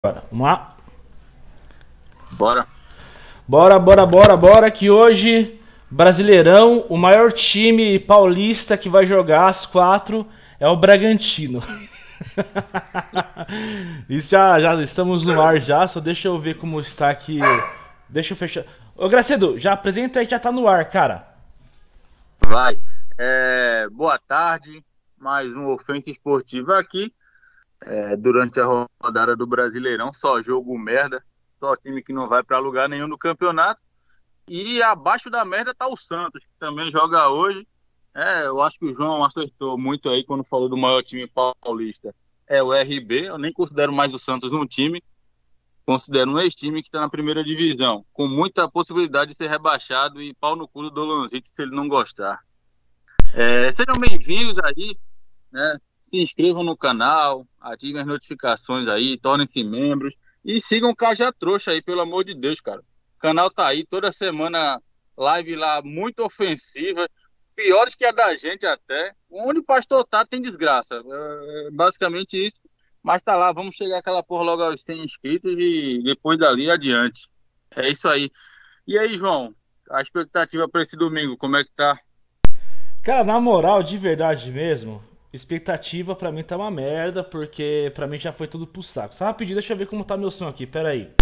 Bora, vamos lá. Bora. Bora, que hoje, Brasileirão, o maior time paulista que vai jogar às 4 é o Bragantino. Isso já estamos no ar já, só deixa eu ver como está aqui. Deixa eu fechar. Ô Gracedo, já apresenta aí que já tá no ar, cara. Vai. Boa tarde. Mais um Ofensa Esportiva aqui. Durante a rodada do Brasileirão, só jogo merda. Só time que não vai para lugar nenhum no campeonato. E abaixo da merda tá o Santos, que também joga hoje. Eu acho que o João acertou muito aí quando falou do maior time paulista. É o RB. Eu nem considero mais o Santos um time. Considero um ex-time que está na primeira divisão, com muita possibilidade de ser rebaixado e pau no cu do Dolanzito se ele não gostar. Sejam bem-vindos aí, né? Se inscrevam no canal, ativem as notificações aí, tornem-se membros e sigam o Cajá Trouxa aí, pelo amor de Deus, cara. O canal tá aí toda semana, live lá muito ofensiva, piores que a da gente até. Onde o pastor tá tem desgraça, basicamente isso. Mas tá lá, vamos chegar aquela porra logo aos 100 inscritos e depois dali adiante. É isso aí. E aí, João, a expectativa para esse domingo, como é que tá? Cara, na moral, de verdade mesmo, expectativa pra mim tá uma merda, porque pra mim já foi tudo pro saco. Só rapidinho, deixa eu ver como tá meu som aqui, pera aí.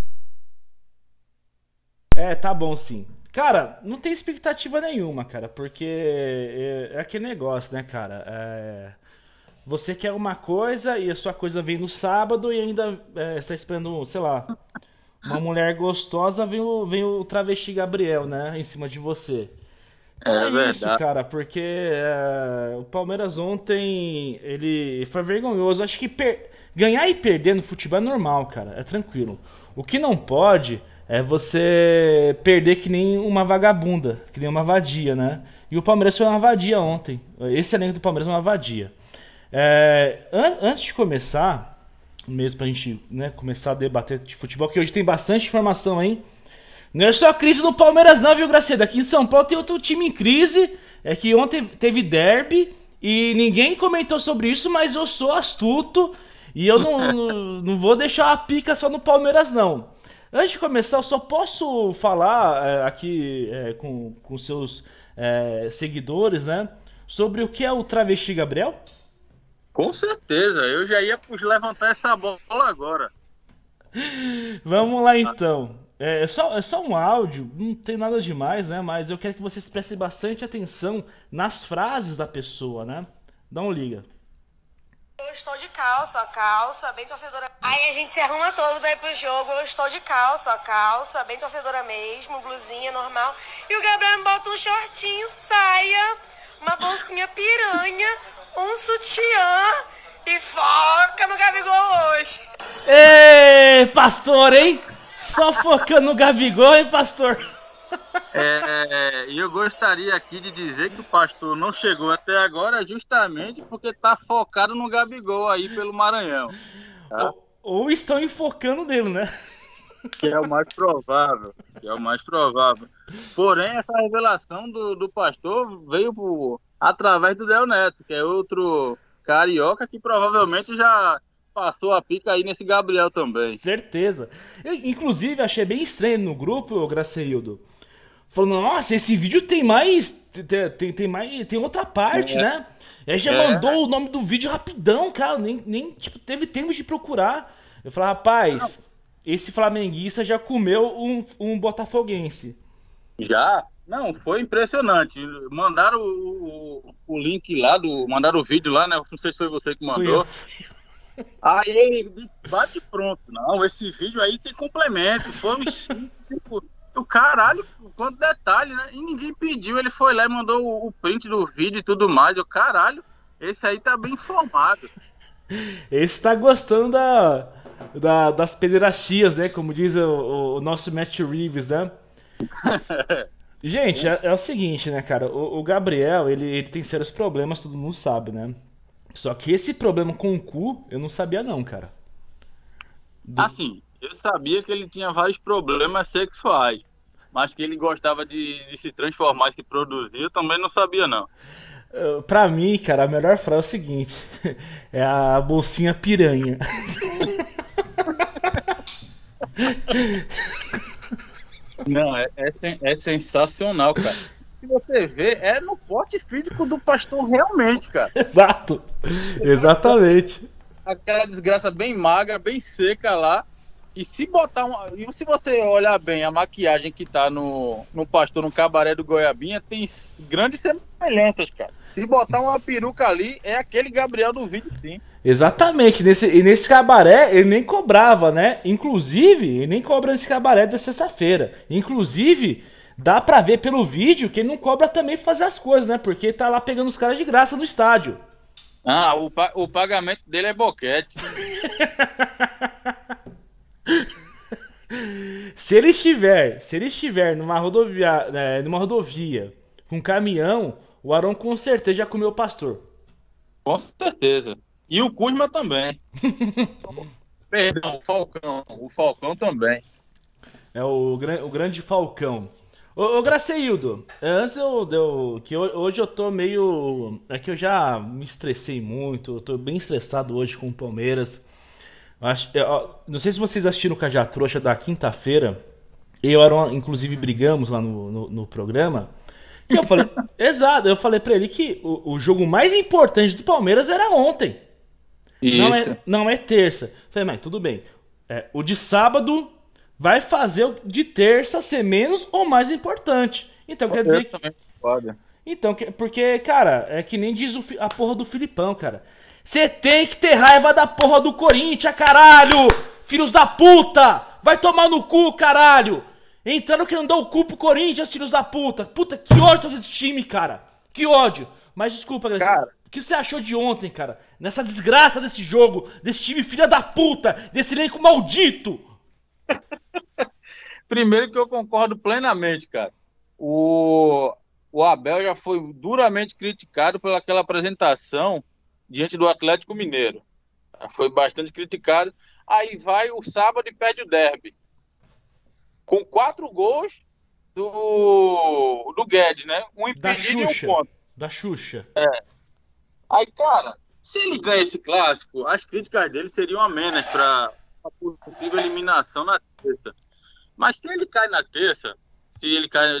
Tá bom sim. Cara, não tem expectativa nenhuma, cara, porque é aquele negócio, né, cara? Você quer uma coisa e a sua coisa vem no sábado e ainda está esperando, sei lá, uma mulher gostosa, vem o travesti Gabriel, né, em cima de você. Então é É isso, verdade. cara, porque o Palmeiras ontem, ele foi vergonhoso. Acho que ganhar e perder no futebol é normal, cara, é tranquilo. O que não pode é você perder que nem uma vagabunda, que nem uma vadia, né? E o Palmeiras foi uma vadia ontem. Esse elenco do Palmeiras é uma vadia. Antes de começar, mesmo pra gente, né, começar a debater de futebol, que hoje tem bastante informação, hein? Não é só crise no Palmeiras não, viu, Gracedo? Aqui em São Paulo tem outro time em crise. É que ontem teve derby e ninguém comentou sobre isso, mas eu sou astuto e eu não vou deixar a pica só no Palmeiras, não. Antes de começar, eu só posso falar aqui com seus seguidores, né? Sobre o que é o travesti Gabriel? Com certeza, eu já ia levantar essa bola agora. Vamos lá então. É só um áudio, não tem nada demais, né? Mas eu quero que vocês prestem bastante atenção nas frases da pessoa, né? Dá um liga. Eu estou de calça, calça, bem torcedora. Aí a gente se arruma todo pra ir pro jogo. Eu estou de calça, calça, bem torcedora mesmo, blusinha normal. E o Gabriel me bota um shortinho, saia, uma bolsinha piranha, um sutiã e foca no Gabigol hoje. Ê, pastor, hein? Só focando no Gabigol, hein, pastor? E eu gostaria aqui de dizer que o pastor não chegou até agora justamente porque tá focado no Gabigol aí pelo Maranhão, tá? Ou estão enfocando nele, né? Que é o mais provável, que é o mais provável. Porém, essa revelação do pastor veio através do Del Neto, que é outro carioca que provavelmente já passou a pica aí nesse Gabriel também. Certeza. Eu, inclusive, achei bem estranho no grupo, o Graceildo. Falando, nossa, esse vídeo tem mais. Tem mais. Tem outra parte, É, né? E aí já é, mandou o nome do vídeo rapidão, cara. Nem tipo, teve tempo de procurar. Eu falei, rapaz, esse flamenguista já comeu um botafoguense. já? Não, foi impressionante. Mandaram o link lá, mandaram o vídeo lá, né? Não sei se foi você que Fui eu. mandou. Aí ele bate pronto. Não, esse vídeo aí tem complemento. Foi uns cinco. O caralho, quanto detalhe, né? E ninguém pediu. Ele foi lá e mandou o print do vídeo e tudo mais. Eu, caralho, esse aí tá bem informado. Esse tá gostando das pederastias, né? Como diz o nosso Matt Reeves, né? Gente, é o seguinte, né, cara? O Gabriel, ele tem sérios problemas, todo mundo sabe, né? Só que esse problema com o cu, eu não sabia não, cara. Do- Assim, eu sabia que ele tinha vários problemas sexuais. Mas que ele gostava de se transformar e se produzir, eu também não sabia, não. Pra mim, cara, a melhor frase é o seguinte: é a bolsinha piranha. Não, é sensacional, cara. Se você vê, é no porte físico do Pastor realmente, cara. Exato. Exatamente. Aquela desgraça bem magra, bem seca lá. E se botar e se você olhar bem a maquiagem que tá no Pastor, no cabaré do Goiabinha, tem grandes semelhanças, cara. Se botar uma peruca ali, é aquele Gabriel do vídeo, sim. Exatamente. Nesse cabaré, ele nem cobrava, né? Inclusive, ele nem cobra nesse cabaré da sexta-feira. Inclusive, dá pra ver pelo vídeo que ele não cobra também pra fazer as coisas, né? Porque ele tá lá pegando os caras de graça no estádio. Ah, o pagamento dele é boquete. Se ele estiver numa rodovia com caminhão, o Arão com certeza já comeu o Pastor. Com certeza. E o Kuzma também. Perdão, o Falcão também. É o grande Falcão. Ô Graceildo, antes que hoje eu tô meio... É que eu já me estressei muito, eu tô bem estressado hoje com o Palmeiras. Não sei se vocês assistiram o Cajá Trouxa da quinta-feira. Eu e o Aaron, inclusive, brigamos lá no programa. E eu falei, exato, eu falei pra ele que o jogo mais importante do Palmeiras era ontem. Isso. Não é terça. Eu falei, mas tudo bem. O de sábado vai fazer o de terça ser menos ou mais importante. Então quer dizer que... Então, porque, cara, é que nem diz a porra do Filipão, cara. Você tem que ter raiva da porra do Corinthians, caralho! Filhos da puta! Vai tomar no cu, caralho! Entraram que não dá o cu pro Corinthians, filhos da puta! Puta, que ódio desse time, cara! Que ódio! Mas desculpa, galera. O que você achou de ontem, cara? Nessa desgraça desse jogo, desse time filha da puta, desse elenco maldito! Primeiro que eu concordo plenamente, cara. O Abel já foi duramente criticado pelaquela apresentação diante do Atlético Mineiro. Foi bastante criticado. Aí vai o sábado e perde o derby. Com 4 gols do Guedes, né? Um impedido e um ponto. Da Xuxa. Aí, cara, se ele ganha esse clássico, as críticas dele seriam amenas para a possível eliminação na terça. Mas se ele cai na terça, se ele cai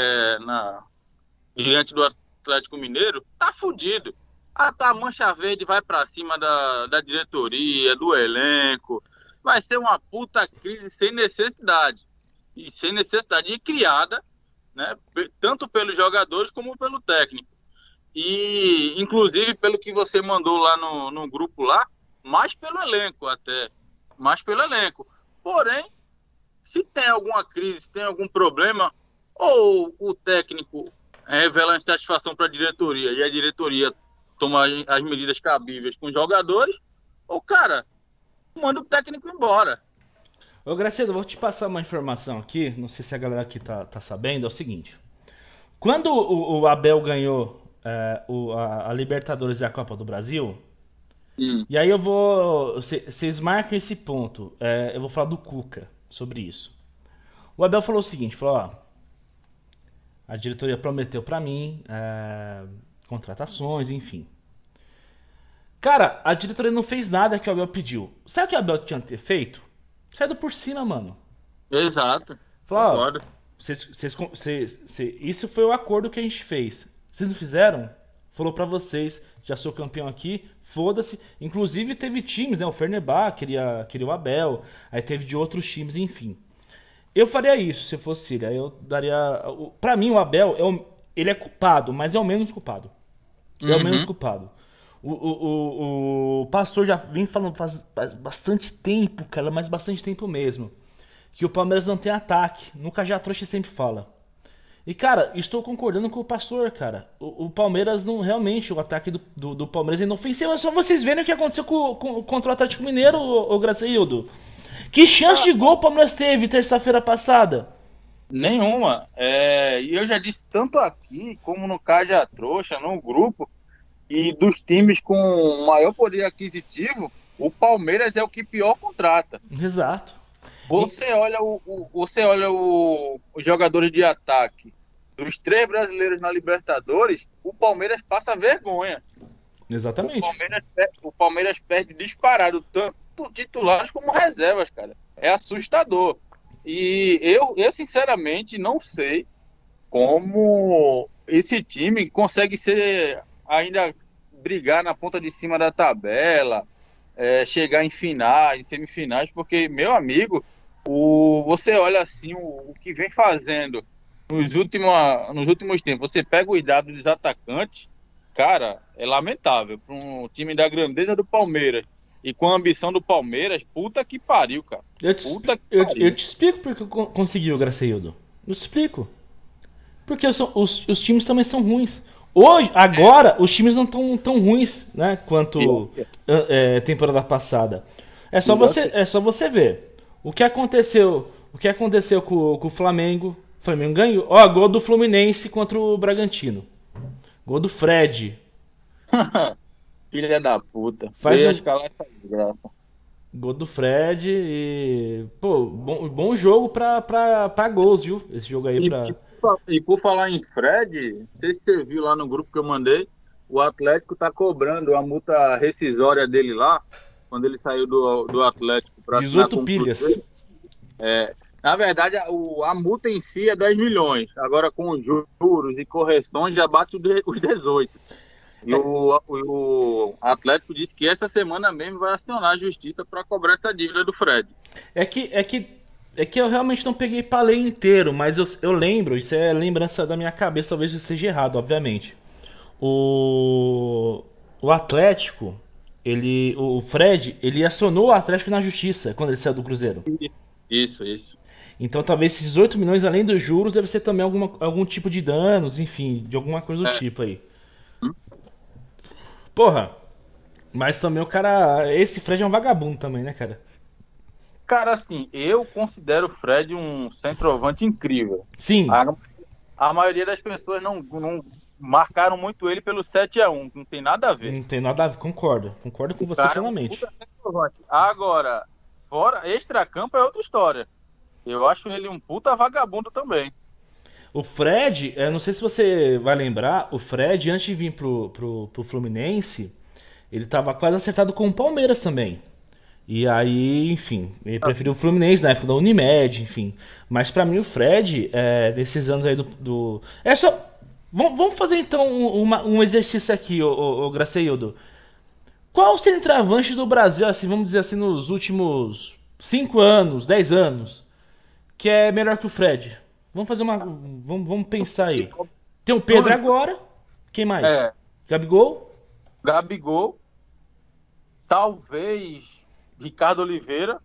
diante do Atlético Mineiro, tá fudido. A Mancha Verde vai pra cima da diretoria, do elenco. Vai ser uma puta crise sem necessidade. E criada, né, tanto pelos jogadores como pelo técnico. E, inclusive, pelo que você mandou lá no grupo lá, mais pelo elenco até. Mais pelo elenco. Porém, se tem alguma crise, se tem algum problema, ou o técnico revela insatisfação para a diretoria e a diretoria toma as medidas cabíveis com os jogadores, ou, cara, manda o técnico embora. Ô, Graciela, eu vou te passar uma informação aqui, não sei se a galera aqui tá sabendo, é o seguinte. Quando o Abel ganhou a Libertadores e a Copa do Brasil, e aí vocês marcam esse ponto, eu vou falar do Cuca sobre isso. O Abel falou o seguinte, falou, a diretoria prometeu pra mim contratações, enfim. Cara, a diretoria não fez nada que o Abel pediu. Sabe o que o Abel tinha que ter feito? Saiu por cima, mano. Exato. Falou, isso foi o acordo que a gente fez. Vocês não fizeram? Falou pra vocês, já sou campeão aqui, foda-se. Inclusive teve times, né? O Fenerbahçe queria o Abel, aí teve de outros times, enfim. Eu faria isso se eu fosse ele. Aí eu daria... Pra mim, o Abel, ele é culpado, mas é o menos culpado. É o menos culpado. O Pastor já vem falando faz bastante tempo, cara, mas bastante tempo mesmo, que o Palmeiras não tem ataque. No Cajá Trouxa sempre fala. E, cara, estou concordando com o Pastor, cara. O Palmeiras não... Realmente, o ataque do Palmeiras é inofensivo. É só vocês verem o que aconteceu contra o Atlético Mineiro, o Graceildo. Que chance de gol o Palmeiras teve terça-feira passada? Nenhuma. E eu já disse tanto aqui, como no Cajá Trouxa, no grupo, e dos times com maior poder aquisitivo, o Palmeiras é o que pior contrata. Exato. Você olha os jogadores de ataque dos 3 brasileiros na Libertadores, o Palmeiras passa vergonha. Exatamente. O Palmeiras perde disparado, tanto titulares como reservas, cara. é assustador. E eu sinceramente não sei como esse time consegue ainda brigar na ponta de cima da tabela, chegar em finais, em semifinais, porque, meu amigo, você olha assim o que vem fazendo nos últimos tempos. Você pega os dados dos atacantes, cara, é lamentável para um time da grandeza do Palmeiras e com a ambição do Palmeiras. Puta que pariu, cara. Eu te explico porque conseguiu, Graceildo. Eu te explico. Porque os times também são ruins. Agora, os times não estão tão ruins, né, quanto temporada passada. É só você ver. O que aconteceu com o Flamengo. O Flamengo ganhou. Gol do Fluminense contra o Bragantino. Gol do Fred. Filha da puta. Escalar essa desgraça. Gol do Fred e... Pô, bom jogo pra gols, viu? Esse jogo aí E por falar em Fred, não sei se você viu lá no grupo que eu mandei, o Atlético tá cobrando a multa rescisória dele lá, quando ele saiu do Atlético. 18 pilhas. Na verdade, a multa em si é 10 milhões. Agora, com juros e correções, já bate os 18. E o Atlético disse que essa semana mesmo vai acionar a justiça para cobrar essa dívida do Fred. É que eu realmente não peguei pra ler inteiro, mas eu lembro, isso é lembrança da minha cabeça, talvez eu esteja errado, obviamente. O Atlético, o Fred, ele acionou o Atlético na justiça quando ele saiu do Cruzeiro. Isso. Então talvez esses 18 milhões, além dos juros, deve ser também algum tipo de danos, enfim, de alguma coisa do tipo aí. Porra, mas também o cara... Esse Fred é um vagabundo também, né, cara? Cara, assim, eu considero o Fred um centroavante incrível. Sim. A maioria das pessoas não marcaram muito ele pelo 7-1, não tem nada a ver. Não tem nada a ver, concordo com você plenamente. Agora, fora, extracampo é outra história. Eu acho ele um puta vagabundo também. O Fred, eu não sei se você vai lembrar, o Fred, antes de vir pro Fluminense, ele tava quase acertado com o Palmeiras também. E aí, enfim, ele preferiu o Fluminense na época da Unimed, enfim. Mas pra mim o Fred, desses anos aí do... É só... Vamos fazer então um exercício aqui, ô Graceildo. Qual o centroavante do Brasil, assim, vamos dizer assim, nos últimos 5 anos, 10 anos, que é melhor que o Fred? Vamos fazer vamos pensar aí. Tem o Pedro agora. Quem mais? Gabigol. Talvez Ricardo Oliveira.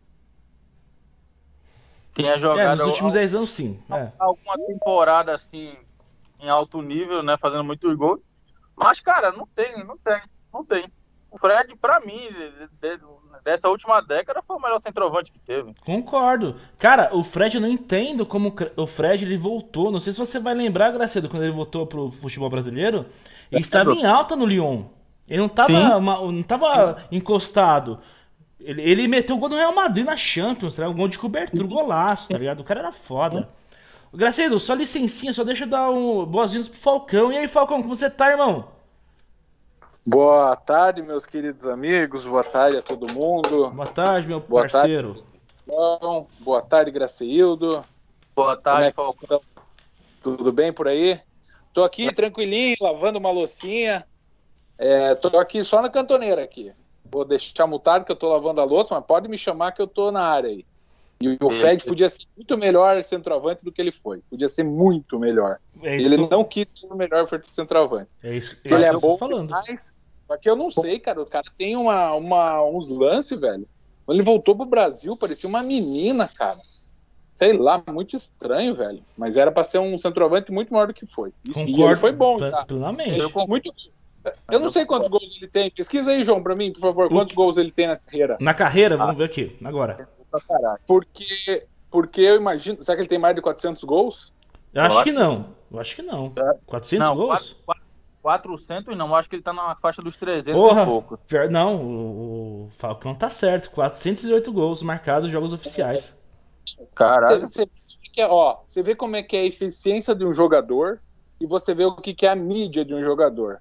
Tenha jogado nos últimos 10 anos, sim. Alguma temporada assim em alto nível, né? Fazendo muitos gols. Mas, cara, não tem. O Fred, pra mim, dessa última década, foi o melhor centroavante que teve. Concordo. Cara, o Fred, eu não entendo como o Fred ele voltou. Não sei se você vai lembrar, Gracedo, quando ele voltou pro futebol brasileiro. Ele estava em alta no Lyon. Ele não tava encostado. Ele meteu o gol no Real Madrid na Champions, tá ligado? Um gol de cobertura, golaço, tá ligado? O cara era foda. Gracedo, só licencinha, só deixa eu dar boas-vindas pro Falcão. E aí, Falcão, como você tá, irmão? Boa tarde, meus queridos amigos. Boa tarde a todo mundo. Boa tarde, meu parceiro. Boa tarde, Graceildo. Boa tarde, Falcão. Tudo bem por aí? Tô aqui tranquilinho, lavando uma loucinha. Tô aqui só na cantoneira aqui. Vou deixar mutado que eu tô lavando a louça, mas pode me chamar que eu tô na área aí. E o Fred podia ser muito melhor centroavante do que ele foi. Podia ser muito melhor. Ele não quis ser o melhor centroavante. É isso que ele eu tô falando. Só que eu não sei, cara. O cara tem uns lances, velho. Quando ele voltou pro Brasil, parecia uma menina, cara. Sei lá, muito estranho, velho. Mas era pra ser um centroavante muito maior do que foi. Concordo, e ele foi bom, tá? Plenamente. Eu não sei quantos gols ele tem. Pesquisa aí, João, pra mim, por favor. Quantos gols ele tem na carreira? Na carreira? Vamos ver aqui, agora. Porque eu imagino... Será que ele tem mais de 400 gols? Eu acho que não. 400 gols? 400 não. Eu acho que ele tá na faixa dos 300 e pouco. Não, o Falcão tá certo. 408 gols marcados em jogos oficiais. Caralho. Você vê como é que é a eficiência de um jogador e você vê o que é a mídia de um jogador.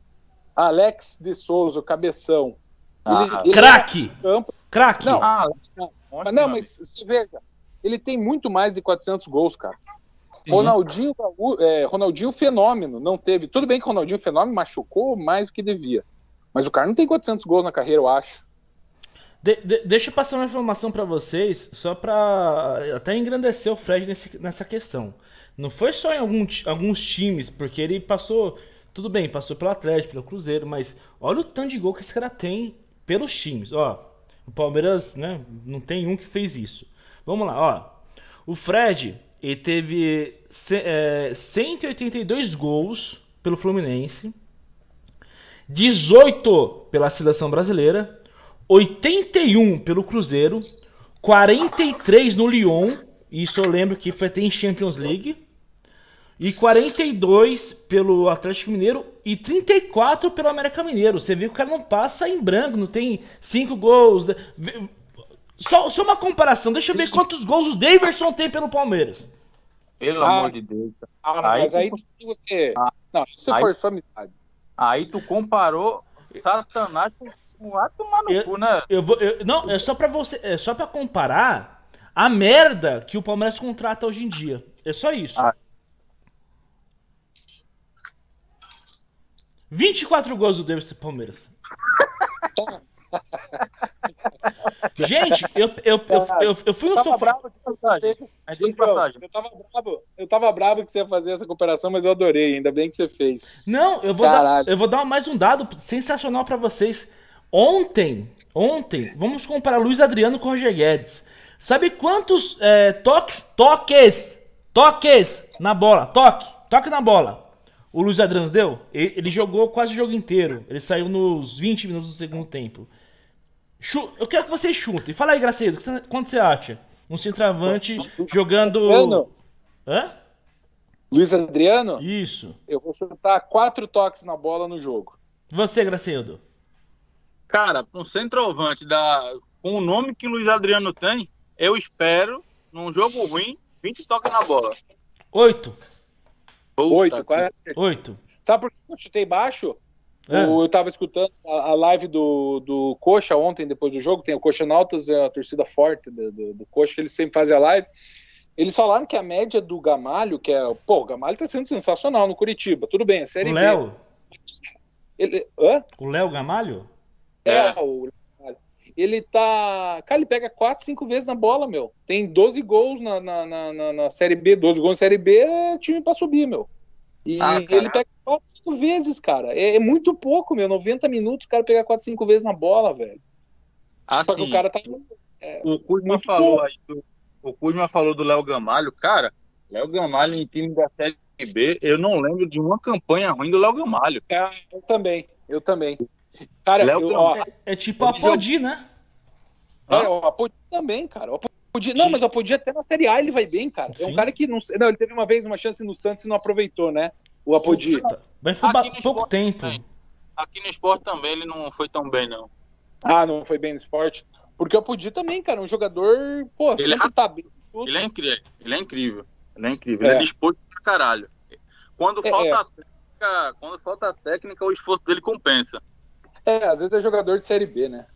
Alex de Souza, o cabeção. Craque! Craque! Mas não, mas você veja, ele tem muito mais de 400 gols, cara. Ronaldinho fenômeno, não teve. Tudo bem que o Ronaldinho fenômeno machucou mais do que devia. Mas o cara não tem 400 gols na carreira, eu acho. Deixa eu passar uma informação pra vocês, só pra até engrandecer o Fred nessa questão. Não foi só em alguns times, porque ele passou, tudo bem, passou pelo Atlético, pelo Cruzeiro, mas olha o tanto de gol que esse cara tem pelos times. Ó, o Palmeiras, né, não tem um que fez isso. Vamos lá, ó. O Fred, ele teve 182 gols pelo Fluminense, 18 pela Seleção Brasileira, 81 pelo Cruzeiro, 43 no Lyon, isso eu lembro que foi até em Champions League, e 42 pelo Atlético Mineiro e 34 pelo América Mineiro. Você vê que o cara não passa em branco, não tem 5 gols. Só uma comparação, deixa eu ver quantos gols o Daverson tem pelo Palmeiras. Pelo amor de Deus. Mas aí você... Não, você forçou a amizade. Aí tu comparou Satanás com o tomar no cu, né? Não, é só pra você, é só pra comparar a merda que o Palmeiras contrata hoje em dia. É só isso. 24 gols do Davidson do Palmeiras. Gente, eu fui no sofá. Eu tava bravo que você ia fazer essa comparação, mas eu adorei, ainda bem que você fez. Não, eu vou dar mais um dado sensacional pra vocês. Ontem, vamos comparar Luiz Adriano com o Roger Guedes. Sabe quantos toques na bola, toque na bola o Luiz Adriano deu? Ele jogou quase o jogo inteiro. Ele saiu nos 20 minutos do segundo tempo. Eu quero que vocês chutem. Fala aí, Gracedo, quanto você acha? Um centroavante jogando... Hã? Luiz Adriano? Isso. Eu vou chutar 4 toques na bola no jogo. Você, Gracedo? Cara, um centroavante com o nome que o Luiz Adriano tem, eu espero, num jogo ruim, 20 toques na bola. 8. 8. Sabe por que eu chutei baixo? Eu tava escutando a live do Coxa ontem, depois do jogo. Tem o Coxa Nautas, é a torcida forte do Coxa, que eles sempre fazem a live. Eles falaram que a média do Gamalho, o Gamalho tá sendo sensacional no Curitiba. Tudo bem, a Série B. Léo? Hã? O Léo Gamalho? O Léo Gamalho. Ele tá... Cara, ele pega 4, 5 vezes na bola, meu. Tem 12 gols na Série B. 12 gols na Série B é time pra subir, meu. E ele pega 4, 5 vezes, cara. É muito pouco, meu. 90 minutos o cara pega 4, 5 vezes na bola, velho. Só que o cara tá... O Kuzma falou aí o Kuzma falou do Léo Gamalho. Cara, Léo Gamalho em time da Série B, eu não lembro de uma campanha ruim do Léo Gamalho. Eu também. Cara, é tipo a Apodi, né? O Apodi também, cara. Não, mas o Apodi até na Série A ele vai bem, cara. Sim. É um cara que não... Não, ele teve uma chance no Santos e não aproveitou, né? O Apodi. Vai ficar pouco tempo. Também. Aqui no Sport também ele não foi tão bem, não. Não foi bem no Sport. Porque o Apodi também, cara, um jogador... Pô, ele sempre tá bem. Ele é incrível. Ele é disposto pra caralho. Quando falta técnica, o esforço dele compensa. Às vezes é jogador de Série B, né?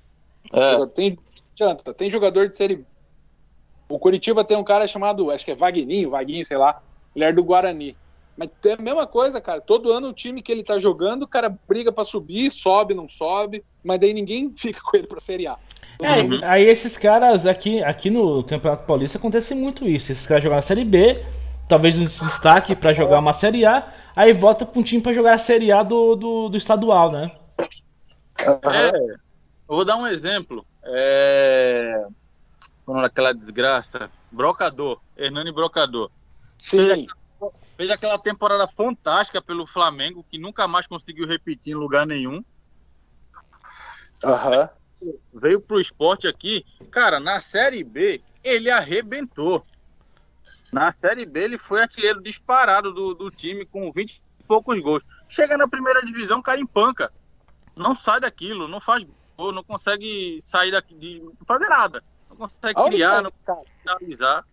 Tem jogador de Série B. O Curitiba tem um cara chamado, acho que é Vaguinho, sei lá. Ele é do Guarani. Mas é a mesma coisa, cara. Todo ano o time que ele tá jogando, o cara briga pra subir, sobe, não sobe. Mas daí ninguém fica com ele pra Série A. Aí esses caras aqui no Campeonato Paulista acontece muito isso. Esses caras jogam na Série B, talvez um destaque pra jogar uma Série A, aí volta pra um time pra jogar a Série A do estadual, né? Eu vou dar um exemplo. Aquela desgraça, Hernani Brocador. Sim. Fez aquela temporada fantástica pelo Flamengo, que nunca mais conseguiu repetir em lugar nenhum. Veio pro Sport aqui. Cara, na Série B, ele arrebentou. Na Série B, ele foi artilheiro disparado do time com 20 e poucos gols. Chega na primeira divisão, o cara empanca. Não sai daquilo, não faz gol, não consegue sair daqui não fazer nada. Não consegue criar, não consegue realizar.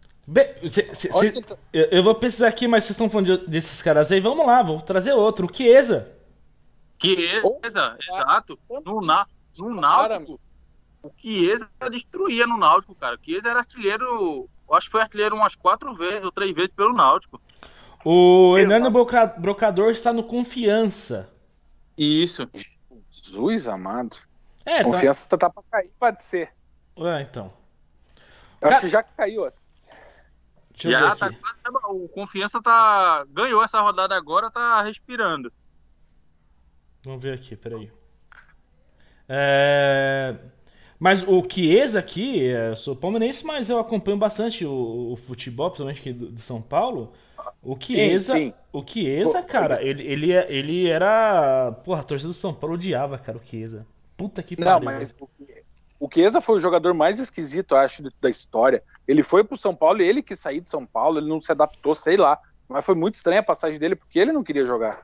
Eu vou pesquisar aqui, mas vocês estão falando desses caras aí. Vamos lá, vou trazer outro. O Chiesa. Exato. No Náutico. o Chiesa destruía no Náutico, cara. O Chiesa era artilheiro, eu acho que foi artilheiro umas 4 vezes ou 3 vezes pelo Náutico. O Hernando Brocador está no Confiança. Isso. Jesus amado. É, Confiança tá pra cair, pode ser. Então. Eu acho que já caiu. Deixa eu ver aqui. O Confiança ganhou essa rodada agora, tá respirando. Vamos ver aqui, peraí. Mas o Chiesa aqui, eu sou palmeirense, mas eu acompanho bastante o futebol, principalmente aqui de São Paulo. O Chiesa, sim. O Chiesa, cara, ele era... Porra, a torcida do São Paulo odiava, cara, o Chiesa. Puta que pariu. Não, mas o Chiesa foi o jogador mais esquisito, eu acho, da história. Ele foi pro São Paulo e ele que saiu de São Paulo, ele não se adaptou, sei lá. Mas foi muito estranha a passagem dele, porque ele não queria jogar.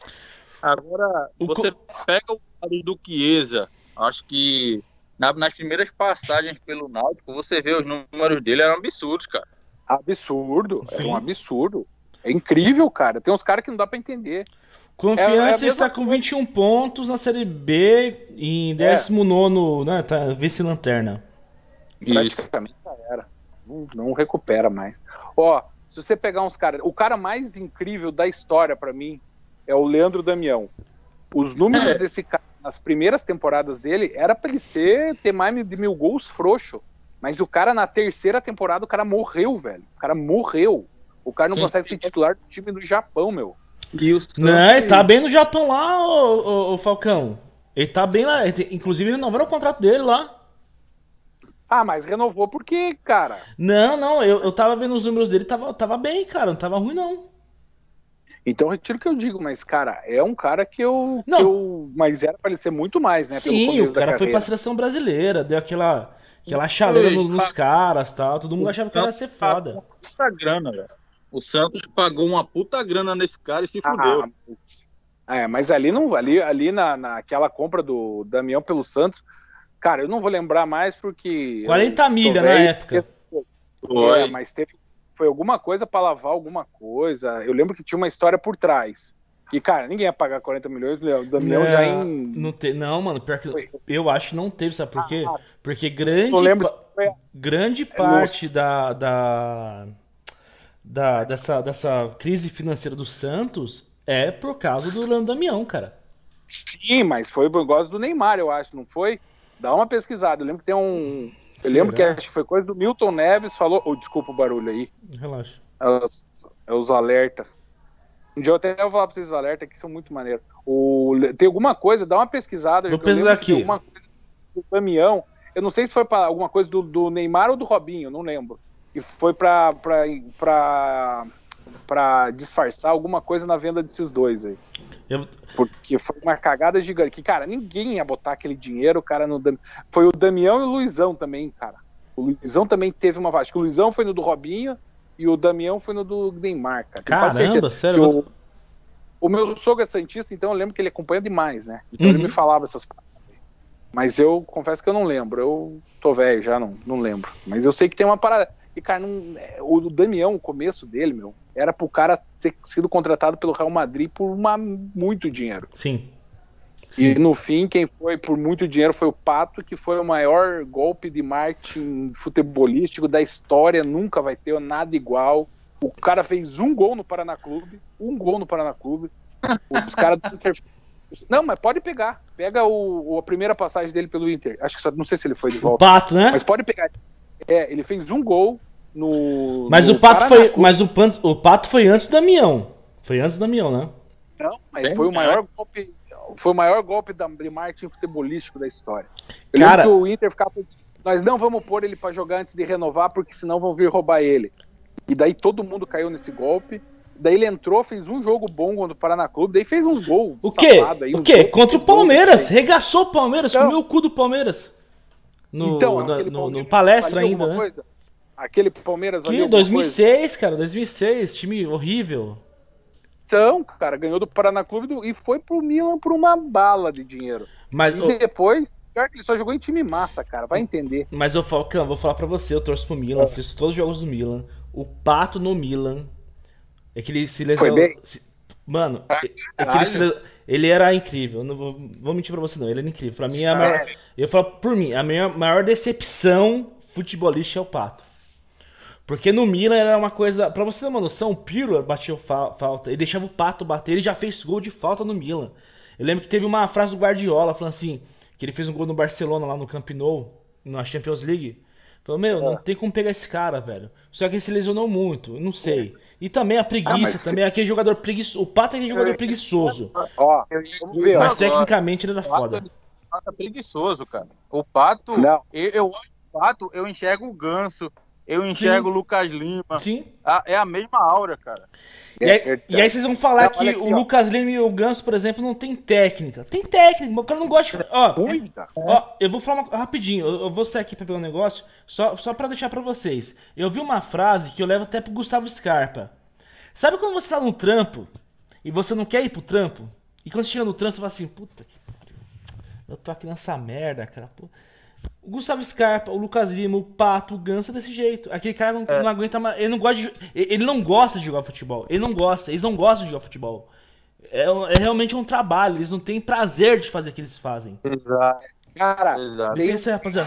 Agora, você pega o lado do Chiesa, acho que nas primeiras passagens pelo Náutico, você vê os números dele, eram absurdos, cara. Absurdo, Sim. é um absurdo. É incrível, cara. Tem uns caras que não dá pra entender. Confiança está com 21 pontos na Série B, em 19º, né, tá vice-lanterna. Praticamente já era. Não recupera mais. Ó, se você pegar uns caras... O cara mais incrível da história pra mim é o Leandro Damião. Os números desse cara nas primeiras temporadas dele era pra ele ter mais de 1000 gols frouxo. Mas o cara na terceira temporada, o cara morreu, velho. O cara morreu. O cara não consegue ser titular do time do Japão, meu. Não, ele tá bem no Japão lá, o Falcão. Ele tá bem lá. Inclusive renovaram o contrato dele lá. Ah, mas renovou porque, cara... Não, eu tava vendo os números dele, tava bem, cara. Não tava ruim, não. Então retiro o que eu digo, mas, cara, é um cara que eu... Mas era pra ele ser muito mais, né? Sim, o cara foi pra seleção brasileira, deu aquela chaleira nos caras e tal. Todo mundo achava que ele ia ser foda. Puta grana, velho. O Santos pagou uma puta grana nesse cara e se fudeu. Mas ali naquela compra do Damião pelo Santos, cara, eu não vou lembrar mais porque... 40 milha na época. Mas foi alguma coisa pra lavar alguma coisa. Eu lembro que tinha uma história por trás. E, cara, ninguém ia pagar 40 milhões, o Damião já em... Não, mano, pior que eu acho que não teve, sabe por quê? Porque grande parte dessa crise financeira do Santos é por causa do Leandro Damião, cara. Sim, mas foi por causa do Neymar, eu acho, não foi? Dá uma pesquisada. Eu lembro que tem um... Eu lembro que acho que foi coisa do Milton Neves, falou... desculpa o barulho aí. Relaxa. É os alerta. Um dia eu até vou falar pra vocês os alerta que são muito maneiros. Tem alguma coisa, dá uma pesquisada. Vou pesquisar aqui. Alguma coisa do Damião. Eu não sei se foi para alguma coisa do Neymar ou do Robinho, não lembro. E foi pra disfarçar alguma coisa na venda desses dois aí. Porque foi uma cagada gigante. Que, cara, ninguém ia botar aquele dinheiro, cara, no Damião. Foi o Damião e o Luizão também, cara. O Luizão também teve uma... Acho que o Luizão foi no do Robinho e o Damião foi no do Neymar, cara. Caramba, sério? O meu sogro é santista, então eu lembro que ele acompanha demais, né? Então ele me falava essas coisas. Mas eu confesso que eu não lembro. Eu tô velho já, não lembro. Mas eu sei que tem uma parada... E, cara, o Damião, o começo dele, meu, era pro cara ter sido contratado pelo Real Madrid por muito dinheiro. Sim. E no fim, quem foi por muito dinheiro foi o Pato, que foi o maior golpe de marketing futebolístico da história, nunca vai ter nada igual. O cara fez um gol no Paraná Clube, os caras do Inter... Não, mas pode pegar. Pega a primeira passagem dele pelo Inter. Acho que não sei se ele foi de volta. O Pato, né? Mas pode pegar. Ele fez um gol no... Mas no o Pato foi antes do Damião. Foi antes do Damião, né? Não, mas foi o maior golpe... Foi o maior golpe de marketing futebolístico da história. Eu lembro que o Inter ficava... Nós não vamos pôr ele pra jogar antes de renovar, porque senão vão vir roubar ele. E daí todo mundo caiu nesse golpe. Daí ele entrou, fez um jogo bom contra o Paraná Clube, daí fez uns gols. O quê? Contra o Palmeiras. Regaçou o Palmeiras, comeu o cu do Palmeiras. No palestra ainda, né? Coisa? Aquele Palmeiras ali. 2006, cara, 2006, time horrível. Então, cara, ganhou do Paraná Clube e foi pro Milan por uma bala de dinheiro. E depois, pior que ele só jogou em time massa, cara, vai entender. Mas, ô Falcão, vou falar pra você, eu torço pro Milan, assisto todos os jogos do Milan. O Pato no Milan, é que ele se lesionou. Mano, é que ele era incrível. Eu não vou mentir pra você, não. Ele era incrível. Pra mim, eu falo por mim, a minha maior decepção futebolística é o Pato. Porque no Milan era uma coisa. Pra você ter uma noção, o Pirlo batia falta. Ele deixava o Pato bater. Ele já fez gol de falta no Milan. Eu lembro que teve uma frase do Guardiola falando assim: que ele fez um gol no Barcelona lá no Camp Nou, na Champions League. Falou, não tem como pegar esse cara, velho. Só que ele se lesionou muito, eu não sei. E também a preguiça, também aquele jogador preguiçoso. O Pato é aquele jogador preguiçoso. Ó, vamos ver. Mas tecnicamente ele era foda. O Pato é preguiçoso, cara. O Pato, Não. Eu olho o Pato, eu enxergo o Ganso, eu enxergo o Lucas Lima. Sim. É a mesma aura, cara. E aí vocês vão falar que aqui, o Lucas Lima e o Ganso, por exemplo, não tem técnica. Tem técnica, o cara não gosta de... Ó, eu vou falar rapidinho, eu vou sair aqui pra pegar um negócio, só pra deixar pra vocês. Eu vi uma frase que eu levo até pro Gustavo Scarpa. Sabe quando você tá no trampo e você não quer ir pro trampo? E quando você chega no trampo, você fala assim, puta que pariu, eu tô aqui nessa merda, cara, pô. O Gustavo Scarpa, o Lucas Lima, o Pato, o Ganso é desse jeito. Aquele cara não aguenta mais. Ele não gosta de jogar futebol. Eles não gostam de jogar futebol. É realmente um trabalho. Eles não têm prazer de fazer o que eles fazem. Exato. Cara, rapaziada.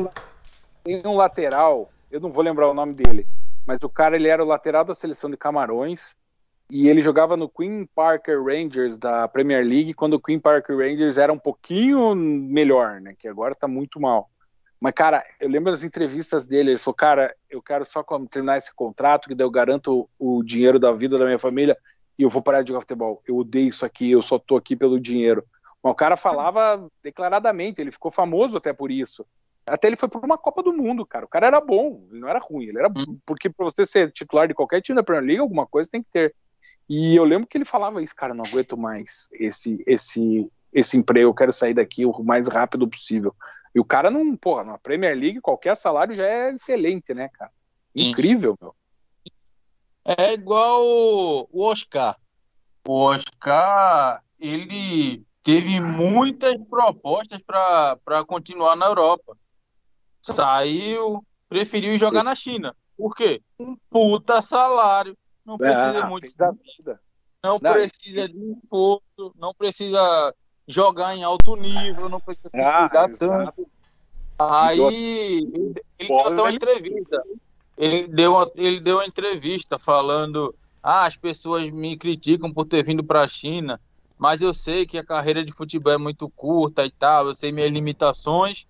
Tem um lateral, eu não vou lembrar o nome dele, mas o cara ele era o lateral da seleção de Camarões e ele jogava no Queen Parker Rangers da Premier League, quando o Queen Parker Rangers era um pouquinho melhor, né? Que agora tá muito mal. Mas, cara, eu lembro das entrevistas dele, ele falou, cara, eu quero só terminar esse contrato, que daí eu garanto o dinheiro da vida da minha família e eu vou parar de jogar futebol. Eu odeio isso aqui, eu só tô aqui pelo dinheiro. Mas o cara falava declaradamente, ele ficou famoso até por isso. Até ele foi por uma Copa do Mundo, cara. O cara era bom, ele não era ruim, ele era porque pra você ser titular de qualquer time da Premier League, alguma coisa tem que ter. E eu lembro que ele falava isso, cara, não aguento mais esse emprego, eu quero sair daqui o mais rápido possível. E o cara não, porra, na Premier League qualquer salário já é excelente, né, cara? Incrível, meu. É igual o Oscar. O Oscar, ele teve muitas propostas para continuar na Europa. Saiu, preferiu jogar na China. Por quê? Um puta salário. Não precisa muito da vida. Não precisa de esforço, não precisa jogar em alto nível, não precisa se cuidar tanto. Aí ele deu até uma entrevista. Ele deu uma entrevista falando: as pessoas me criticam por ter vindo para a China, mas eu sei que a carreira de futebol é muito curta e tal, eu sei minhas limitações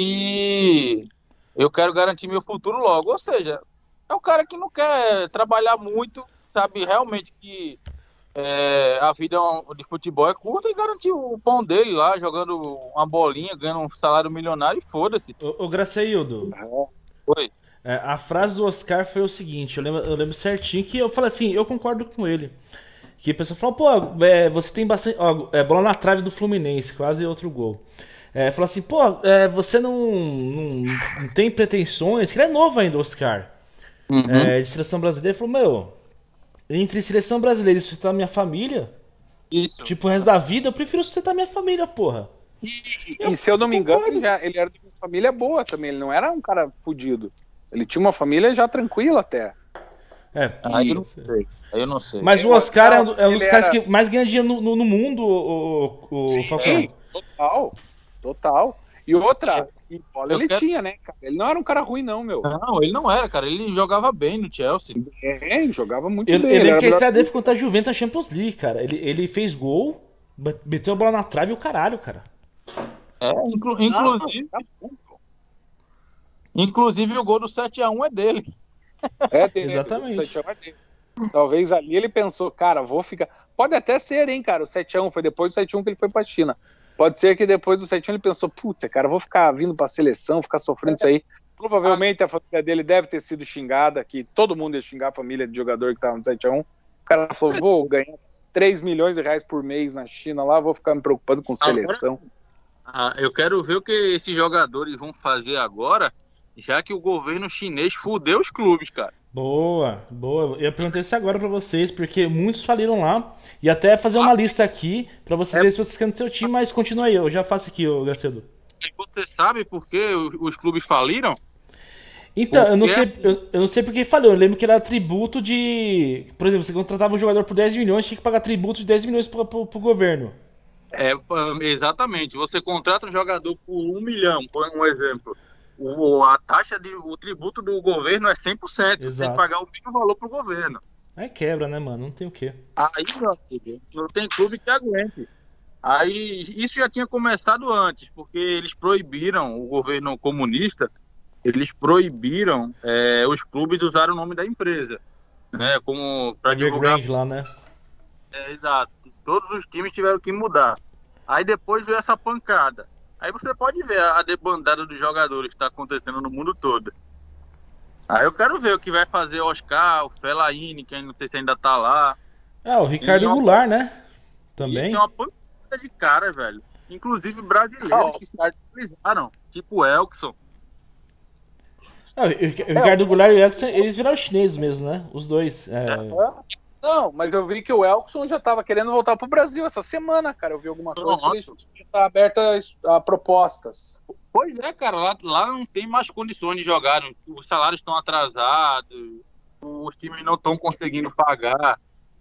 e eu quero garantir meu futuro logo. Ou seja, é um cara que não quer trabalhar muito, sabe realmente que a vida de futebol é curta e garantir o pão dele lá, jogando uma bolinha, ganhando um salário milionário e foda-se. Ô Graceildo. Oi. A frase do Oscar foi o seguinte, eu lembro certinho, que eu falei assim, eu concordo com ele. Que a pessoa falou, pô, você tem bastante... bola na trave do Fluminense, quase outro gol. Falou assim, pô, você não tem pretensões, que ele é novo ainda, Oscar. De seleção brasileira. Ele falou, entre seleção brasileira e sustentar minha família, tipo, o resto da vida, eu prefiro sustentar minha família, porra. E se eu não me engano, ele era de uma família boa também, ele não era um cara fudido. Ele tinha uma família já tranquila até. Aí eu não sei. Mas o Oscar é um dos caras que mais ganha dinheiro no mundo, o Falcão. Total. E outra, ele tinha, né, cara? Ele não era um cara ruim, não, meu. Não, ele não era, cara. Ele jogava bem no Chelsea. Ele jogava muito bem. Ele lembro que a estreia dele foi contra a Juventus na Champions League, cara. Ele fez gol, meteu a bola na trave e o caralho, cara. Inclusive o gol do 7-1 é dele. Dele. Exatamente. O 7-1 é dele. Talvez ali ele pensou, cara, vou ficar... Pode até ser, hein, cara, o 7-1 foi depois do 7-1 que ele foi pra China. Pode ser que depois do 7-1 ele pensou, puta, cara, vou ficar vindo pra seleção, ficar sofrendo isso aí. Provavelmente a família dele deve ter sido xingada, que todo mundo ia xingar a família de jogador que tava no 7-1. O cara falou, vou ganhar 3 milhões de reais por mês na China lá, vou ficar me preocupando com seleção. Eu quero ver o que esses jogadores vão fazer agora, já que o governo chinês fudeu os clubes, cara. Boa. Eu perguntei isso agora pra vocês, porque muitos faliram lá. E até fazer uma lista aqui pra vocês verem se vocês querem do seu time, mas continua aí, eu já faço aqui, Gracedo. E você sabe por que os clubes faliram? Então, eu não Porque, sei, eu não sei porque falhou. Eu lembro que era tributo de. Por exemplo, você contratava um jogador por 10 milhões, tinha que pagar tributo de 10 milhões pro governo. exatamente, você contrata um jogador por 1 milhão, por um exemplo. O tributo do governo é 100%, você tem que Exato. pagar o mesmo valor pro governo. Aí quebra, né, mano? Não tem o quê. Aí, meu amigo, não tem clube que aguente. Aí, isso já tinha começado antes, porque eles proibiram, o governo comunista, eles proibiram os clubes usar o nome da empresa, né, como para divulgar. Evergrande lá, né? Exato. Todos os times tiveram que mudar. Aí depois veio essa pancada. Aí você pode ver a debandada dos jogadores que está acontecendo no mundo todo. Aí eu quero ver o que vai fazer o Oscar, o Fellaini, que não sei se ainda tá lá. Ah, o Ricardo E uma- Goulart, né? E Também. tem uma pancada de cara, velho. Inclusive brasileiros que se utilizaram, tipo o Elkson. Ah, o Ricardo Goulart e o Elkson, eles viraram chineses mesmo, né? Os dois. Não, mas eu vi que o Elkson já tava querendo voltar pro Brasil essa semana, cara. Eu vi alguma coisa que ele já tá aberto a propostas. Pois é, cara, lá não tem mais condições de jogar. Os salários estão atrasados, os times não estão conseguindo pagar.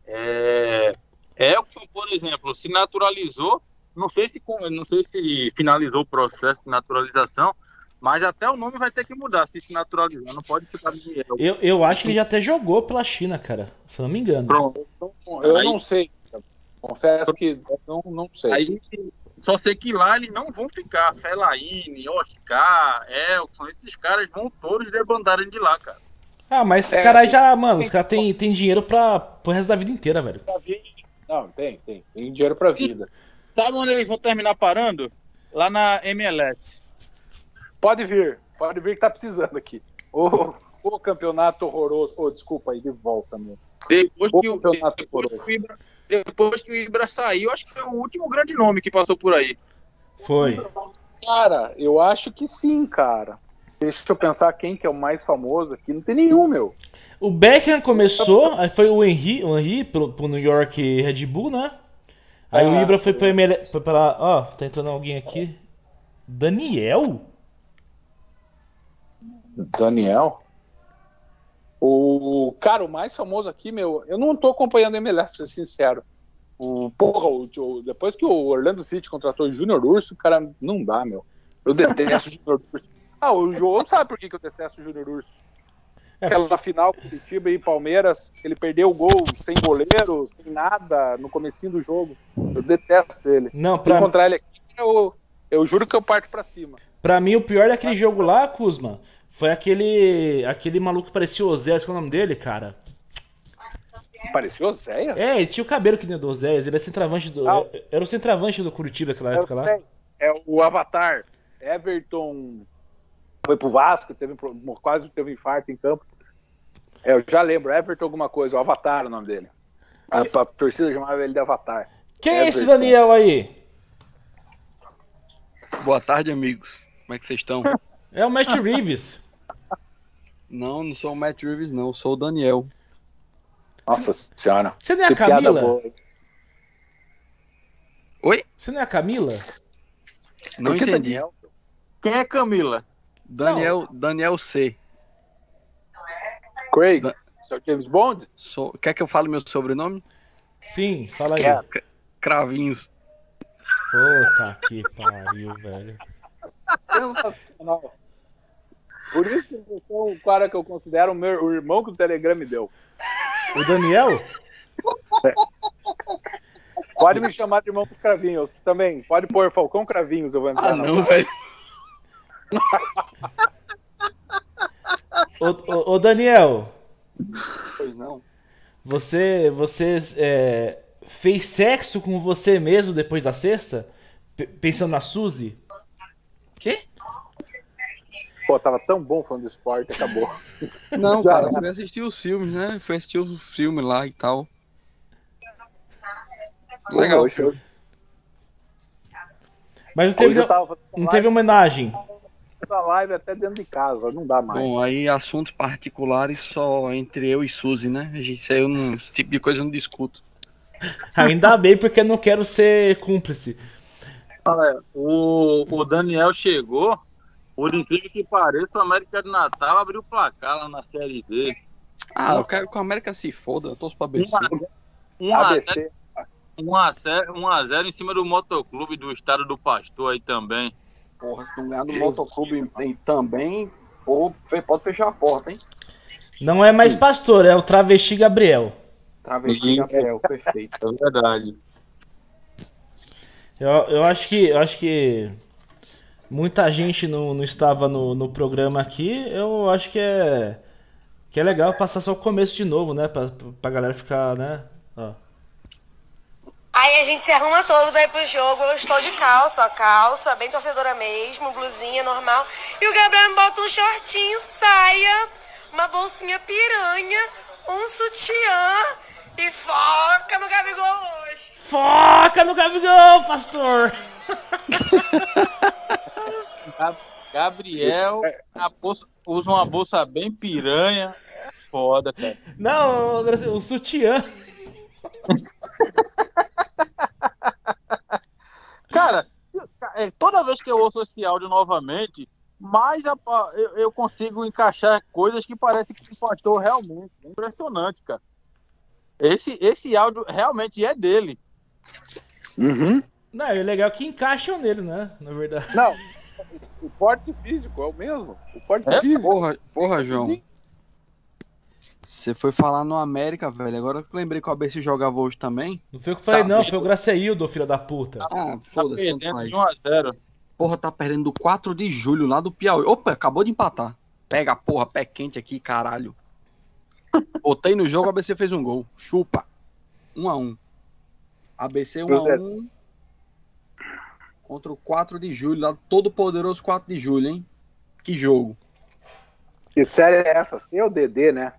Elkson, por exemplo, se naturalizou. Não sei se finalizou o processo de naturalização, mas até o nome vai ter que mudar se naturalizar. Não pode ficar Daniel. Eu acho que ele já até jogou pela China, cara. Se eu não me engano. Pronto. Eu Aí- não sei. Confesso que não sei. Aí só sei que lá eles não vão ficar. Fellaini, Oscar, Elkson, esses caras vão todos debandarem de lá, cara. Ah, mas esses caras já, mano, os caras têm dinheiro pro resto da vida inteira, velho. Não, tem dinheiro pra vida. Sabe onde eles vão terminar parando? Lá na MLS. Pode vir que tá precisando aqui. O campeonato horroroso. Desculpa aí, de volta mesmo. Depois O que o campeonato Ibra saiu, acho que foi o último grande nome que passou por aí. Foi. Cara, eu acho que sim, cara. Deixa eu pensar quem que é o mais famoso aqui. Não tem nenhum, meu. O Beckham começou, aí foi o Henry pro New York Red Bull, né? Aí o Ibra foi pro MLS. Foi pra lá. Ó, tá entrando alguém aqui. Daniel? Daniel? O mais famoso aqui, meu, eu não tô acompanhando a MLS, pra ser sincero. Depois que o Orlando City contratou o Júnior Urso, cara, não dá, meu. Eu detesto o Júnior Urso. O João sabe por que eu detesto o Júnior Urso. Aquela final com Curitiba e Palmeiras, ele perdeu o gol sem goleiro, sem nada, no comecinho do jogo. Eu detesto ele. Não, Se encontrar ele aqui, eu juro que eu parto pra cima. Pra mim, o pior daquele jogo lá, Kuzma, foi aquele maluco que parecia o Oséias, qual é o nome dele, cara? Pareceu Zéias? Ele tinha o cabelo que nem o do Oséias, ele é centroavante do... Era o centroavante do Curitiba naquela época lá. É o Avatar. Everton foi pro Vasco, quase teve infarto em campo. Eu já lembro, Everton alguma coisa, o Avatar é o nome dele. A torcida chamava ele de Avatar. Quem é esse Daniel aí? Boa tarde, amigos. Como é que vocês estão? É o Matt Reeves. Não sou o Matt Reeves, não. Sou o Daniel. Nossa senhora. Você não é a Que piada Camila? boa. Oi? Você não é a Camila? Não Por que entendi. Daniel? Quem é Camila? Daniel C. Craig? Seu James Bond? Quer que eu fale meu sobrenome? Sim, fala aí. Quer. Cravinhos. Puta que pariu, velho. Sensacional. Por isso que eu sou o cara que eu considero o irmão que o Telegram me deu. O Daniel? Pode me chamar de irmão dos Cravinhos também. Pode pôr Falcão Cravinhos, eu vou entrar. Não, velho. Ô Daniel, Pois não. você fez sexo com você mesmo depois da sexta? Pensando na Suzy? Quê? Pô, tava tão bom falando de esporte, acabou. Não, Já cara, era. fui assistir os filmes, né? Fui assistir os filmes lá e tal. Legal. Hoje Mas não teve, eu tava fazendo não teve homenagem. a live até dentro de casa, não dá mais. Bom, aí assuntos particulares só entre eu e Suzy, né? Esse tipo de coisa eu não discuto. Ainda bem, porque eu não quero ser cúmplice. O Daniel chegou Por incrível que pareça, o América de Natal abriu o placar lá na Série D. Ah, eu quero que o América se foda, eu torço pra ABC. 1x0. 1x0 em cima do Motoclube do estado do Pastor aí também. Porra, se não ganhar do Motoclube também, pode fechar a porta, hein? Não é mais Pastor, é o Travesti Gabriel. Travesti Gabriel, perfeito. É verdade. Eu acho que muita gente não estava no programa aqui. Eu acho que é legal passar só o começo de novo, né? Pra galera ficar, né? Ó. Aí a gente se arruma todo pra ir pro jogo. Eu estou de calça, bem torcedora mesmo, blusinha normal. E o Gabriel me bota um shortinho, saia, uma bolsinha piranha, um sutiã e foca no Gabigol hoje. Foca no Gabigol, pastor! Gabriel usa uma bolsa bem piranha. É foda, cara. Não, o sutiã. Cara, toda vez que eu ouço esse áudio novamente, mais eu consigo encaixar coisas que parecem que o pastor realmente. É impressionante, cara. Esse áudio realmente é dele. Uhum. Não, é legal que encaixam nele, né? Na verdade. Não, o porte físico é o mesmo. O porte físico. Porra, João. Você foi falar no América, velho. Agora eu lembrei que o ABC jogava hoje também. Não foi o que eu falei, não. Foi o Graceildo, filho da puta. Ah, foda-se, tanto Perdendo faz. de 1x0. Porra, tá perdendo do 4 de julho lá do Piauí. Opa, acabou de empatar. Pega a porra, pé quente aqui, caralho. Botei no jogo, o ABC fez um gol. Chupa. 1x1. ABC 1x1 contra o 4 de julho, lá todo poderoso 4 de julho, hein? Que jogo. Que série é essa? Tem o DD, né?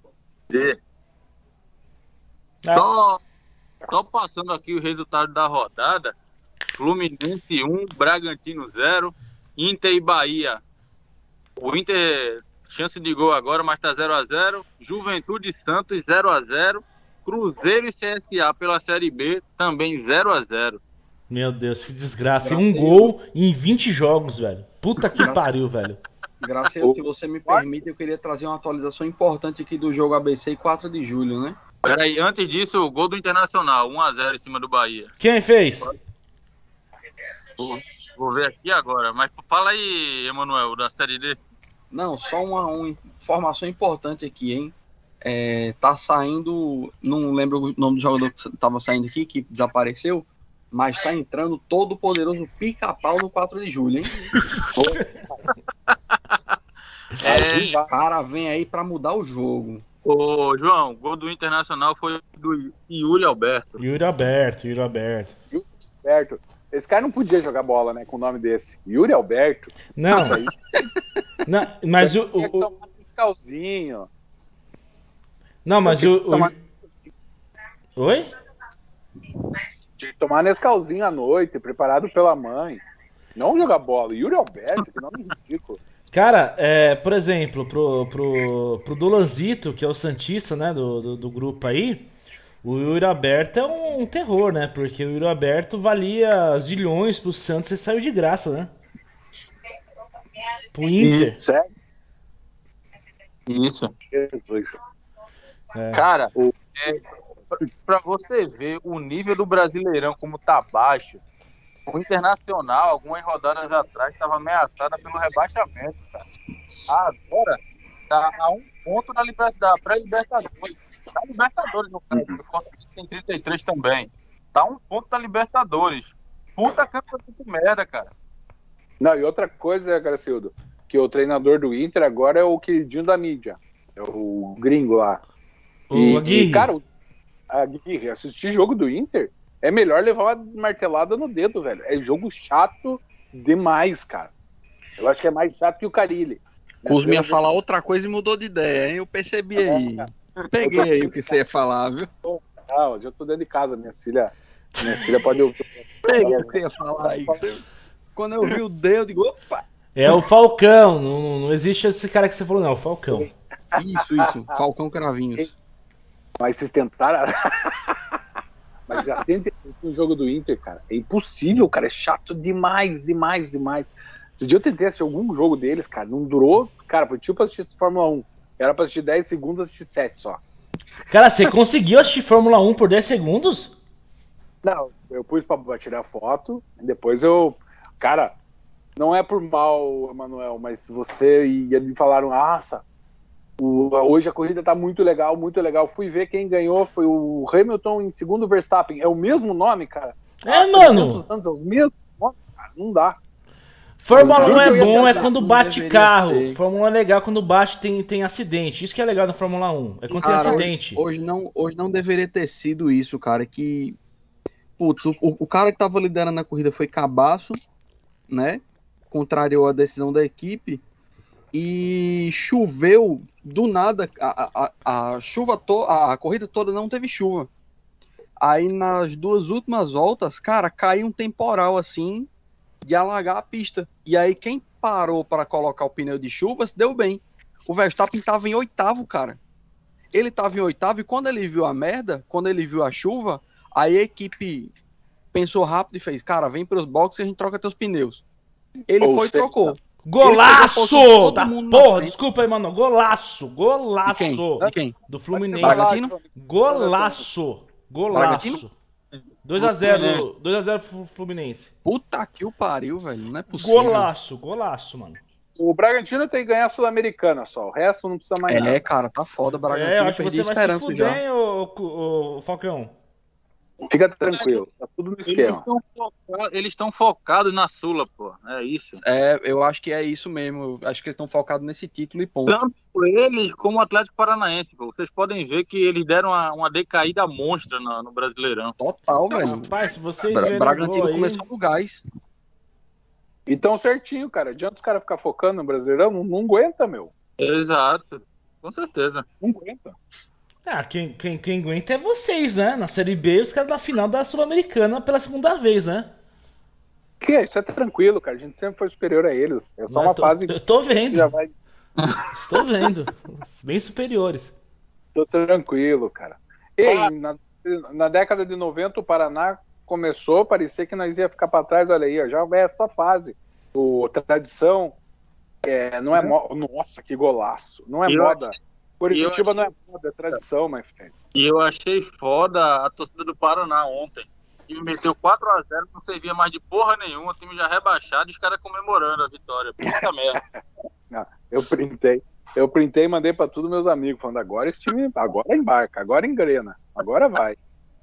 Só passando aqui o resultado da rodada: Fluminense 1, Bragantino 0, Inter e Bahia. O Inter, chance de gol agora, mas tá 0x0. Juventude e Santos 0x0. Cruzeiro e CSA pela Série B também 0x0. Meu Deus, que desgraça. Um gol em 20 jogos, velho. Puta que pariu, velho. Gracias, se você me permite, eu queria trazer uma atualização importante aqui do jogo ABC e 4 de julho, né? Peraí, antes disso, o gol do Internacional, 1x0 em cima do Bahia. Quem fez? Vou ver aqui agora, mas fala aí, Emanuel, da Série D. Não, só uma informação importante aqui, hein? Tá saindo, não lembro o nome do jogador que tava saindo aqui, que desapareceu, mas tá entrando todo o poderoso Pica-Pau no 4 de julho, hein? O cara vem aí pra mudar o jogo. Ô, João, o gol do Internacional foi do Yuri Alberto. Yuri Alberto. Alberto. Esse cara não podia jogar bola, né, com o nome desse. Yuri Alberto. Não, mas Tinha que tomar um Nescauzinho. Não, mas Oi? Tinha que tomar Nescauzinho à noite, preparado pela mãe. Não jogar bola. Yuri Alberto, que nome ridículo. Cara, por exemplo, pro Dolanzito, que é o Santista, né, do grupo aí, o Yuri Alberto é um terror, né? Porque o Yuri Alberto valia zilhões pro Santos e saiu de graça, né? Pro Inter. Sério? Isso. Jesus. Cara, pra você ver o nível do Brasileirão como tá baixo, o Internacional, algumas rodadas atrás, estava ameaçada pelo rebaixamento, cara. Agora tá a um ponto da pré-Libertadores. Da Libertadores, no caso, o Fortaleza tem 33 também. Tá a um ponto da Libertadores. Puta campeonato de merda, cara. Não, e outra coisa, Gracildo, que o treinador do Inter agora é o queridinho da mídia. É o gringo lá. O Aguirre. E, cara, Aguirre, assistir jogo do Inter é melhor levar uma martelada no dedo, velho. É jogo chato demais, cara. Eu acho que é mais chato que o Carille. Cusme ia falar outra coisa e mudou de ideia, hein? Eu percebi aí. Peguei aí o que você ia falar, viu? Ah, hoje eu tô dentro de casa, minha filha pode ouvir. Peguei o que você ia falar aí. Quando eu vi o dedo, eu digo, opa! É o Falcão, não existe esse cara que você falou, não, é o Falcão. Isso, Falcão Cravinhos. Mas vocês tentaram... Mas já tenta assistir um jogo do Inter, cara. É impossível, cara. É chato demais. Esse dia eu tentei assistir algum jogo deles, cara, não durou. Cara, foi tipo assistir Fórmula 1. Era pra assistir 10 segundos, assistir 7 só. Cara, você conseguiu assistir Fórmula 1 por 10 segundos? Não, eu pus pra tirar foto, depois eu... Cara, não é por mal, Emanuel, mas você e me falaram, nossa, hoje a corrida tá muito legal, muito legal. Fui ver quem ganhou, foi o Hamilton em segundo, Verstappen. É o mesmo nome, cara? Mano. Anos, é os mesmos nomes, cara, não dá. Fórmula 1 é bom, é quando não bate deveria carro. ser. Fórmula 1 é legal quando bate tem acidente. Isso que é legal na Fórmula 1. É quando tem Cara, acidente. Hoje não deveria ter sido isso, cara. Que, putz, o cara que tava liderando a corrida foi cabaço, né? Contrariou a decisão da equipe e choveu do nada. A chuva a corrida toda não teve chuva. Aí nas duas últimas voltas, cara, caiu um temporal assim de alagar a pista. E aí quem parou para colocar o pneu de chuva se deu bem. O Verstappen tava em oitavo, cara. Ele tava em oitavo e quando ele viu a merda, quando ele viu a chuva, aí a equipe pensou rápido e fez, cara, vem pros boxes e a gente troca teus pneus. Ele foi e trocou. Golaço! Da todo mundo na porra, frente. desculpa aí, mano. Golaço! Golaço! De quem? Do Fluminense. Bragantino? Golaço! Bragantino? Golaço! 2x0 Fluminense. Puta que o pariu, velho. Não é possível. Golaço, mano. O Bragantino tem que ganhar a Sul-Americana só, o resto não precisa mais nada. Cara, tá foda. Eu Bragantino acho que perdi você a vai se esperança fuder, já. hein, ô Falcão. Fica tranquilo, tá tudo no esquema. Eles estão focados na Sula, pô. É isso. Eu acho que é isso mesmo. Eu acho que eles estão focados nesse título e ponto. Tanto eles como o Atlético Paranaense, pô. Vocês podem ver que eles deram uma decaída monstra no Brasileirão. Total, velho. Rapaz, se vocês verem o Bragantino gol aí... começou no gás. E tão certinho, cara. Adianta os caras ficar focando no Brasileirão? Não aguenta, meu. Exato. Com certeza. Não aguenta. Quem aguenta é vocês, né? Na Série B, os caras na final da Sul-Americana pela segunda vez, né? Isso é tranquilo, cara. A gente sempre foi superior a eles. É só uma fase Eu tô que vendo, já vai... estou vendo. Bem superiores. Tô tranquilo, cara. Ei, na década de 90 o Paraná começou, parecia que nós ia ficar pra trás, olha aí, ó, já é essa fase. O tradição não é moda. Nossa, que golaço. Não é moda. Curitiba não é moda, é tradição, my friend. E eu achei foda a torcida do Paraná ontem. O time meteu 4x0, não servia mais de porra nenhuma, o time já rebaixado e os caras comemorando a vitória. Puta merda. Não, eu printei e mandei pra todos meus amigos, falando, agora esse time, agora embarca, agora engrena, agora vai.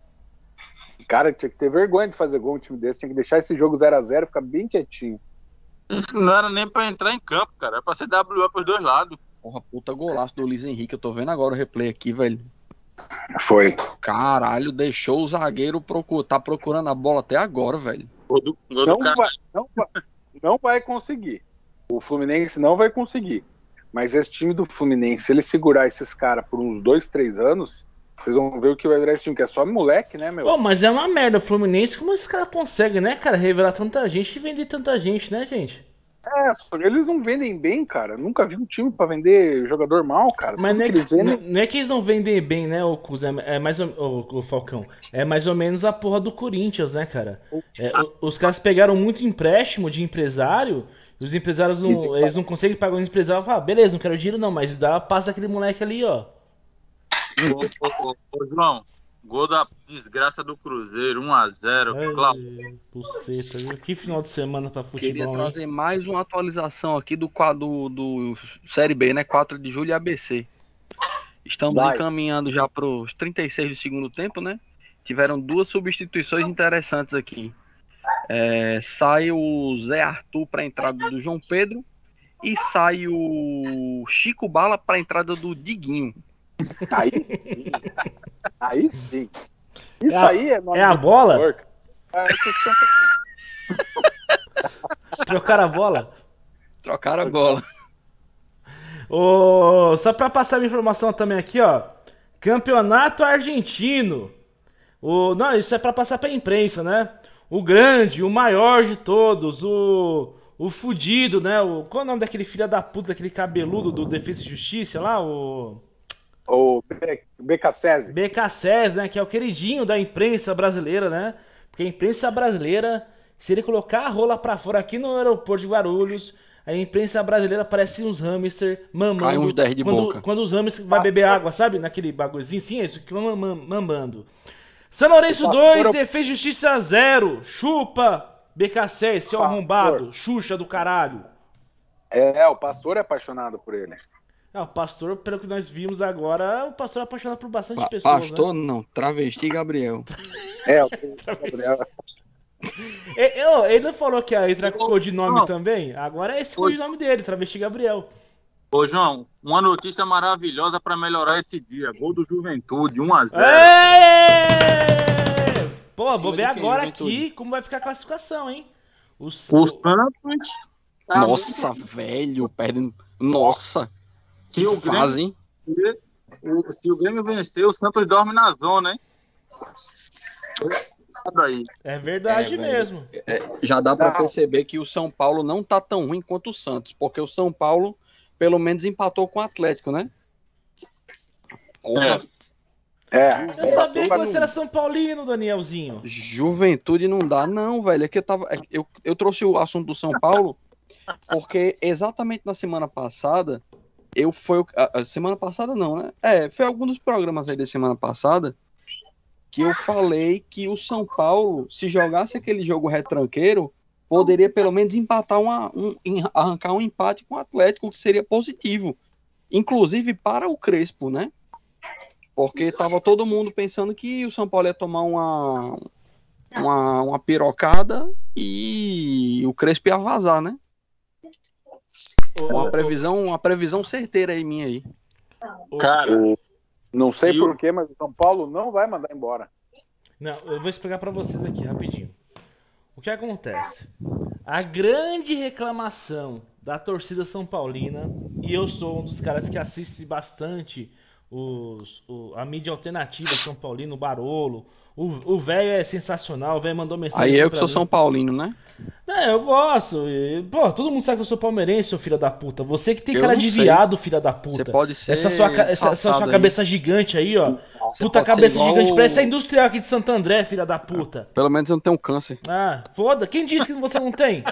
Cara, tinha que ter vergonha de fazer gol um time desse, tinha que deixar esse jogo 0x0 e ficar bem quietinho. Isso não era nem pra entrar em campo, cara, era pra ser WA pros dois lados. Porra, puta golaço do Luiz Henrique. Eu tô vendo agora o replay aqui, velho. Foi. Caralho, deixou o zagueiro tá procurando a bola até agora, velho. Não vai conseguir. O Fluminense não vai conseguir. Mas esse time do Fluminense, se ele segurar esses caras por uns 2, 3 anos, vocês vão ver o que vai virar esse time, que é só moleque, né, meu? Pô, mas é uma merda o Fluminense. Como esses caras conseguem, né, cara? Revelar tanta gente e vender tanta gente, né, gente? Eles não vendem bem, cara. Nunca vi um time pra vender jogador mal, cara. Mas não é que eles não vendem bem, né, o Falcão? É mais ou menos a porra do Corinthians, né, cara? Os caras pegaram muito empréstimo de empresário, e os empresários eles não conseguem pagar o empresário e falam, beleza, não quero dinheiro não, mas dá a paz daquele moleque ali, ó. Ô, João, gol da desgraça do Cruzeiro, 1x0, Cláudio. Buceta, que final de semana pra futebol, Queria hein? trazer mais uma atualização aqui do quadro do Série B, né? 4 de julho e ABC. Estamos encaminhando já para os 36 do segundo tempo, né? Tiveram 2 substituições interessantes aqui. Sai o Zé Arthur para a entrada do João Pedro e sai o Chico Bala para a entrada do Diguinho. Aí sim. Isso aí é a bola? Trocaram a bola? Trocaram a bola. Só pra passar a informação também aqui, ó. Campeonato Argentino. Não, isso é pra passar pra imprensa, né? O grande, o maior de todos, o fudido, né? Qual é o nome daquele filho da puta, daquele cabeludo do Defesa e Justiça lá? O BKSS, né? Que é o queridinho da imprensa brasileira, né? Porque a imprensa brasileira Se ele colocar a rola pra fora aqui no aeroporto de Guarulhos, a imprensa brasileira parece uns hamster mamando. Cai uns 10 de boca. Quando os hamsters vai beber água, sabe? Naquele bagulhozinho, sim, é isso que mamando. São Lourenço 2, Defesa e Justiça 0. Chupa, BKC, seu arrombado. Xuxa do caralho. O pastor é apaixonado por ele. O pastor, pelo que nós vimos agora, o pastor é apaixonado por bastante pessoas, pastor, né? Não, travesti Gabriel. O Gabriel. Ele não falou que ia entrar com codinome também? Agora é esse codinome dele, Travesti Gabriel. Ô, João, uma notícia maravilhosa pra melhorar esse dia. Gol do Juventude, 1-0. Pô, vou ver agora aqui como vai ficar a classificação, hein? O Santos... Nossa, velho, perdendo... Nossa, se o Grêmio se o Grêmio vencer, o Santos dorme na zona, hein? É verdade mesmo. Já dá pra perceber que o São Paulo não tá tão ruim quanto o Santos, porque o São Paulo pelo menos empatou com o Atlético, né? Eu sabia que você era São Paulino, Danielzinho. Juventude não dá, não, velho. É que eu trouxe o assunto do São Paulo porque exatamente na semana passada semana passada não, né? Foi algum dos programas aí da semana passada que eu falei que o São Paulo, se jogasse aquele jogo retranqueiro, poderia pelo menos empatar arrancar um empate com o Atlético, que seria positivo. Inclusive para o Crespo, né? Porque tava todo mundo pensando que o São Paulo ia tomar uma pirocada e o Crespo ia vazar, né? Uma previsão certeira aí minha aí. Cara, não sei porquê, mas o São Paulo não vai mandar embora. Não, eu vou explicar pra vocês aqui rapidinho. O que acontece? A grande reclamação da torcida São Paulina, e eu sou um dos caras que assiste bastante a mídia alternativa São Paulino, o Barolo. O velho é sensacional, o velho mandou mensagem. Aí eu que sou São Paulino, né? Eu gosto. Todo mundo sabe que eu sou palmeirense, seu filho da puta. Você que tem cara de viado, filho da puta. Você pode ser. Essa sua cabeça gigante aí, ó. Puta cabeça gigante. Parece a industrial aqui de Santo André, filha da puta. Pelo menos eu não tenho câncer. Foda. Quem disse que você não tem?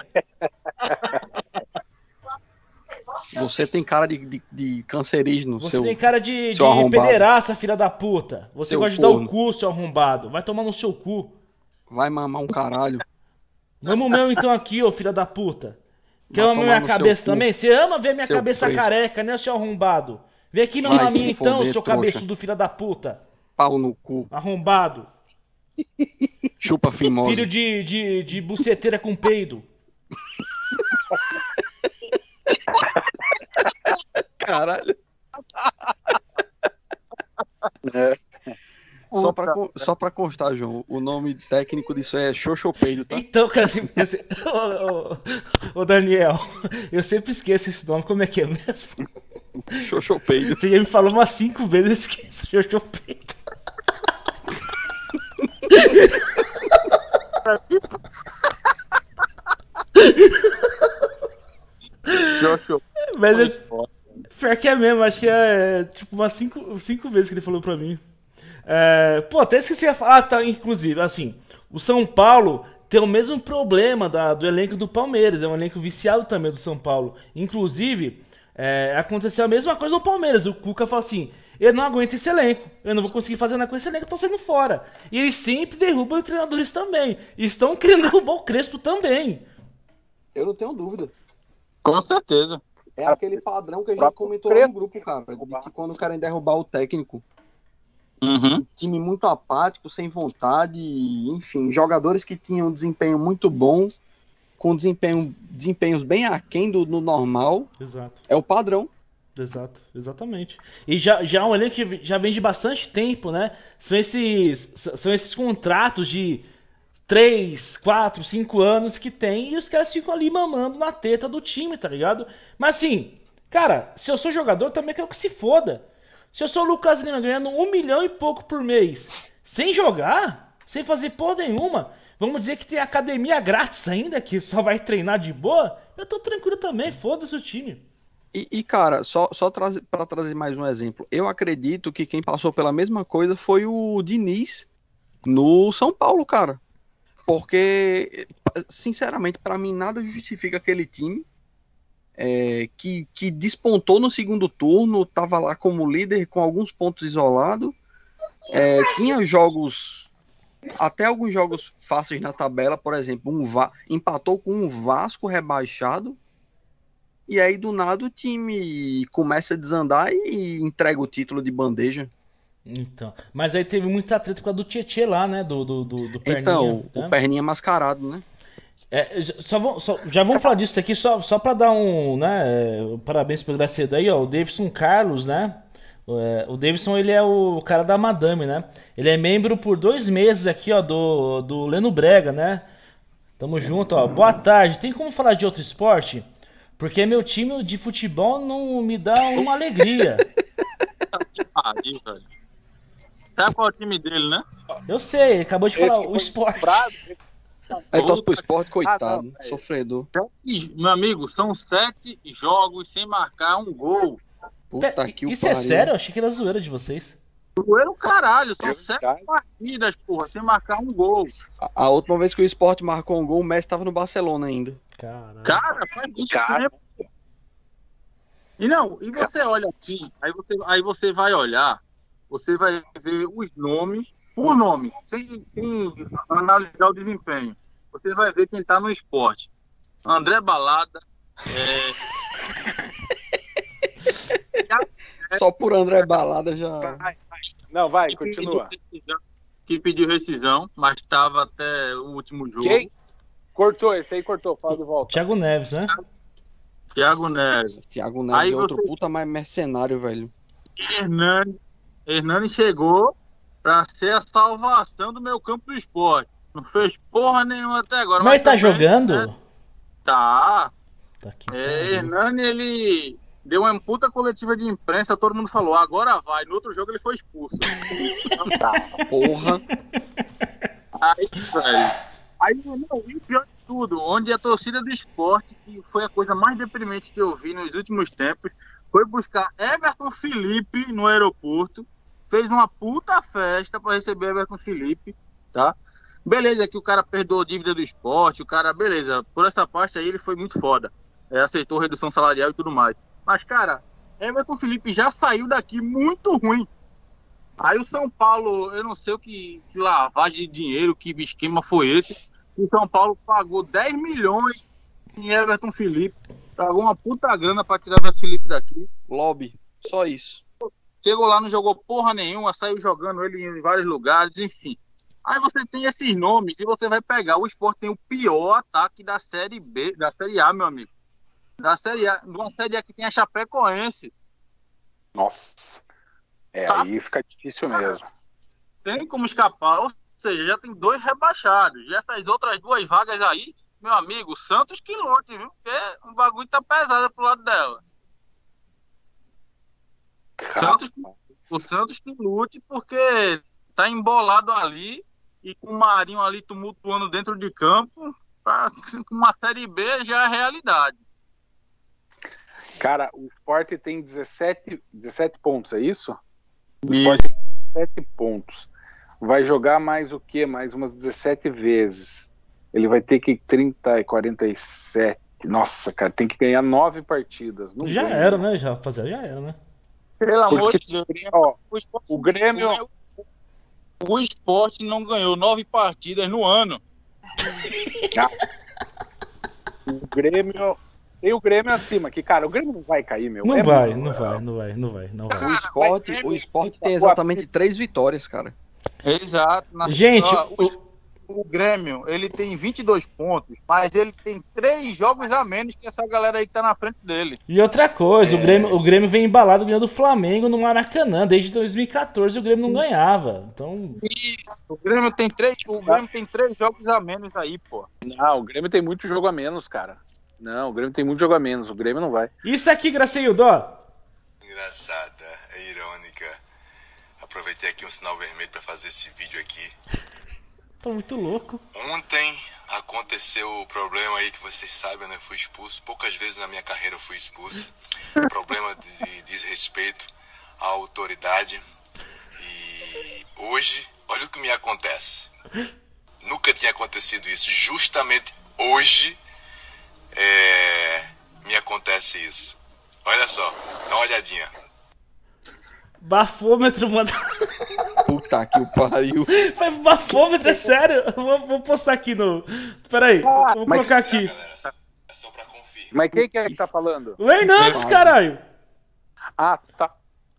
Você tem cara de cancerígeno. Você tem cara de pederasta, filha da puta. Você gosta de dar o cu, seu arrombado. Vai tomar no seu cu. Vai mamar um caralho. Vamos o meu então aqui, ô filha da puta. Quer mamar minha cabeça também? Você ama ver minha cabeça careca, né, seu arrombado? Vem aqui mamar a minha então, seu cabeçudo filha da puta. Pau no cu. Arrombado. Chupa fimosa. Filho de buceteira com peido. Caralho. Só pra constar, João, o nome técnico disso é Xoxopeido, tá? Então, cara, ô Daniel, eu sempre esqueço esse nome, como é que é mesmo? Xoxopeido. Você já me falou umas 5 vezes, eu esqueço, Xoxopeido. Mas pior que é mesmo, acho que é tipo umas 5 vezes que ele falou pra mim. Até esqueci a falar. Tá, inclusive, assim, o São Paulo tem o mesmo problema do elenco do Palmeiras. É um elenco viciado também do São Paulo. Inclusive, aconteceu a mesma coisa no Palmeiras. O Cuca fala assim: eu não aguento esse elenco, eu não vou conseguir fazer nada com esse elenco, eu tô saindo fora. E eles sempre derrubam os treinadores também. E estão querendo derrubar o Crespo também. Eu não tenho dúvida. Com certeza. É aquele padrão que a gente comentou lá no grupo, cara. De que quando querem derrubar o técnico, time muito apático, sem vontade, enfim, jogadores que tinham desempenho muito bom, com desempenhos bem aquém do normal. Exato. É o padrão. Exato, exatamente. E já é um elenco que já vem de bastante tempo, né? São esses contratos de 3, 4, 5 anos que tem, e os caras ficam ali mamando na teta do time, tá ligado? Mas assim, cara, se eu sou jogador, eu também quero que se foda. Se eu sou o Lucas Lima ganhando 1 milhão e pouco por mês, sem jogar, sem fazer porra nenhuma, vamos dizer que tem academia grátis ainda, que só vai treinar de boa, eu tô tranquilo também, foda-se o time. E cara, só para trazer mais um exemplo, eu acredito que quem passou pela mesma coisa foi o Diniz no São Paulo, cara. Porque sinceramente, pra mim, nada justifica aquele time que despontou no segundo turno, tava lá como líder com alguns pontos isolados, tinha jogos, até alguns jogos fáceis na tabela, por exemplo, empatou com um Vasco rebaixado, e aí do nada o time começa a desandar e entrega o título de bandeja. Então, mas aí teve muita treta por causa do Tietê lá, né? Do Perninha. Então, né? o Perninha mascarado, né? Já vamos falar disso aqui, só pra dar um, né, parabéns pro Gracedo aí, ó, o Davidson Carlos, né, o Davidson, ele é o cara da Madame, né, ele é membro por 2 meses aqui, ó, do Leno Brega, né, tamo junto, ó, boa tarde, tem como falar de outro esporte? Porque meu time de futebol não me dá uma alegria. Aí, velho. Sabe qual é o time dele, né? Eu sei, acabou de falar, o esporte. Aí torce pro esporte, coitado, sofredor. Meu amigo, são 7 jogos sem marcar um gol. Puta que o Isso é sério? Eu achei que era zoeira de vocês. Zoeira o caralho, são 7 partidas, porra, sem marcar um gol. A última vez que o esporte marcou um gol, o Messi tava no Barcelona ainda. Caralho. Cara, faz muito tempo. E você olha assim, aí você vai olhar, você vai ver os nomes por nome, sem analisar o desempenho. Você vai ver quem tá no esporte. André Balada. Só por André Balada já. Não, vai, continua. Que pediu rescisão, mas estava até o último jogo. Quem? Cortou, esse aí cortou, fala de volta. Thiago Neves, né? Thiago Neves. Thiago Neves Aí é outro você- puta mais mercenário, velho. Hernani chegou para ser a salvação do meu campo do esporte. Não fez porra nenhuma até agora. Mas ele tá também, jogando? né, tá. Tá aqui, Hernani, ele deu uma puta coletiva de imprensa, todo mundo falou, agora vai. No outro jogo ele foi expulso. Porra. Aí, velho. Aí, não, e o pior de tudo, onde a torcida do esporte, que foi a coisa mais deprimente que eu vi nos últimos tempos, foi buscar Everton Felipe no aeroporto, fez uma puta festa pra receber Everton Felipe, tá? Beleza, que o cara perdoou dívida do esporte, o cara, beleza, por essa parte aí ele foi muito foda, aceitou redução salarial e tudo mais. Mas, cara, Everton Felipe já saiu daqui muito ruim. Aí o São Paulo, eu não sei o que lavagem de dinheiro, que esquema foi esse. O São Paulo pagou 10 milhões em Everton Felipe. Pagou uma puta grana pra tirar Everton Felipe daqui. Lobby. Só isso. Chegou lá, não jogou porra nenhuma, saiu jogando ele em vários lugares, enfim. Aí você tem esses nomes e você vai pegar. O Sport tem o pior ataque da Série B, da Série A, meu amigo. Da Série A, de uma Série A que tem a Chapecoense. Nossa. Tá. Aí fica difícil mesmo. Tem como escapar, ou seja, já tem 2 rebaixados. E essas outras 2 vagas aí, meu amigo, o Santos que lute, viu? Porque o bagulho tá pesado pro lado dela. O Santos que lute, porque tá embolado ali e com o Marinho ali tumultuando dentro de campo, com uma Série B já é realidade. Cara, o Sport tem 17 pontos, é isso? O Isso. Sport tem 17 pontos. Vai jogar mais o quê? Mais umas 17 vezes. Ele vai ter que 30 e 47. Nossa, cara, tem que ganhar 9 partidas. Não Já ganha. era, né, rapaziada? Já era, né? Pelo amor Porque, de Deus. ó, O o Grêmio... O Sport não ganhou 9 partidas no ano. O Grêmio... Tem o Grêmio acima, que, cara, o Grêmio não vai cair, meu. Não É vai, muito- não vai. O esporte tem exatamente 3 vitórias, cara. Exato. Gente, O Grêmio, ele tem 22 pontos, mas ele tem 3 jogos a menos que essa galera aí que tá na frente dele. E outra coisa, o Grêmio vem embalado ganhando do Flamengo no Maracanã. Desde 2014 o Grêmio não ganhava. Então, Isso, o Grêmio tem 3 jogos a menos aí, pô. Não, o Grêmio tem muito jogo a menos, cara. Não, o Grêmio tem muito jogo a menos. O Grêmio não vai. isso aqui, Graceildo, ó. Engraçada, é irônica. Aproveitei aqui um sinal vermelho para fazer esse vídeo aqui. Tô muito louco. Ontem aconteceu o problema aí que vocês sabem, né? Fui expulso. Poucas vezes na minha carreira eu fui expulso. Problema de desrespeito à autoridade. E hoje, olha o que me acontece. Nunca tinha acontecido isso. Justamente hoje me acontece isso. Olha só, dá uma olhadinha. Bafômetro, mano. Puta que o pariu. Foi bafômetro, é sério? Eu vou postar aqui no... Pera aí, vou colocar aqui. Galera, é só pra confirmar. Mas quem que é que tá falando? O Hernandes, caralho. Ah, tá.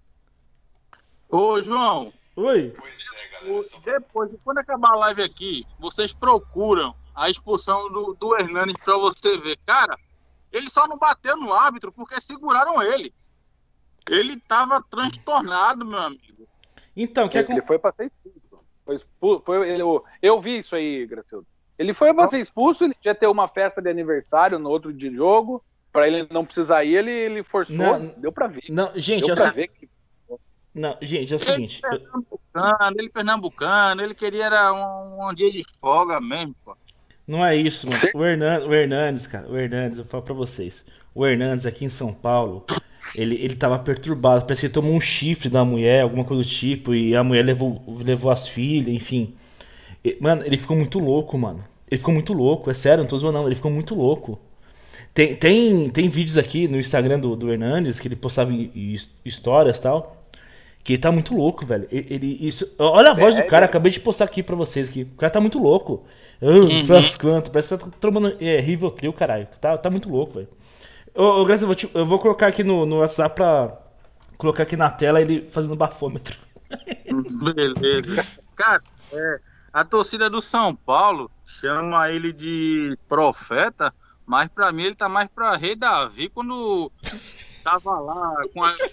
Ô, João, Oi. Pois é, galera. Só pra... depois, quando acabar a live aqui, vocês procuram a expulsão do Hernandes pra você ver. Cara, ele só não bateu no árbitro porque seguraram ele. Ele tava transtornado, meu amigo. Então, Ele foi pra ser expulso. Eu vi isso aí, Gracildo. Ele foi pra ser expulso, ele ia ter uma festa de aniversário no outro dia de jogo. Pra ele não precisar ir, ele forçou. Não, deu pra ver. Não, gente, Deu é o pra se- ver que... Não, gente, é o seguinte. Ele pernambucano, ele queria era um dia de folga mesmo, pô. Não é isso, mano. O Hernandes, cara, o Hernandes, eu falo pra vocês. O Hernandes aqui em São Paulo, ele tava perturbado. Parece que ele tomou um chifre da mulher, alguma coisa do tipo, e a mulher levou as filhas, enfim. Mano, ele ficou muito louco, mano. Ele ficou muito louco, é sério, não tô zoando não, ele ficou muito louco. Tem vídeos aqui no Instagram do Hernandes, que ele postava em histórias e tal, que ele tá muito louco, velho. Olha a voz do cara, acabei de postar aqui pra vocês aqui. O cara tá muito louco. Essas quantas, parece que tá tomando Rivotril, caralho. Tá muito louco, velho. Ô, Graça, eu vou colocar aqui no WhatsApp pra colocar aqui na tela ele fazendo bafômetro. Beleza. Cara, a torcida do São Paulo chama ele de profeta, mas pra mim ele tá mais pra Rei Davi quando tava lá com a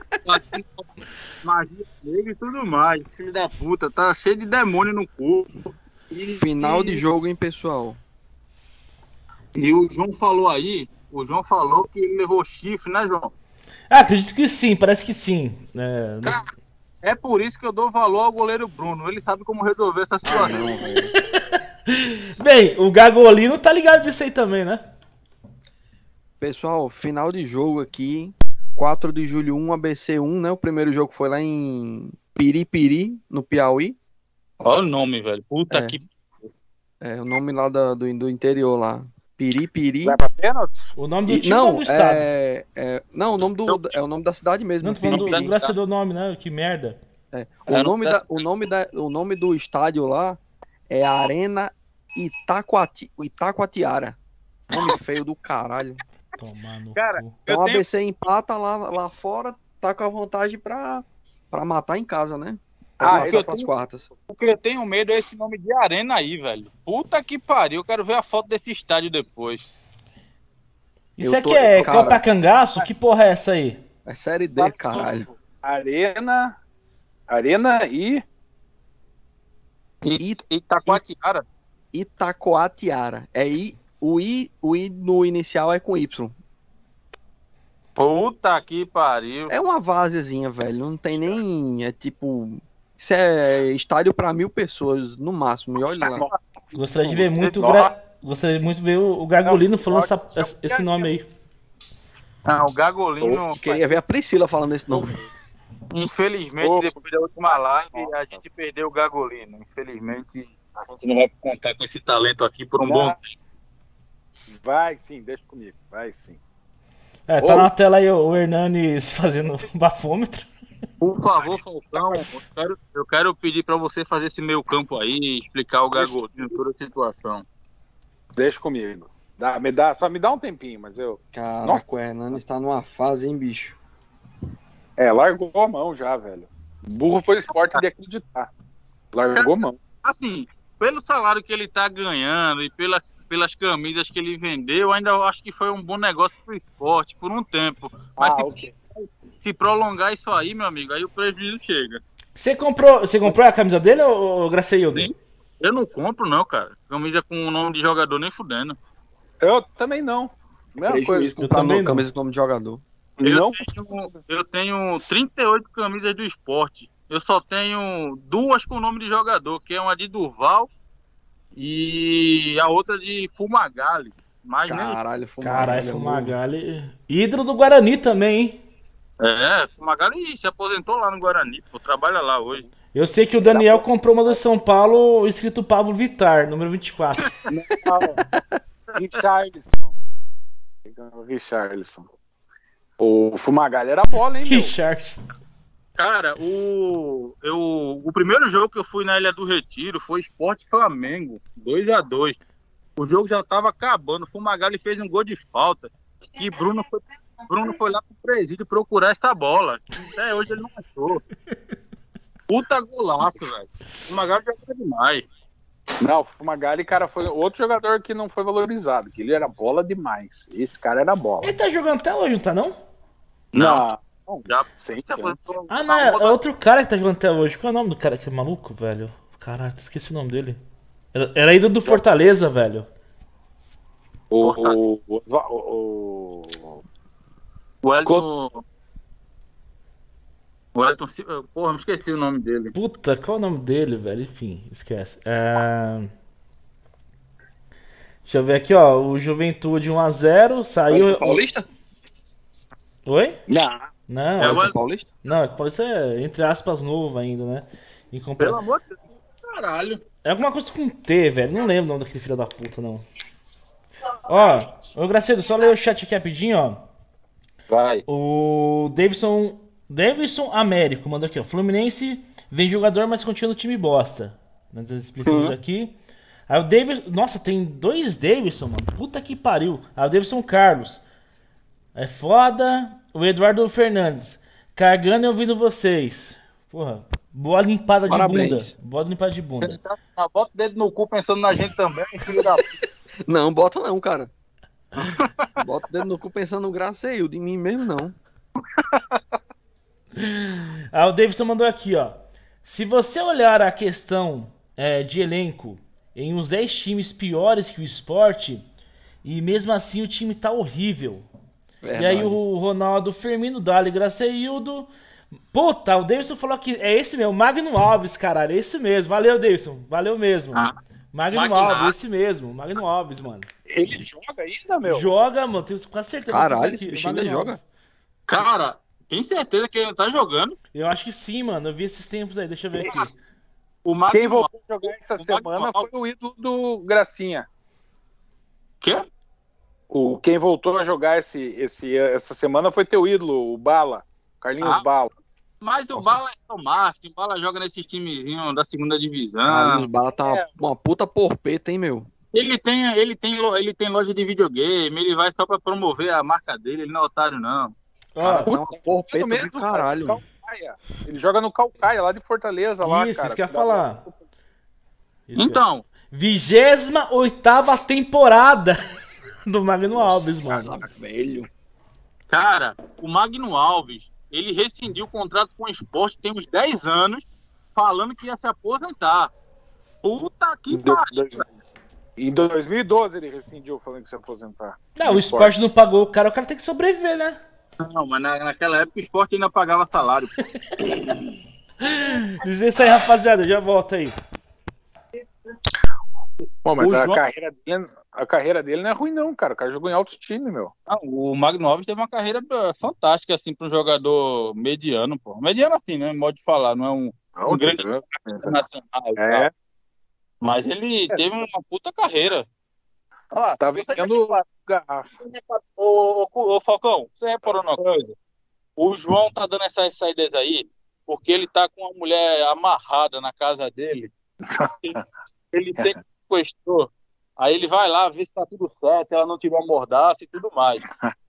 magia dele e tudo mais. Filho da puta, tá cheio de demônio no corpo. Final de jogo, hein, pessoal? E o João falou que ele levou chifre, né, João? Acredito que sim, parece que sim. Cara, é por isso que eu dou valor ao goleiro Bruno. Ele sabe como resolver essa situação. Bem, o Gagolino tá ligado disso aí também, né? Pessoal, final de jogo aqui. 4 de julho 1, ABC 1, né? O primeiro jogo foi lá em Piripiri, no Piauí. Olha o nome, velho. Puta que... É o nome lá do interior lá. Piripiri. Vai pra pênalti? O nome do time Não, ou do estado? Não, é o nome da cidade mesmo. Não, tô falando do Piripiri. Graça do nome, né? Que merda. O nome do estádio lá é Arena Itacoatiara. Nome feio do caralho. Tomar no Cara, cu. Então a ABC empata lá fora, tá com a vantagem pra matar em casa, né? Pra passar pras quartas. O que eu tenho medo é esse nome de arena aí, velho. Puta que pariu, eu quero ver a foto desse estádio depois. Isso aqui é cara, Copa Cangaço? Que porra é essa aí? É Série D, caralho. Arena e... Itacoatiara. Itacoatiara. O I no inicial é com Y. Puta que pariu. É uma várzeazinha, velho. Não tem nem... É tipo... Isso é estádio pra 1000 pessoas, no máximo. E olha lá. Gostaria de ver muito, gostaria muito de ver o Gagolino falando esse nome aí. Ah, o Gagolino... Eu queria ver a Priscila falando esse nome. Infelizmente, depois da última live, a gente perdeu o Gagolino. Infelizmente, a gente não vai contar com esse talento aqui por um bom tempo. Vai sim, deixa comigo. Vai sim. Tá na tela aí o Hernanes fazendo bafômetro. Por favor, Falcão, eu quero pedir pra você fazer esse meio campo aí, explicar o Gagolino, toda a situação. Deixa comigo. Só me dá um tempinho, mas eu... Caraca, Nossa. o Hernandes tá numa fase, hein, bicho? Largou a mão já, velho. Burro foi o esporte de acreditar. Largou a mão. Assim, pelo salário que ele tá ganhando e pelas camisas que ele vendeu, eu ainda acho que foi um bom negócio pro esporte por um tempo. Mas se prolongar isso aí, meu amigo, aí o prejuízo chega. Você comprou a camisa dele, ou Graceildo? Eu não compro, não, cara. Camisa com o nome de jogador nem fudendo. Eu também não. Mesma coisa. Comprar também não. camisa com nome de jogador. Eu tenho 38 camisas do esporte. Eu só tenho 2 com o nome de jogador, que é uma de Durval e a outra de Fumagalli. Mas Caralho, Fumagalli. Ídolo do Guarani também, hein? Fumagalli se aposentou lá no Guarani, pô, trabalha lá hoje. Eu sei que o Daniel comprou uma do São Paulo escrito Pablo Vittar, número 24. Richarlison. O Fumagalli era bola, hein, meu? Richards. Cara, o primeiro jogo que eu fui na Ilha do Retiro foi Sport Flamengo, 2-2. O jogo já tava acabando. O Fumagalli fez um gol de falta. E Bruno foi lá pro presídio procurar essa bola. Até hoje ele não achou. Puta golaço, velho. O Fumagalli jogou demais. Não, o Fumagalli, cara, foi outro jogador que não foi valorizado, que ele era bola demais. Esse cara era bola. Ele tá jogando até hoje, não tá não? Não. Já Sem já chance. Ah, não, é outro cara que tá jogando até hoje. Qual é o nome do cara que é maluco, velho? Caralho, esqueci o nome dele. Era ídolo do Fortaleza, velho. O Wellington. Porra, me esqueci o nome dele. Puta, qual é o nome dele, velho? Enfim, esquece. Deixa eu ver aqui, ó. O Juventude 1-0, saiu. Paulista? Oi? Não. Não, É o Paulista? não, o Paulista é, entre aspas, novo ainda, né? Pelo amor de Deus, caralho. É alguma coisa com T, velho. Não lembro o nome daquele filho da puta, não. Ó, ô Gracedo, só ler o chat aqui rapidinho, ó. Vai. O Davidson Américo mandou aqui, ó. Fluminense vem jogador, mas continua no time bosta. Nós explicamos aqui. Aí o Davidson. Nossa, tem 2 Davidson, mano. Puta que pariu. Aí o Davidson Carlos. É foda. O Eduardo Fernandes. Cagando e ouvindo vocês. Porra. Boa limpada de Parabéns. bunda. Boa limpada de bunda. Bota o dedo no cu pensando na gente também, filho da puta. Não, bota não, cara. Bota o dedo no cu pensando no Graceildo, em mim mesmo não. Ah, o Davidson mandou aqui, ó. Se você olhar a questão de elenco em uns 10 times piores que o Sport, e mesmo assim o time tá horrível. Verdade. E aí o Ronaldo Firmino, Dali Graceildo. Puta, o Davidson falou que é esse mesmo, Magno Alves, caralho, é esse mesmo. Valeu, Davidson, valeu mesmo. Magno Alves, esse mesmo, Magno Alves, mano. Ele joga ainda, meu? Joga, mano, tenho quase certeza. Caralho, que esse bicho Magno ainda joga. Alves. Cara, tem certeza que ele tá jogando? Eu acho que sim, mano, eu vi esses tempos aí, deixa eu ver aqui. O Magno Quem voltou a jogar essa o Magno semana Alves. foi o ídolo do Gracinha. Quê? Quem voltou a jogar essa semana foi teu ídolo, o Bala. Carlinhos Bala. Mas o Bala é só marketing, o Bala joga nesses timezinhos da segunda divisão. Carlinhos Bala tá uma puta porpeta, hein, meu? Ele tem loja de videogame, ele vai só pra promover a marca dele, ele não é otário, não. Ó, Tá uma porpeta do caralho. Cara, Calcaia. Ele joga no Calcaia, lá de Fortaleza, lá, isso, cara. isso que eu ia falar. Isso, Então, 28ª temporada do Magno Alves, mano. Velho. cara, o Magno Alves, ele rescindiu o contrato com o Sport tem uns 10 anos, falando que ia se aposentar. Puta que pariu. Em 2012 ele rescindiu falando que se aposentar. Não, o Sport não pagou o cara tem que sobreviver, né? Não, mas naquela época o Sport ainda pagava salário. Diz isso aí, rapaziada, já volta aí. Bom, mas O a João- carreira dele não é ruim, não, cara. O cara jogou em altos times, meu. Não, o Magno Alves teve uma carreira fantástica, assim, para um jogador mediano, pô. Mediano assim, né? Modo de falar, não é um grande internacional e É. tal. Mas ele teve uma puta carreira. Ó, Tá você vendo já garrafa. Ô, Falcão, você reparou numa coisa? O João tá dando essas saídas aí porque ele tá com uma mulher amarrada na casa dele. Ele sempre sequestrou. Aí ele vai lá ver se tá tudo certo, se ela não tirou a mordaça e tudo mais.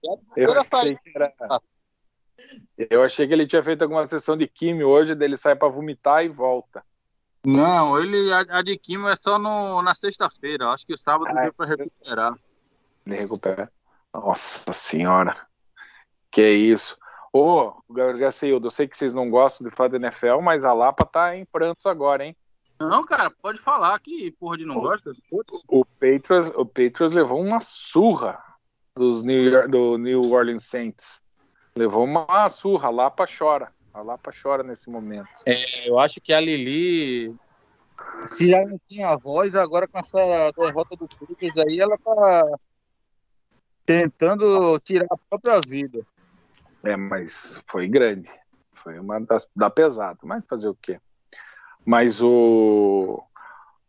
Eu achei que ele tinha feito alguma sessão de químio hoje, daí ele sai pra vomitar e volta. Não, a de químio é só na sexta-feira. Acho que o sábado deu pra recuperar. Ele recupera. Nossa senhora. Que isso. Ô, Gaceildo, eu sei que vocês não gostam de falar da NFL, mas a Lapa tá em prantos agora, hein? Não, cara, pode falar que porra de não gosta. Putz. O Patriots levou uma surra do New Orleans Saints. Levou uma surra. A Lapa chora. A Lapa chora nesse momento. Eu acho que a Lili, se ela não tinha voz, agora com essa derrota do Patriots aí, ela tá tentando tirar a própria vida. Mas foi grande. Foi uma da pesada. Mas fazer o quê? Mas o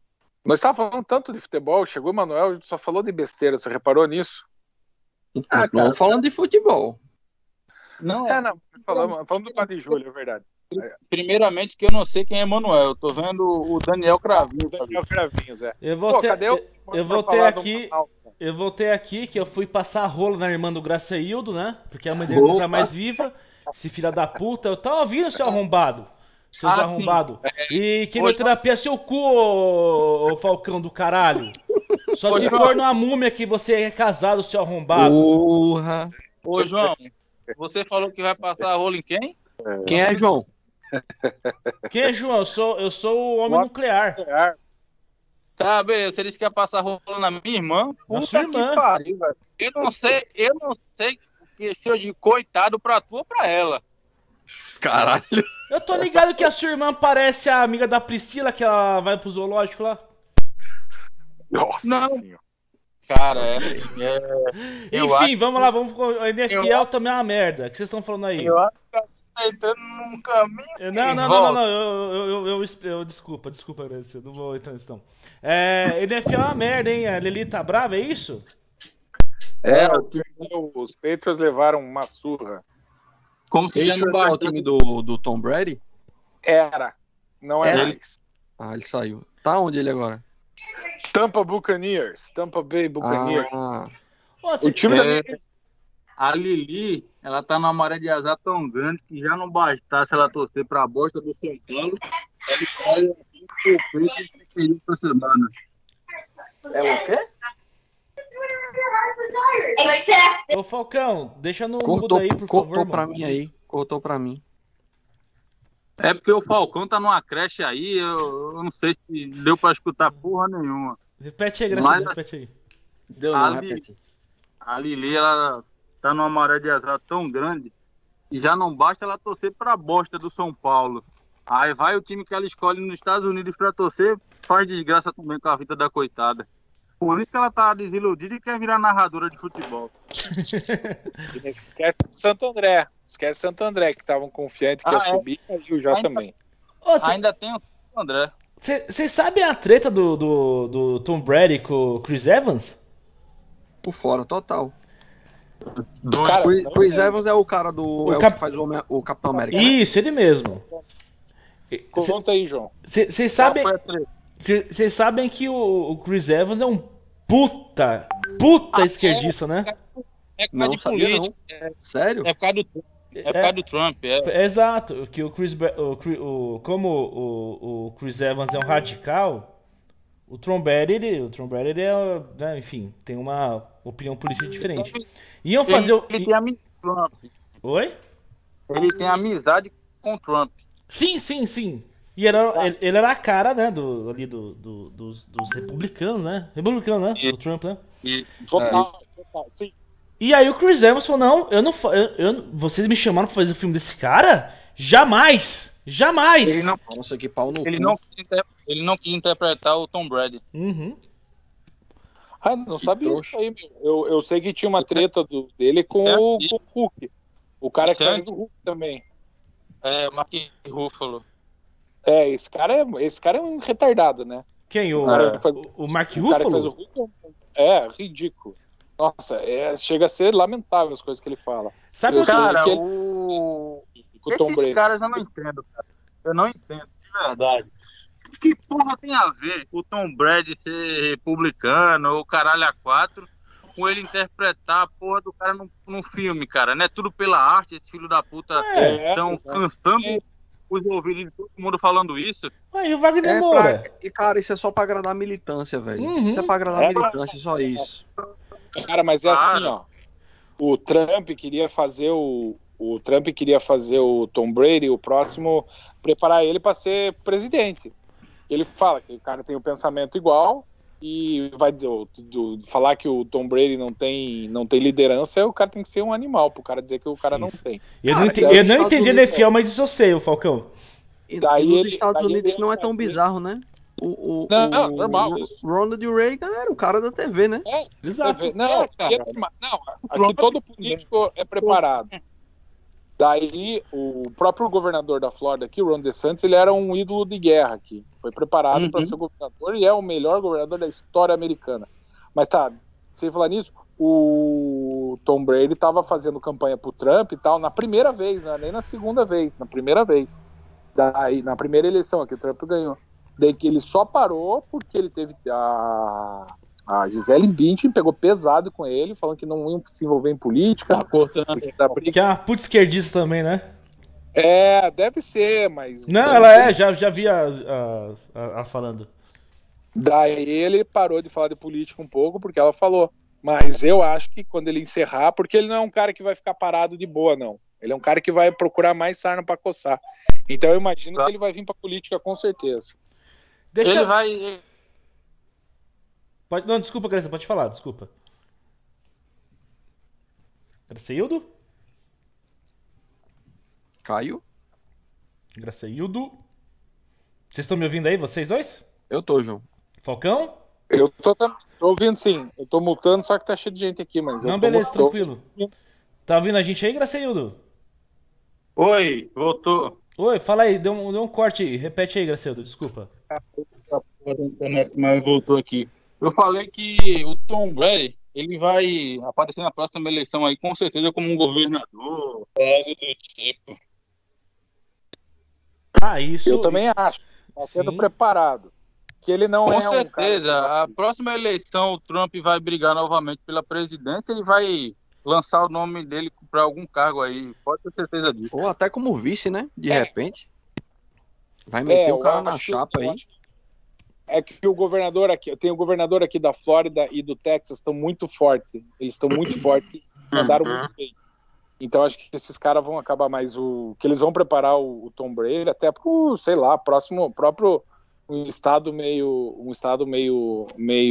Nós estávamos falando tanto de futebol, chegou o Manuel, a gente só falou de besteira, você reparou nisso? Não falando de futebol. Não, Não, falando do 4 de julho, é verdade. primeiramente que eu não sei quem é Manuel. Eu tô vendo o Daniel Cravinho. Daniel Cravinhos, é. Eu voltei, cadê o eu voltei aqui. Eu voltei aqui que eu fui passar rolo na irmã do Graceildo, né? Porque a mãe dele não tá mais viva. Esse filho da puta. Eu tava ouvindo, seu arrombado. Seus arrombados. E quimioterapia é seu cu, ô Falcão do caralho. Só se for numa múmia que você é casado, seu arrombado. Porra. Ô, João, você falou que vai passar rolo em quem? Quem é, João? Quem é, João? Eu sou o homem nuclear. Tá, beleza. Você disse que ia passar rolo na minha irmã. Nossa Puta irmã. que pariu, velho. Eu não sei que se eu digo coitado pra tu ou pra ela. Caralho. Eu tô ligado que a sua irmã parece a amiga da Priscila, que ela vai pro zoológico lá. Nossa Não. Senhora. Cara, Enfim, vamos lá, vamos. A NFL também é uma merda. O que vocês estão falando aí? eu acho que a gente tá entrando num caminho. Não. Eu desculpa, agradecer. Não vou entrar nisso, não. NFL é uma merda, hein? A Lili tá brava, é isso? Os Patriots levaram uma surra. Como se já não Patriots é o bastasse. time do Tom Brady? Era. Não é Era? mais. Ah, ele saiu. Tá onde ele agora? Tampa Buccaneers. Tampa Bay Buccaneers. Ah, Ô, O time da A Lili, ela tá numa maré de azar tão grande que já não bastasse ela torcer pra bosta do São Paulo. Ela o peito e feliz essa semana. é o quê? Ô Falcão, deixa no mudo aí, por favor. cortou pra irmão. mim aí. Cortou pra mim. É porque o Falcão tá numa creche aí, eu não sei se deu pra escutar porra nenhuma. Repete aí, Gracinha, Mas- repete aí. Deu Ah, não, Ali- repete. A Lili, ela tá numa maré de azar tão grande e já não basta ela torcer pra bosta do São Paulo. Aí vai o time que ela escolhe nos Estados Unidos pra torcer, faz desgraça também com a vida da coitada. Por isso que ela tá desiludida e quer virar narradora de futebol. Esquece Santo André. Esquece Santo André, que estavam confiantes que ia subir, caiu já Ainda- também. Ainda tem o André. Vocês sabem a treta do Tom Brady com o Chris Evans? Por fora, total. Cara, Chris Evans é o cara do. É o Cap- que faz o Capitão América. Né? Isso, ele mesmo. conta aí, João. Vocês sabem, Qual foi a treta? vocês sabem que o Chris Evans é um puta esquerdista, né? É por Não causa de sabia, política. Sério? É por causa do Trump. É por causa do Trump. Exato, que como o Chris Evans é um radical, o Tom Brady, ele é, né, enfim, tem uma opinião política diferente. Iam fazer Ele tem amizade com o Trump. Oi? Ele tem amizade com o Trump. Sim. E ele era a cara, né, dos republicanos, né? Republicano, né? Do Trump, né? Isso. Total. Sim. E aí o Chris Evans falou, não, vocês me chamaram pra fazer o filme desse cara? Jamais! Ele não, Nossa, que pau no ele cu. não, ele não quis interpretar o Tom Brady. Uhum. Ah, não sabia trouxa. isso aí, meu. Eu sei que tinha uma treta dele com o Hulk. O cara que Certo. faz o Hulk também. É, Mark Ruffalo. Esse cara é um retardado, né? Quem? O cara que faz- Mark O cara que faz o Ruffalo? Hulk é ridículo. Nossa, chega a ser lamentável as coisas que ele fala. Sabe o que? Cara, que- o... Com o Tom esses Brady. caras eu não entendo, cara. Eu não entendo, de verdade. Que porra tem a ver o Tom Brady ser republicano ou caralho a quatro com ele interpretar a porra do cara num filme, cara? Não é tudo pela arte, esse filho da puta estão cansando os ouvidos de todo mundo falando isso. Aí o Wagner É Moura. E, cara, isso é só pra agradar a militância, velho. Uhum. Isso é pra agradar a militância, só isso. Cara, mas é assim, ó. O Trump queria fazer o Tom Brady, o próximo, preparar ele para ser presidente. Ele fala que o cara tem o pensamento igual e vai dizer, falar que o Tom Brady não tem liderança, o cara tem que ser um animal, pro cara dizer que o cara Sim, não sim. tem. Eu Cara, não que entendi, é eu os não Estados entendi Unidos, NFL, mas isso eu sei, o Falcão. E Daí nos ele- Estados daí Unidos ele não é ia tão fazer- bizarro, né? O Normal isso. Ronald Reagan era o cara da TV, né? Exato. Não, cara. Aqui todo político é preparado. Daí, o próprio governador da Flórida aqui, o Ron DeSantis, ele era um ídolo de guerra aqui. foi preparado para ser governador e é o melhor governador da história americana. Mas tá, sem falar nisso, o Tom Brady estava fazendo campanha pro Trump e tal, na primeira vez, né? Nem na segunda vez, na primeira vez. Daí, na primeira eleição aqui, o Trump ganhou. Daí que ele só parou porque ele teve a Gisele Bündchen pegou pesado com ele, falando que não iam se envolver em política. Que é uma puta esquerdista também, né? É, deve ser, mas... Não, ela já vi a falando. Daí ele parou de falar de política um pouco, porque ela falou. Mas eu acho que quando ele encerrar, porque ele não é um cara que vai ficar parado de boa, não. Ele é um cara que vai procurar mais sarna pra coçar. Então eu imagino que ele vai vir pra política com certeza. Ele vai... Não, desculpa, Graça, pode falar, desculpa. Graceildo? Caio? Graceildo? Vocês estão me ouvindo aí, vocês dois? Eu tô, João. Falcão? Eu tô ouvindo sim. Eu tô multando, só que tá cheio de gente aqui, mas... Não, beleza, tranquilo. Tá ouvindo a gente aí, Graceildo? Oi, voltou. Oi, fala aí, deu um corte aí. Repete aí, Graceildo, desculpa. Mas voltou aqui. Eu falei que o Tom Brady, ele vai aparecer na próxima eleição aí, com certeza, como um governador, algo do tipo. Ah, isso... Eu também acho. Tá sendo preparado. Que ele não com é certeza. Um cara... A próxima eleição, o Trump vai brigar novamente pela presidência e vai lançar o nome dele para algum cargo aí. Pode ter certeza disso. Ou até como vice, né? De repente. Vai meter o cara na chapa aí. É que o governador aqui, tem o governador aqui da Flórida e do Texas estão muito fortes. Eles estão muito fortes, mandaram muito bem. Então acho que esses caras vão acabar mais que eles vão preparar o Tom Brady até pro, sei lá, próprio um estado meio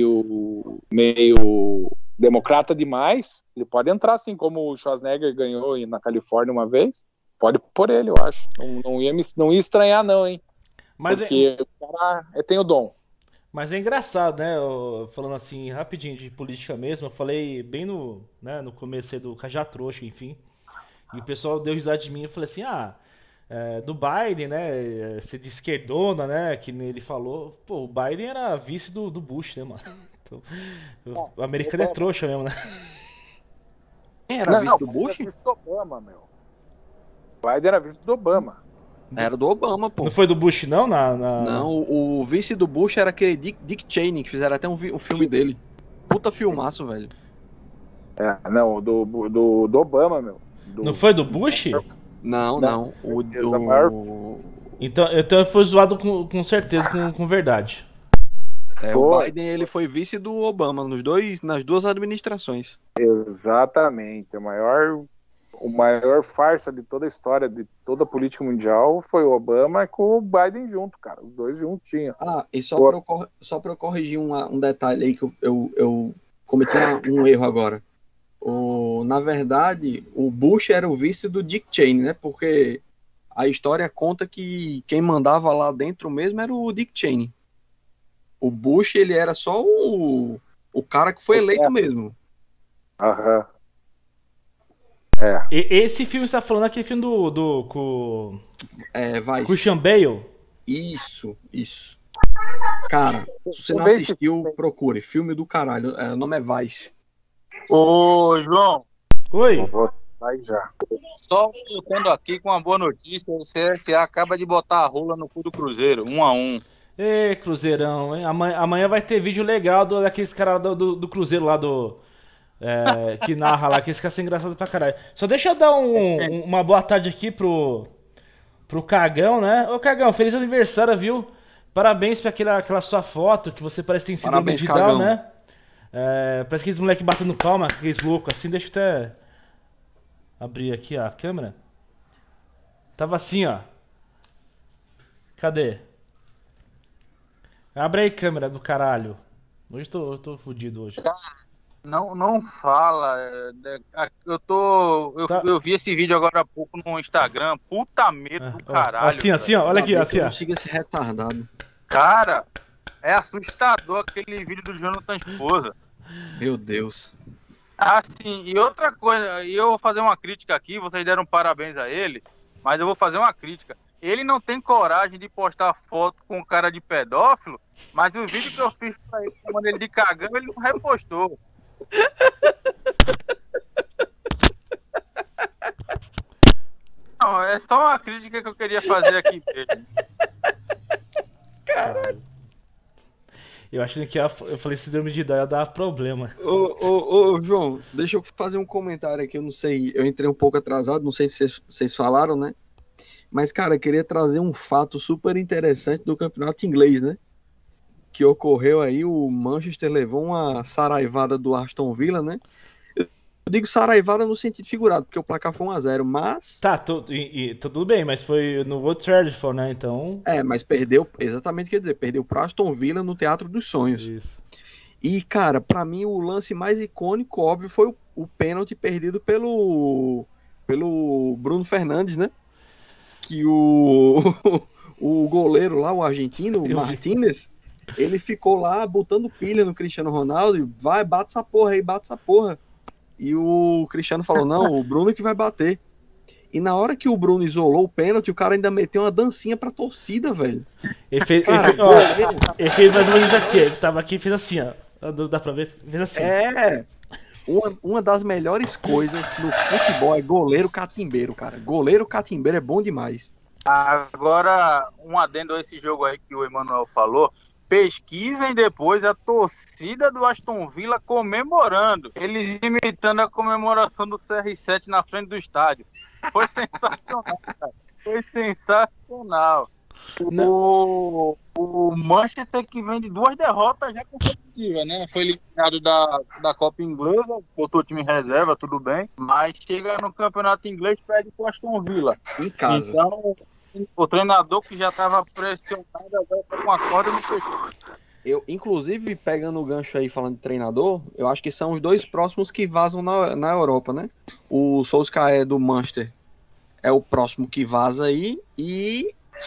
democrata demais. Ele pode entrar assim, como o Schwarzenegger ganhou na Califórnia uma vez. Pode pôr ele, eu acho. Não ia estranhar não, hein? Mas porque o cara tem o dom. Mas é engraçado, né? Falando assim, rapidinho de política mesmo, eu falei bem no começo aí do Cajá Trouxa, enfim. E o pessoal deu risada de mim e falei assim, do Biden, né? Ser de esquerdona, né? Que ele falou. Pô, o Biden era vice do Bush, né, mano? Então, o americano é trouxa mesmo, né? Quem era vice do Bush? Era vice do Obama, meu. O Biden era vice do Obama. Era do Obama, pô. Não foi do Bush, não? Não, o vice do Bush era aquele Dick Cheney, que fizeram até um filme dele. Puta filmaço, velho. Não, do Obama, meu. Não foi do Bush? Não. Então foi zoado com certeza, com verdade. O Biden, ele foi vice do Obama nas duas administrações. Exatamente. O maior farsa de toda a história, de toda a política mundial, foi o Obama com o Biden junto, cara. Os dois juntinhos. E só pra eu corrigir um detalhe aí que eu cometi um erro agora. Na verdade, o Bush era o vice do Dick Cheney, né? Porque a história conta que quem mandava lá dentro mesmo era o Dick Cheney. O Bush, ele era só o cara que foi eleito mesmo. Aham. Esse filme você tá falando, aquele filme com Vice. Christian Bale? Isso. Cara, se você não assistiu, procure. Filme do caralho. O nome é Vice. Ô, João. Oi. Vai já. Só voltando aqui com uma boa notícia, o CSA acaba de botar a rola no cu do Cruzeiro, 1-1. Ê, Cruzeirão, hein? Amanhã vai ter vídeo legal daqueles caras do Cruzeiro lá que narra lá, que esse cara é engraçado pra caralho. Só deixa eu dar uma boa tarde aqui pro Cagão, né? Ô, Cagão, feliz aniversário, viu? Parabéns pra aquela sua foto, que você parece que tem síndrome de Down, né? Parece que aqueles moleque batendo palma, aqueles loucos assim. Deixa eu até abrir aqui a câmera. Tava assim, ó. Cadê? Abre aí, câmera do caralho. Hoje eu tô fudido hoje. Não fala. Eu vi esse vídeo agora há pouco no Instagram. Puta medo do caralho. Assim, ó. Olha aqui, assim, ó. Não chega esse retardado. Cara, é assustador aquele vídeo do Jonathan Esposa. Meu Deus. Assim, e outra coisa, eu vou fazer uma crítica aqui. Vocês deram parabéns a ele, mas eu vou fazer uma crítica. ele não tem coragem de postar foto com cara de pedófilo, mas o vídeo que eu fiz pra ele, chamando ele de cagão, ele não repostou. Não, é só uma crítica que eu queria fazer aqui mesmo. Caralho. Eu acho que eu falei síndrome de Down ia dar problema. Ô, João, deixa eu fazer um comentário aqui, eu não sei, eu entrei um pouco atrasado, não sei se vocês falaram, né? Mas, cara, eu queria trazer um fato super interessante do campeonato inglês, né? Que ocorreu aí, o Manchester levou uma saraivada do Aston Villa, né? Eu digo saraivada no sentido figurado, porque o placar foi 1-0, mas... Tá, tudo bem, mas foi no Old Trafford, né? Então... mas perdeu, exatamente o que eu ia dizer, perdeu pro Aston Villa no Teatro dos Sonhos. Isso. E, cara, pra mim o lance mais icônico, óbvio, foi o pênalti perdido pelo Bruno Fernandes, né? Que o goleiro lá, o argentino, o Martínez, ele ficou lá botando pilha no Cristiano Ronaldo e vai, bate essa porra aí, bate essa porra. E o Cristiano falou, não, o Bruno que vai bater. E na hora que o Bruno isolou o pênalti, o cara ainda meteu uma dancinha pra torcida, velho. Ele fez mais ou menos aqui, ele tava aqui e fez assim, ó. Dá pra ver? Fez assim. Uma das melhores coisas no futebol é goleiro catimbeiro, cara. Goleiro catimbeiro é bom demais. Agora, um adendo a esse jogo aí que o Emanuel falou. Pesquisem depois a torcida do Aston Villa comemorando. Eles imitando a comemoração do CR7 na frente do estádio. Foi sensacional, cara. Foi sensacional. O Manchester que vem de 2 derrotas já consecutivas, né? Foi eliminado da Copa Inglesa, botou o time em reserva, tudo bem. Mas chega no campeonato inglês e perde pro Aston Villa. Em casa. Então... o treinador que já estava pressionado agora tá com a corda no pescoço. Eu, inclusive, pegando o gancho aí falando de treinador, eu acho que são os 2 próximos que vazam na Europa, né? O Solskjaer do Manchester é o próximo que vaza aí e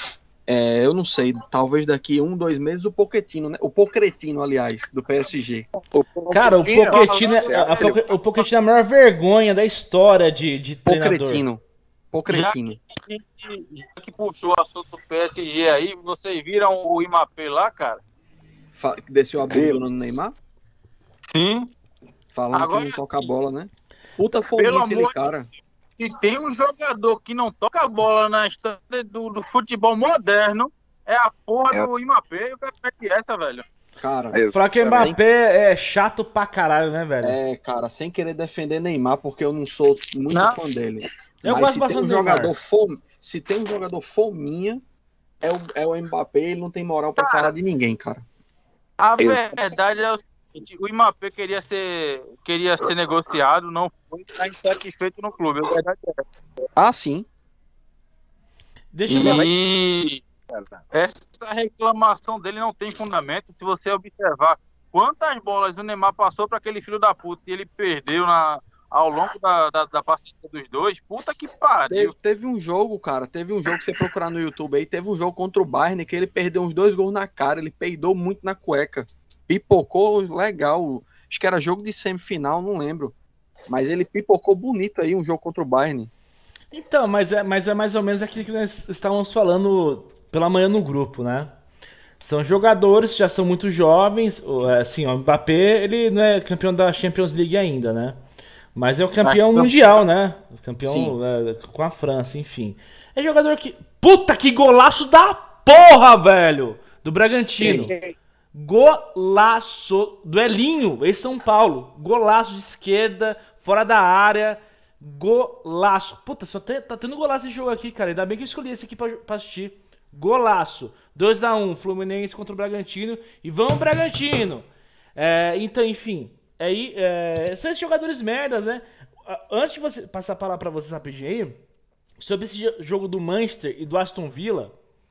eu não sei, talvez daqui 1-2 meses o Pochettino, né? O Pochettino, aliás, do PSG. Cara, o Pochettino é a maior vergonha da história de treinador. Pochettino. Já que puxou o assunto do PSG aí, vocês viram o Mbappé lá, cara? Desceu a bunda no Neymar? Sim. Falando agora, que não toca a bola, né? Puta fominha aquele cara. Se tem um jogador que não toca a bola na história do futebol moderno, é a porra do Mbappé. Eu quero ver essa, velho. Cara, falar que o Mbappé é chato pra caralho, né, velho? Cara, sem querer defender Neymar, porque eu não sou muito fã dele. Eu mas gosto bastante do Neymar. Se tem um jogador fominha, é o Mbappé, ele não tem moral pra falar de ninguém, cara. A verdade é o seguinte, o Mbappé queria ser negociado, não foi, tá insatisfeito no clube, a verdade é essa. Ah, sim. Deixa eu ver. E essa reclamação dele não tem fundamento. Se você observar quantas bolas o Neymar passou para aquele filho da puta e ele perdeu ao longo da partida dos dois, puta que pariu. Teve um jogo, cara, que você procurar no YouTube aí, teve um jogo contra o Bayern que ele perdeu uns 2 gols na cara, ele peidou muito na cueca, pipocou legal, acho que era jogo de semifinal, não lembro, mas ele pipocou bonito aí, um jogo contra o Bayern. Então, mas é mais ou menos aquilo que nós estávamos falando pela manhã no grupo, né? São jogadores que já são muito jovens, assim, o Mbappé, ele não é campeão da Champions League ainda, né? Mas é o campeão mundial, né? O campeão com a França, enfim. É jogador que... Puta, que golaço da porra, velho! Do Bragantino. Golaço. Duelinho, ex-São Paulo. Golaço de esquerda, fora da área. Golaço. Puta, tá tendo golaço esse jogo aqui, cara. Ainda bem que eu escolhi esse aqui pra assistir. Golaço. 2-1, Fluminense contra o Bragantino. E vamos, Bragantino! Então, enfim... são esses jogadores merdas, né? Antes de você passar a palavra pra vocês rapidinho aí, sobre esse jogo do Manchester e do Aston Villa,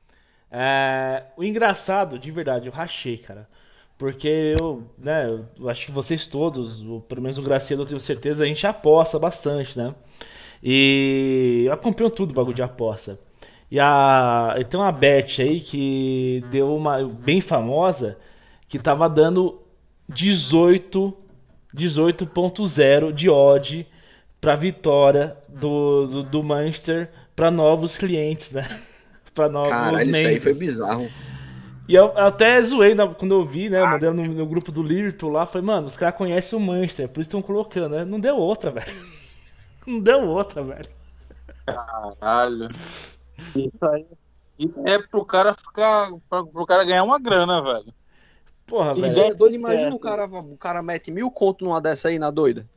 o engraçado, de verdade, eu rachei, cara. Porque eu acho que vocês todos, pelo menos o Graciano, eu tenho certeza, a gente aposta bastante, né? E eu acompanho tudo o bagulho de aposta. E tem uma bet aí que deu uma bem famosa, que tava dando 18.0 de odd para vitória do Manchester para novos clientes, né? pra novos Caralho, isso aí membros. foi bizarro. E eu até zoei quando eu vi, né? Eu mandei no grupo do Liverpool lá. Falei, mano, os caras conhecem o Manchester, por isso estão colocando, né? Não deu outra, velho. Não deu outra, velho. Caralho. Isso é pro cara ficar. Pro cara ganhar uma grana, velho. Porra, E velho. deve- É doido, imagina o cara mete 1000 conto numa dessa aí na doida.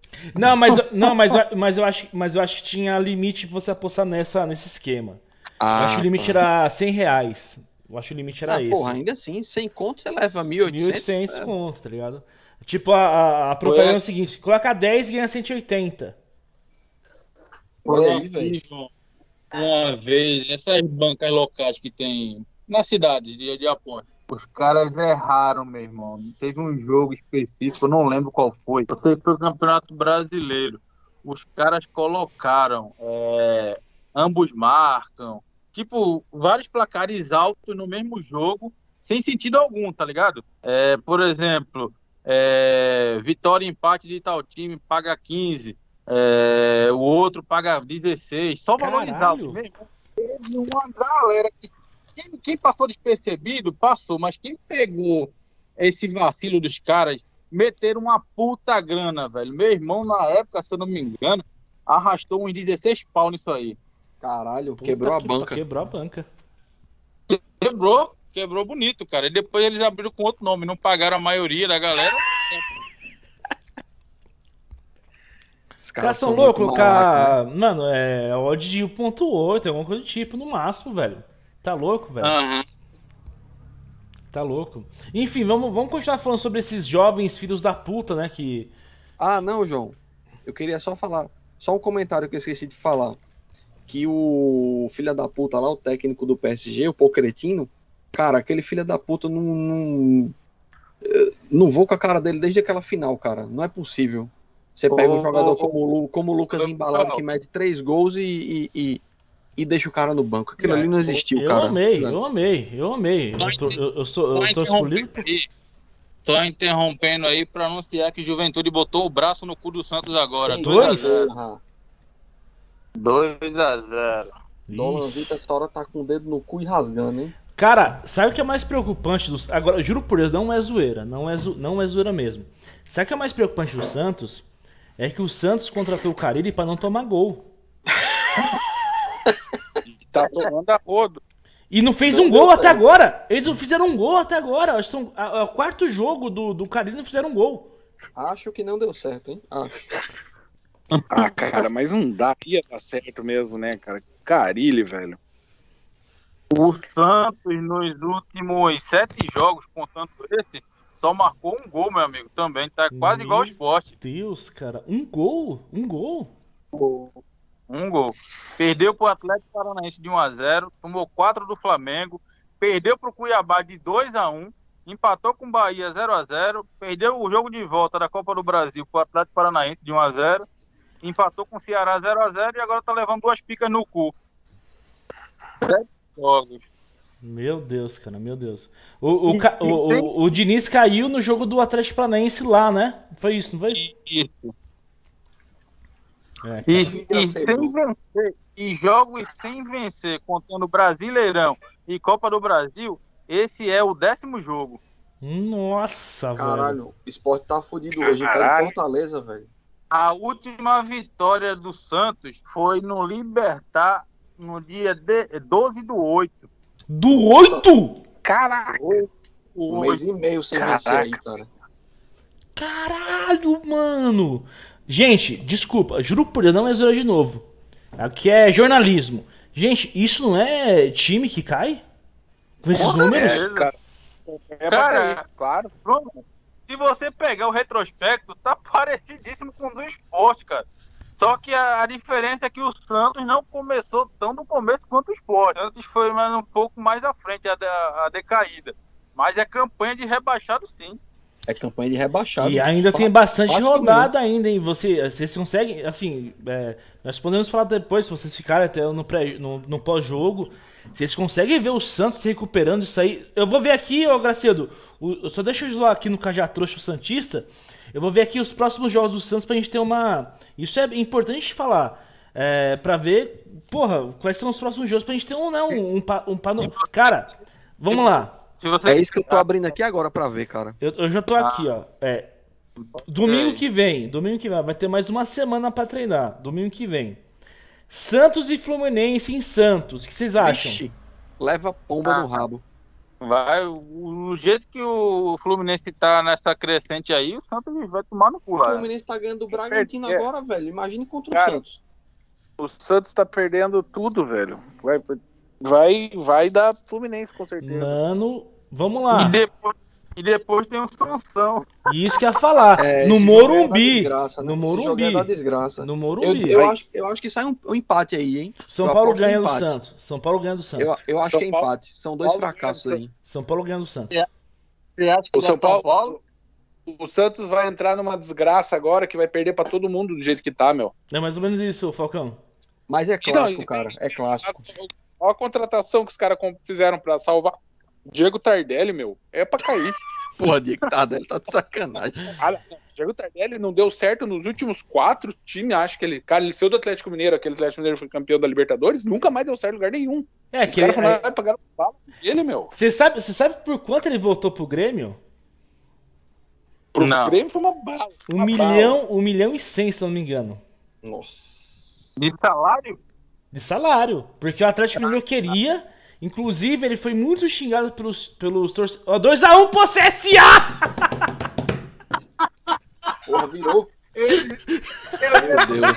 Mas eu acho que tinha limite pra você apostar nesse esquema. Eu acho que o limite era R$100. Eu acho que o limite era esse. Porra, ainda assim, 100 conto você leva 1.800. 1.800 conto, tá ligado? Tipo, a propaganda é o seguinte: coloca 10 e ganha 180. Olha aí, velho. João, uma vez, essas bancas locais que tem nas cidades de aposta, os caras erraram, meu irmão. Teve um jogo específico, eu não lembro qual foi. Eu sei que foi o Campeonato Brasileiro. Os caras colocaram, ambos marcam, tipo, vários placares altos no mesmo jogo, sem sentido algum, tá ligado? Por exemplo, vitória e empate de tal time paga 15. O outro paga 16, só valores Caralho. altos mesmo. Teve uma galera que quem passou despercebido, passou, mas quem pegou esse vacilo dos caras, meteram uma puta grana, velho. Meu irmão, na época, se eu não me engano, arrastou uns 16 pau nisso aí. Caralho, Puta quebrou a que- banca. Quebrou a banca. Quebrou bonito, cara. E depois eles abriram com outro nome, não pagaram a maioria da galera. Os Os caras são muito loucos, malaco, cara. Mano, é odd de 1.8, alguma coisa do tipo, no máximo, velho. Tá louco, velho? Aham. Tá louco. Enfim, vamos continuar falando sobre esses jovens filhos da puta, né? Que. Ah, não, João. Eu queria só falar. Só um comentário que eu esqueci de falar. Que o filho da puta lá, o técnico do PSG, o Pocretino, cara, aquele filho da puta não vou com a cara dele desde aquela final, cara. Não é possível. Você pega um jogador como o Lucas Embalado, que mete 3 gols e deixa o cara no banco. Aquilo ali não existiu, Eu cara. amei. Eu torço pro Liverpool. Tô interrompendo aí pra anunciar que Juventude botou o braço no cu do Santos agora. Dois? 2-0. Dolanzito essa hora tá com o dedo no cu e rasgando, hein? Cara, sabe o que é mais preocupante do. Agora, eu juro por Deus, não é zoeira. Não é zoeira mesmo. Sabe o que é mais preocupante do Santos? É que o Santos contratou o Carille pra não tomar gol. Tá tomando a rodo. E não fez um gol até agora. Eles não fizeram um gol até agora. Acho que são o quarto jogo do Carille, não fizeram um gol. Acho que não deu certo, hein? Acho. Ah, cara, mas não dá. Ia dar certo mesmo, né, cara? Carilho, velho. O Santos, nos últimos 7 jogos, contando esse, só marcou um gol, meu amigo. Também tá quase igual ao Sport. Deus, cara. Um gol? Um gol? Um gol. Perdeu pro Atlético Paranaense de 1-0, tomou 4 do Flamengo, perdeu pro Cuiabá de 2-1, empatou com o Bahia 0-0, perdeu o jogo de volta da Copa do Brasil pro Atlético Paranaense de 1-0, empatou com o Ceará 0-0 e agora tá levando 2 picas no cu. 7 jogos. Meu Deus, cara, meu Deus. O Diniz caiu no jogo do Atlético Paranaense lá, né? Foi isso, não foi? Isso. É, cara. E sem vencer, e jogos sem vencer, contando Brasileirão e Copa do Brasil, esse é o 10º jogo. Nossa, velho. Caralho, o esporte tá fudido hoje. Pega Caralho. Fortaleza, velho. A última vitória do Santos foi no Libertad no dia 12/8. Do 8? Caraca! Um mês e meio sem vencer aí, cara. Caralho, mano. Gente, desculpa, juro por Deus, não é zoeira de novo. Aqui é jornalismo. Gente, isso não é time que cai? Com esses números? Cara, Cara, pra claro. Bruno, se você pegar o retrospecto, tá parecidíssimo com o do Sport, cara. Só que a diferença é que o Santos não começou tão no começo quanto o Sport. O Santos foi mais um pouco mais à frente, a decaída. Mas é campanha de rebaixado, sim. É campanha de rebaixado. E ainda tem bastante facilmente. rodada ainda, hein? Vocês conseguem, assim, nós podemos falar depois, se vocês ficarem até no pós-jogo, vocês conseguem ver o Santos se recuperando isso aí. Eu vou ver aqui, ó, Gracedo, só deixa eu zoar aqui no Cajá Trouxa o Santista, eu vou ver aqui os próximos jogos do Santos pra gente ter uma... Isso é importante de falar. pra ver, porra, quais são os próximos jogos pra gente ter um panorama. Cara, vamos lá. É isso que eu tô abrindo aqui agora pra ver, cara. Eu já tô aqui, ó. Domingo que vem, vai ter mais uma semana pra treinar. Domingo que vem. Santos e Fluminense em Santos. O que vocês acham? Vixe, leva pomba no rabo. Vai, o jeito que o Fluminense tá nessa crescente aí, o Santos vai tomar no cu O lá. Fluminense tá ganhando do Bragantino agora, velho. Imagine contra o Cara, Santos. O Santos tá perdendo tudo, velho. Vai dar Fluminense, com certeza. Mano, vamos lá. E depois tem o Sansão. Isso que eu ia falar. No esse Morumbi. jogo é da desgraça, né? No Esse jogo Morumbi. é da desgraça. No Morumbi. Eu acho que sai um empate aí, hein? São Eu Paulo aposto ganha no do empate. Santos. São Paulo ganha do Santos. Eu acho São que é Paulo- empate. São dois Paulo fracassos ganha do aí. São Paulo ganha do Santos. Você acha que O São dá Paulo, o Santos vai entrar numa desgraça agora que vai perder pra todo mundo do jeito que tá, meu. É mais ou menos isso, Falcão. Mas é clássico, cara. É clássico. Olha a contratação que os caras fizeram pra salvar. Diego Tardelli, meu, é pra cair. Porra, Diego Tardelli tá de sacanagem. Diego Tardelli não deu certo nos últimos 4 times, acho que ele saiu do Atlético Mineiro, aquele Atlético Mineiro foi campeão da Libertadores, nunca mais deu certo em lugar nenhum. É, Os que caras falaram, vai pagar o bala dele, meu. Você sabe por quanto ele voltou pro Grêmio? Pro Não. Grêmio foi uma bala. 1 milhão e 100, se não me engano. Nossa. De salário? De salário. Porque o Atlético Mineiro queria. Inclusive, ele foi muito xingado pelos torcedores. 2x1 pro CSA! Porra, virou. Meu Deus.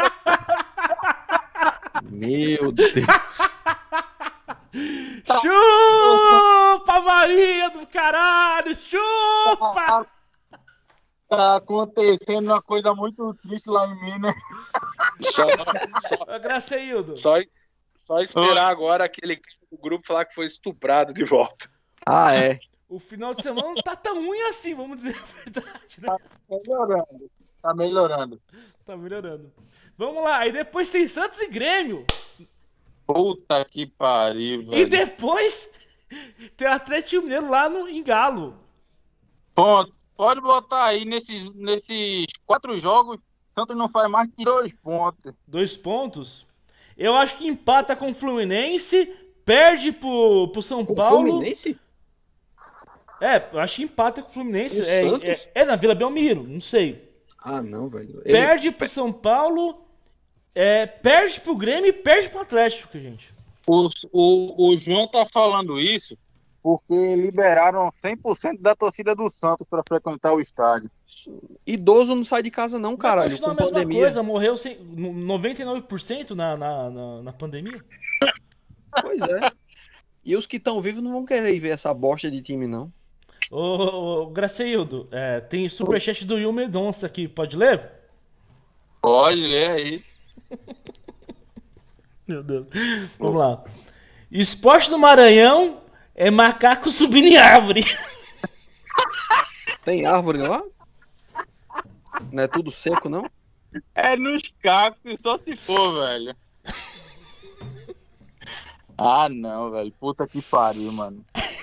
Meu Deus. Chupa, Maria do caralho! Chupa! Tá acontecendo uma coisa muito triste lá em Minas. Graceildo. Só esperar agora aquele do grupo falar que foi estuprado de volta. Ah, é. O final de semana não tá tão ruim assim, vamos dizer a verdade, né? Tá melhorando. Tá melhorando. Vamos lá, aí depois tem Santos e Grêmio. Puta que pariu, velho. E depois tem o Atlético Mineiro lá em Galo. Ponto. Pode botar aí nesses 4 jogos, Santos não faz mais que 2 pontos. 2 pontos. Eu acho que empata com o Fluminense, perde pro São O Paulo. Fluminense? Eu acho que empata com o Fluminense. O Santos? Na Vila Belmiro, não sei. Ah, não, velho. Perde pro São Paulo, perde pro Grêmio e perde pro Atlético, gente. O João tá falando isso porque liberaram 100% da torcida do Santos para frequentar o estádio. Idoso não sai de casa não, caralho. Continua Com a mesma pandemia. coisa, morreu 99% na pandemia. Pois é. E os que estão vivos não vão querer ver essa bosta de time, não. Ô, Graceildo, tem superchat do Will Mendonça aqui, pode ler? Pode ler aí. Meu Deus. Vamos lá. Esporte do Maranhão é macaco subindo em árvore. Tem árvore lá? Não é tudo seco, não? É nos cactos, só se for, velho. Ah, não, velho. Puta que pariu, mano.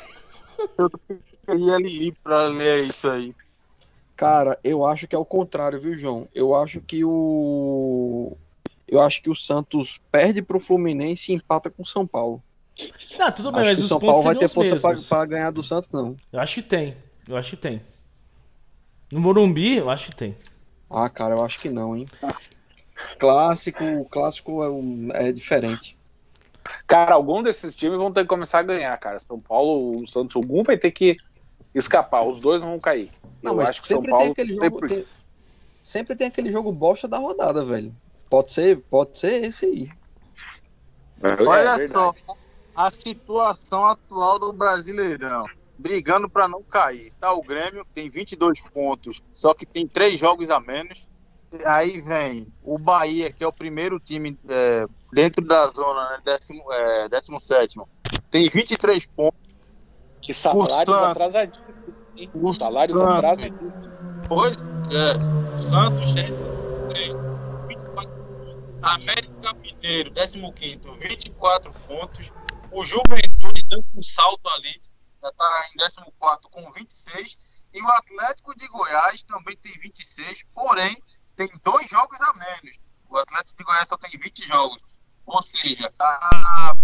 Eu ia ali pra ler isso aí. Cara, eu acho que é o contrário, viu, João? Eu acho que o Santos perde pro Fluminense e empata com o São Paulo. Não, tudo bem, Acho mas que o os São pontos Paulo vai seriam ter os força mesmos. pra ganhar do Santos, não. Eu acho que tem. No Morumbi, eu acho que tem. Ah, cara, eu acho que não, hein? Clássico é diferente. Cara, algum desses times vão ter que começar a ganhar, cara. São Paulo, o Santos, algum vai ter que escapar. Os dois não vão cair. Não, Eu mas acho que São sempre Paulo tem aquele jogo. Sempre tem aquele jogo bosta da rodada, velho. Pode ser esse aí. Olha só a situação atual do Brasileirão. Brigando pra não cair. Tá o Grêmio, tem 22 pontos, só que tem 3 jogos a menos. Aí vem o Bahia, que é o primeiro time dentro da zona, né, 17º. Tem 23 pontos. Que salários Santos. atrasadinhos. Hein? O Salários Santos. atrasadinhos. Pois é. Santos, 24 pontos. América Mineiro, 15º, 24 pontos. O Juventude dando um salto ali, já tá em 14º com 26. E o Atlético de Goiás também tem 26, porém tem 2 jogos a menos. O Atlético de Goiás só tem 20 jogos. Ou seja, tá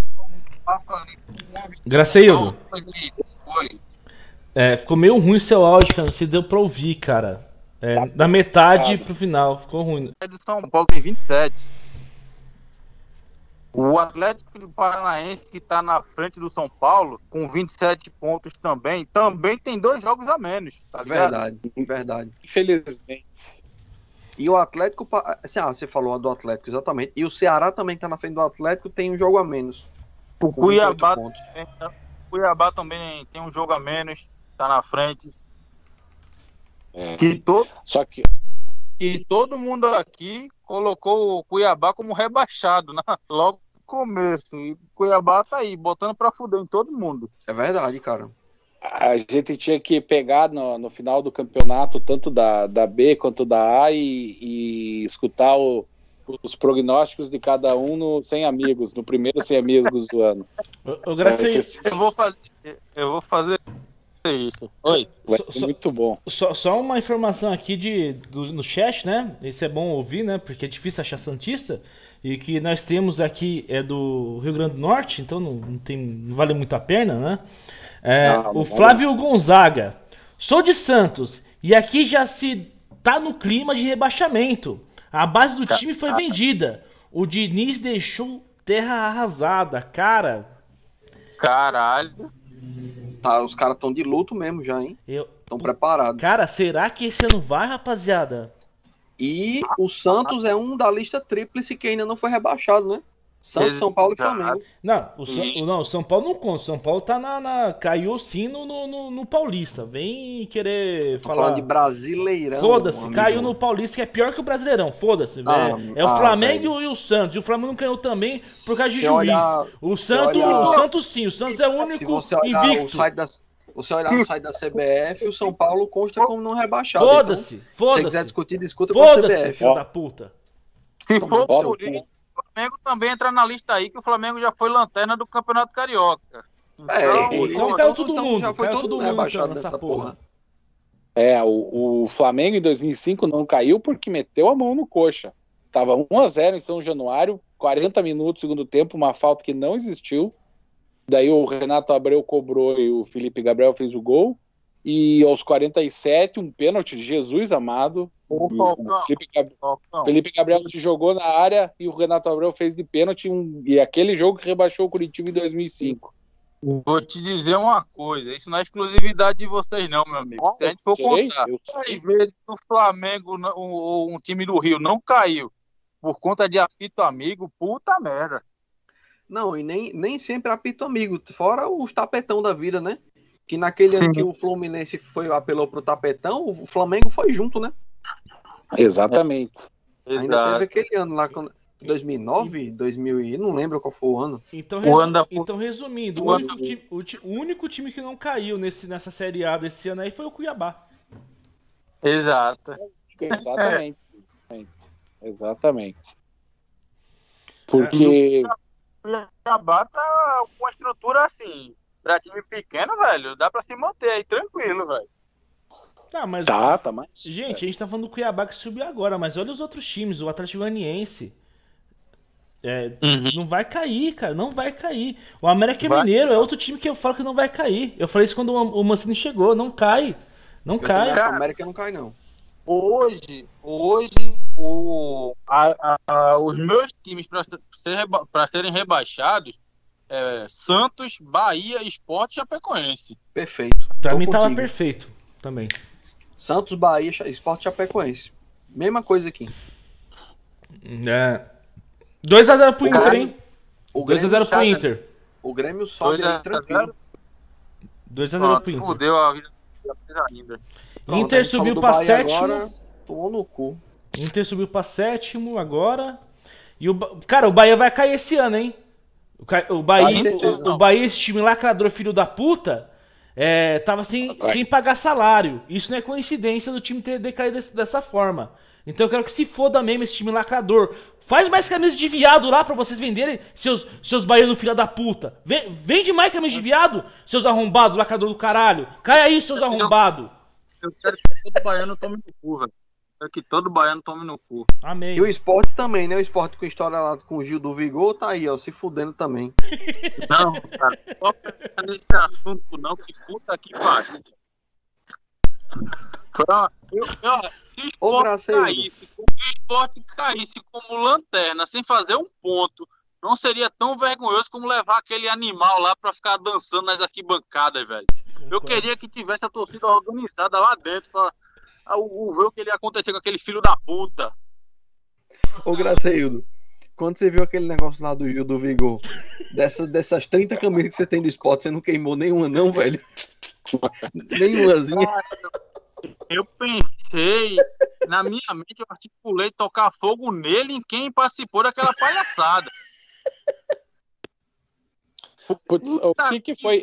Graceildo, Oi. ficou meio ruim o seu áudio, cara. Não se deu pra ouvir, cara. Da metade pro final, ficou ruim. O de São Paulo tem 27. O Atlético Paranaense, que tá na frente do São Paulo, com 27 pontos também tem 2 jogos a menos, tá ligado? Verdade. Infelizmente. E o Atlético, você falou do Atlético, exatamente. E o Ceará também que tá na frente do Atlético tem um jogo a menos. O com 28 Cuiabá, pontos. Cuiabá também tem um jogo a menos, tá na frente. Só que E todo mundo aqui colocou o Cuiabá como rebaixado, né? Logo no começo. E o Cuiabá tá aí, botando pra fuder em todo mundo. É verdade, cara. a gente tinha que pegar no final do campeonato, tanto da B quanto da A, e escutar os prognósticos de cada um no 100 Amigos, no primeiro 100 Amigos do ano. Ô, Gracinha, Eu vou fazer isso. Oi. Vai ser muito bom. Só uma informação aqui no chat, né? Isso é bom ouvir, né? Porque é difícil achar santista. E que nós temos aqui é do Rio Grande do Norte, então não vale muito a pena, né? O Flávio Gonzaga. Sou de Santos e aqui já se tá no clima de rebaixamento. A base do time foi vendida. O Diniz deixou terra arrasada, cara. Caralho. Tá, os caras estão de luto mesmo já, hein? Estão preparados. Cara, será que esse ano vai, rapaziada? E o Santos é um da lista tríplice que ainda não foi rebaixado, né? Santos, São Paulo e Flamengo. Não, o São Paulo não conta. O São Paulo tá caiu sim no Paulista. Vem querer Tô falar. falando de Brasileirão. Foda-se, caiu no Paulista, que é pior que o Brasileirão. Foda-se. É o Flamengo e o Santos. E o Flamengo não ganhou também por causa de juiz. O Santos sim. O Santos é o único se você olhar invicto. Você olhar no site da CBF, o São Paulo consta como não rebaixado. Foda-se, então, foda-se. Se você quiser discutir, discuta com a Foda-se, CBF. filho da puta. Se for por isso, o Flamengo também entra na lista aí, que o Flamengo já foi lanterna do Campeonato Carioca. Então caiu todo mundo. Já foi Caiu todo todo mundo mundo rebaixado nessa nessa porra. O Flamengo em 2005 não caiu porque meteu a mão no coxa. Tava 1-0 em São Januário, 40 minutos segundo tempo, uma falta que não existiu. Daí o Renato Abreu cobrou e o Felipe Gabriel fez o gol. E aos 47, um pênalti de Jesus amado. O Felipe Gabriel se jogou na área e o Renato Abreu fez de pênalti. E aquele jogo que rebaixou o Curitiba em 2005. Vou te dizer uma coisa, isso não é exclusividade de vocês não, meu amigo. Se a gente for contar, 3 vezes o Flamengo, um time do Rio, não caiu por conta de apito amigo, puta merda. Não, e nem sempre apito amigo, fora os tapetão da vida, né? Que naquele ano que o Fluminense apelou pro tapetão, o Flamengo foi junto, né? Exatamente. Ainda teve aquele ano lá, 2009, 2000, não lembro qual foi o ano. Então resumindo, o único time que não caiu nessa Série A desse ano aí foi o Cuiabá. Exatamente. Porque o Cuiabá tá com uma estrutura assim, pra time pequeno, velho, dá pra se manter aí tranquilo, velho. Tá, mas mas gente, a gente tá falando do Cuiabá que subiu agora, mas olha os outros times, o Atlético Goianiense. Não vai cair, cara, não vai cair. O América Mineiro é outro time que eu falo que não vai cair. Eu falei isso quando o Mancini chegou, não cai. Não cai. O América não cai, não. Hoje os meus times para serem rebaixados Santos, Bahia, Sport e Chapecoense. Perfeito. Pra mim tava perfeito também. Santos, Bahia, Sport e Chapecoense. Mesma coisa aqui. 2x0 pro Inter, hein? 2x0 pro Inter. O Grêmio sobe aí tranquilo. 2x0 pro Inter. Fudeu a vida ainda. Inter subiu pra sétimo. Agora, tomou no cu. Inter subiu pra sétimo agora. E cara, o Bahia vai cair esse ano, hein? O Bahia, esse time lacrador filho da puta, tava sem pagar salário. Isso não é coincidência do time ter decaído dessa forma. Então eu quero que se foda mesmo esse time lacrador. Faz mais camisa de viado lá pra vocês venderem, seus baianos filha da puta. Vende mais camisa de viado, seus arrombados, lacrador do caralho. Cai aí, seus arrombados. Eu quero que todo baiano tome no cu, velho. quero que todo baiano tome no cu. Amém. E o Sport também, né? O Sport com história lá com o Gil do Vigor tá aí, ó, se fudendo também. Não, cara, não toca nesse assunto não, que puta que pariu. Se o Sport caísse como lanterna, sem fazer um ponto, não seria tão vergonhoso como levar aquele animal lá pra ficar dançando nas arquibancadas, velho. Eu queria que tivesse a torcida organizada lá dentro pra ver o que ia acontecer com aquele filho da puta. Ô, Graceildo, quando você viu aquele negócio lá do Gil do Vigor, dessas 30 camisas que você tem do Sport, você não queimou nenhuma não, velho? Nenhumazinha? Eu pensei, na minha mente, eu articulei tocar fogo nele em quem participou daquela palhaçada. Putz, o que foi?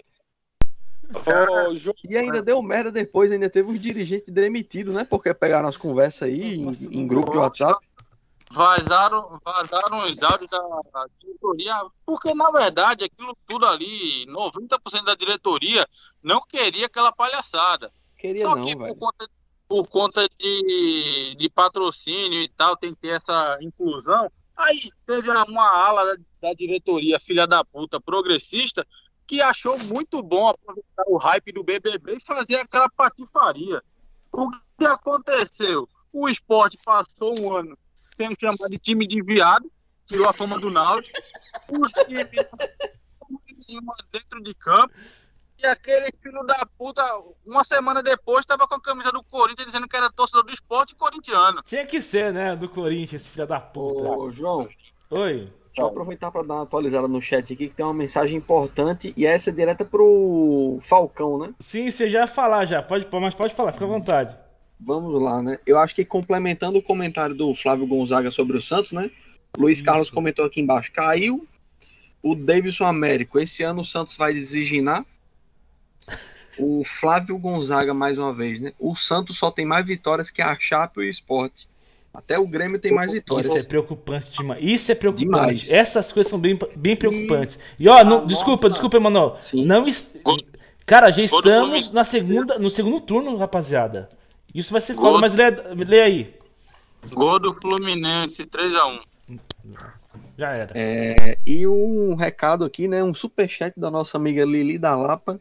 E ainda deu merda depois, ainda teve os dirigentes demitidos, né? Porque pegaram as conversas aí em grupo de WhatsApp. Vazaram os áudios da diretoria, porque na verdade aquilo tudo ali, 90% da diretoria não queria aquela palhaçada. Queria Só não, que velho. por conta de patrocínio e tal, tem que ter essa inclusão. Aí teve uma ala da diretoria, filha da puta, progressista, que achou muito bom aproveitar o hype do BBB e fazer aquela patifaria. O que aconteceu? O Sport passou um ano sendo chamado de time de viado, tirou a fama do Náutico, os times dentro de campo, e aquele filho da puta, uma semana depois, estava com a camisa do Corinthians dizendo que era torcedor do Sport e corintiano. Tinha que ser, né? Do Corinthians, esse filho da puta. Ô, João, Oi. deixa eu aproveitar para dar uma atualizada no chat aqui, que tem uma mensagem importante, e essa é direta pro Falcão, né? Sim, você já ia falar já. Mas pode falar, fica à vontade. Vamos lá, né? Eu acho que complementando o comentário do Flávio Gonzaga sobre o Santos, né? Luiz Carlos comentou aqui embaixo, caiu o Davidson Américo. Esse ano o Santos vai desviginar. O Flávio Gonzaga, mais uma vez, né? O Santos só tem mais vitórias que a Chape e o Sport. Até o Grêmio tem mais vitórias. Isso é preocupante demais. Isso é preocupante. Demais. Essas coisas são bem preocupantes. E ó, desculpa, Emanuel. Cara, já estamos no segundo turno, rapaziada. Isso vai ser foda, mas lê aí. Gol do Fluminense, 3-1. Já era. E um recado aqui, né? Um superchat da nossa amiga Lili da Lapa,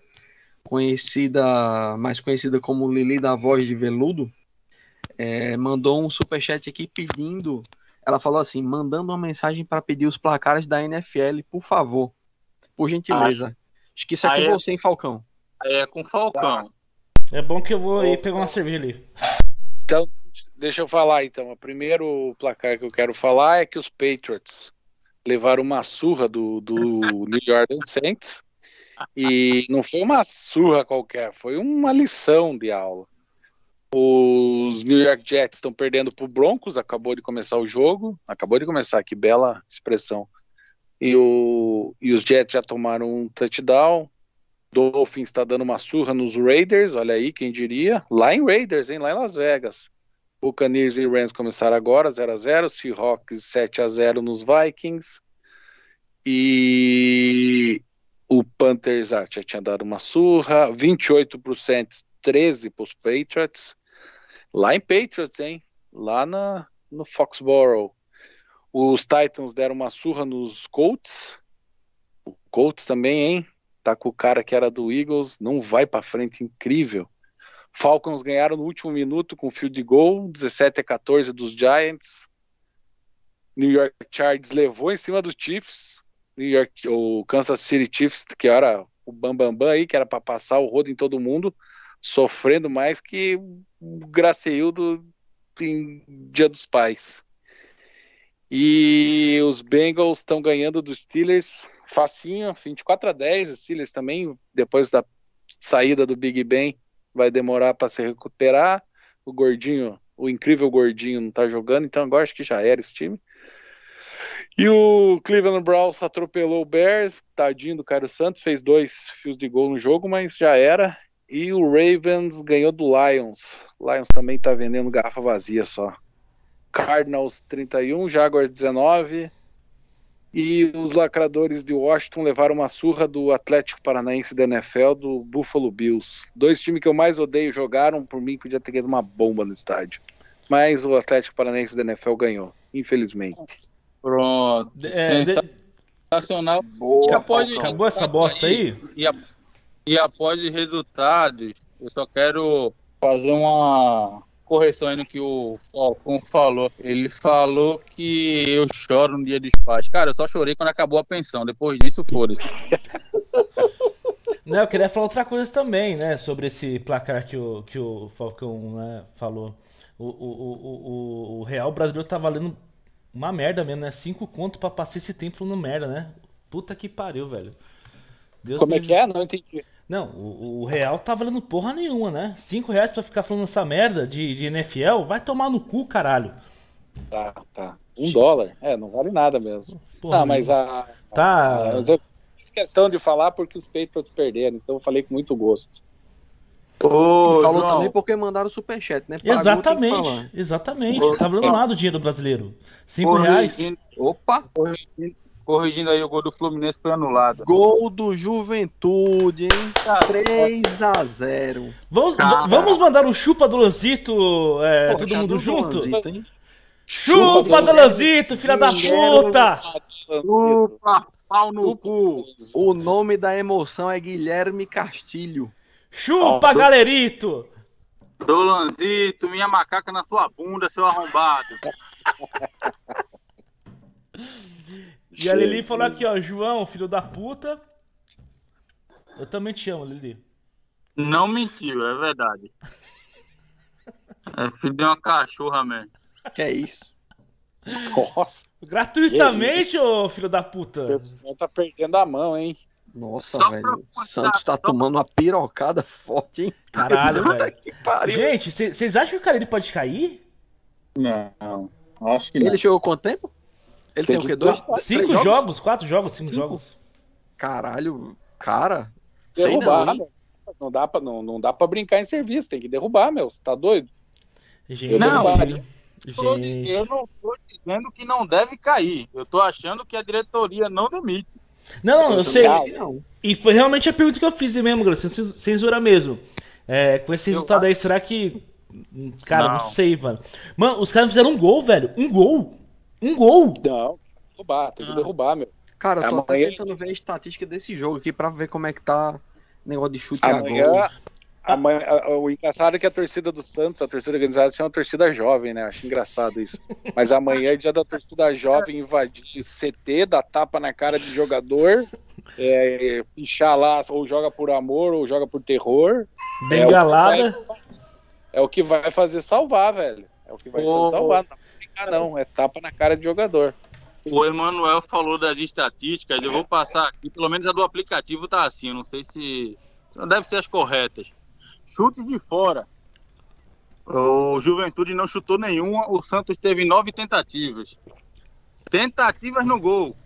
mais conhecida como Lili da Voz de Veludo, mandou um superchat aqui pedindo. Ela falou assim: mandando uma mensagem para pedir os placares da NFL, por favor. Por gentileza. Acho que isso é com você, hein, Falcão? É com o Falcão. É bom que eu vou ir pegar uma cerveja ali. Então, deixa eu falar então. O primeiro placar que eu quero falar é que os Patriots levaram uma surra do New York Saints. E não foi uma surra qualquer, foi uma lição de aula. Os New York Jets estão perdendo para o Broncos, acabou de começar o jogo. Acabou de começar, que bela expressão. E os Jets já tomaram um touchdown. Dolphins está dando uma surra nos Raiders, olha aí, quem diria. Lá em Raiders, hein? Lá em Las Vegas. Buccaneers e Rams começaram agora, 0-0. Seahawks 7-0 nos Vikings. E o Panthers já tinha dado uma surra. 28 para os Saints, 13 para os Patriots. Lá em Patriots, hein? Lá no Foxborough. Os Titans deram uma surra nos Colts. O Colts também, hein? Tá com o cara que era do Eagles, não vai pra frente, incrível. Falcons ganharam no último minuto com field goal, 17-14 dos Giants. New York Chargers levou em cima dos Chiefs. O Kansas City Chiefs, que era o Bambambam aí, que era pra passar o rodo em todo mundo, sofrendo mais que o Graceildo em Dia dos Pais. E os Bengals estão ganhando dos Steelers facinho, 24-10. Os Steelers também, depois da saída do Big Ben, vai demorar para se recuperar. O Gordinho, o incrível Gordinho, não tá jogando, então agora acho que já era esse time. E o Cleveland Browns atropelou o Bears, tadinho do Cairo Santos, fez 2 fios de gol no jogo, mas já era. E o Ravens ganhou do Lions. O Lions também tá vendendo garrafa vazia só. Cardinals 31, Jaguars 19, e os lacradores de Washington levaram uma surra do Atlético Paranaense da NFL, do Buffalo Bills. 2 times que eu mais odeio jogaram, por mim podia ter tido uma bomba no estádio. mas o Atlético Paranaense da NFL ganhou, infelizmente. Pronto. Sensacional. Boa, acabou essa bosta aí? E após os resultados, eu só quero fazer uma correção aí no que o Falcão falou. Ele falou que eu choro no dia dos pais. Cara, eu só chorei quando acabou a pensão. Depois disso, foda-se. Não, eu queria falar outra coisa também, né? Sobre esse placar que o Falcão, né, falou. O Real Brasileiro tá valendo uma merda mesmo, né? 5 conto pra passar esse tempo falando merda, né? Puta que pariu, velho. Deus Como é que é? Não entendi. Não, o Real tá valendo porra nenhuma, né? 5 reais pra ficar falando essa merda de NFL? Vai tomar no cu, caralho. Tá. $1. Não vale nada mesmo. Porra, mas mas eu fiz questão de falar porque os Patriots perderam, então eu falei com muito gosto. Falou João, também porque mandaram o superchat, né? Pagou, Exatamente. Tá valendo nada o dinheiro do brasileiro. 5 reais. Opa! Corrigindo aí, o gol do Fluminense foi anulado. Gol do Juventude, hein? 3-0. Vamos mandar o chupa do Lanzito, todo mundo junto? Lanzito, hein? Chupa do Lanzito, filha da puta! Chupa, pau no cu. O nome da emoção é Guilherme Castilho. Chupa, galerito! Dolanzito, minha macaca na sua bunda, seu arrombado. E a Lili falou aqui, ó, João, filho da puta. Eu também te amo, Lili. Não mentiu, é verdade. É filho de uma cachorra mesmo. Que é isso? Nossa, Gratuitamente, ô filho da puta. o pessoal tá perdendo a mão, hein? Nossa, Só velho. O Santos tá tomando uma pirocada forte, hein? Caralho, Puta velho. que pariu. Gente, vocês acham que o cara ele pode cair? Não, acho que não. Ele chegou quanto tempo? Ele tem o quê? 5 3 jogos? 4 jogos? 5 jogos? Caralho, cara. Sei Derrubar, não, hein? meu. Não dá pra brincar em serviço, tem que derrubar, meu. Você tá doido? Gente, Não, gente. Eu não tô dizendo que não deve cair. Eu tô achando que a diretoria não demite. Não, eu sei. Não. E foi realmente a pergunta que eu fiz mesmo, galera. Sem zoar mesmo. Com esse resultado aí, será que. Cara, não sei, mano. Mano, os caras fizeram um gol, velho. Um gol! Não, tem que derrubar, meu. Cara, eu tô até Amanhã- tentando ver a estatística desse jogo aqui pra ver como é que tá o negócio de chute a gol. Amanhã, o engraçado é que a torcida do Santos, a torcida organizada, é uma torcida jovem, né? Acho engraçado isso. Mas amanhã é dia da torcida jovem invadir CT, dar tapa na cara de jogador, pichar lá, ou joga por amor, ou joga por terror. Bengalada. É o que vai fazer salvar, velho. É o que vai fazer salvar. Não dá pra brincar, não. É tapa na cara de jogador. O Emanuel falou das estatísticas, eu vou passar aqui, pelo menos a do aplicativo tá assim, eu não sei se... Deve ser as corretas. Chute de fora. O Juventude não chutou nenhuma, o Santos teve 9 tentativas. Tentativas no gol.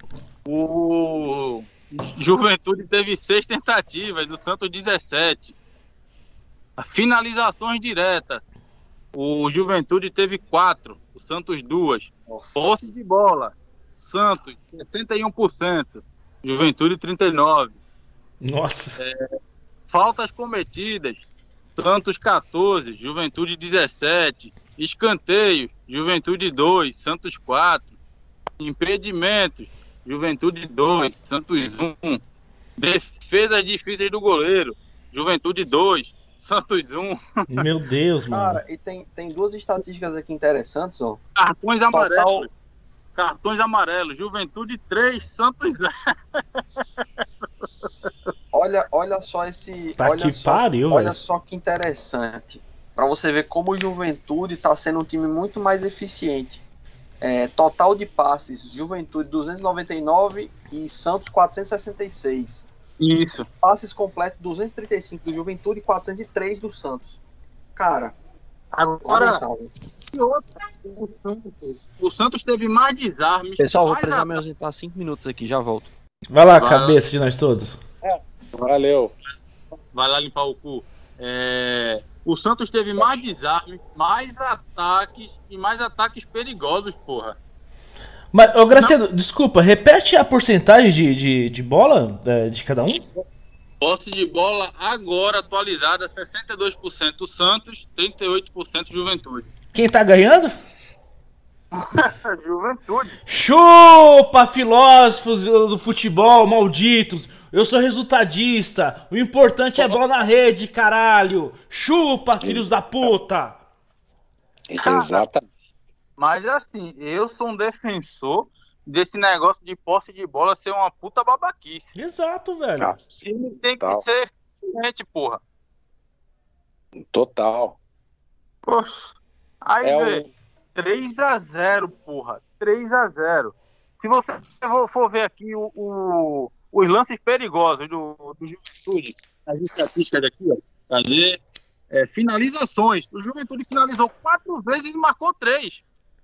O Juventude teve 6 tentativas, o Santos 17. Finalizações diretas. O Juventude teve 4, o Santos 2. Posse de bola. Santos 61%, Juventude 39%. Nossa. Faltas cometidas, Santos 14, Juventude 17. Escanteios, Juventude 2, Santos 4. Impedimentos, Juventude 2, Santos 1. Defesas difíceis do goleiro, Juventude 2, Santos 1. Meu Deus, mano. Cara, e tem duas estatísticas aqui interessantes, ó. Cartões amarelos. Cartões amarelos, Juventude 3, Santos 0. Olha só esse. Tá olha que só, pariu, olha velho. só que interessante. Pra você ver como o Juventude tá sendo um time muito mais eficiente. Total de passes, Juventude 299 e Santos 466. Isso. Passes completos 235 do Juventude e 403 do Santos. Cara, Agora, lamentável. e outra, o Santos teve mais desarmes. Pessoal, vou mais precisar a- me ausentar 5 minutos aqui, já volto. Vai lá, Vai. cabeça de nós todos. Valeu. Vai lá limpar o cu. O Santos teve mais desarmes, mais ataques e mais ataques perigosos, porra. Mas, ô Graciano, desculpa, repete a porcentagem de bola de cada um? Posse de bola agora atualizada, 62% Santos, 38% Juventude. Quem tá ganhando? Juventude. Chupa, filósofos do futebol, malditos. Eu sou resultadista. O importante é bola na rede, caralho. Chupa, filhos da puta. Exatamente. Mas assim, eu sou um defensor desse negócio de posse de bola ser uma puta babaquice. Exato, velho. Ah, Time tem que Total. ser eficiente, porra. Total. Poxa. Aí, É velho, 3-0, porra. 3-0. Se você for ver aqui os lances perigosos do Juventude, as estatísticas aqui, ó. Cadê? Finalizações. O Juventude finalizou 4 vezes e marcou 3.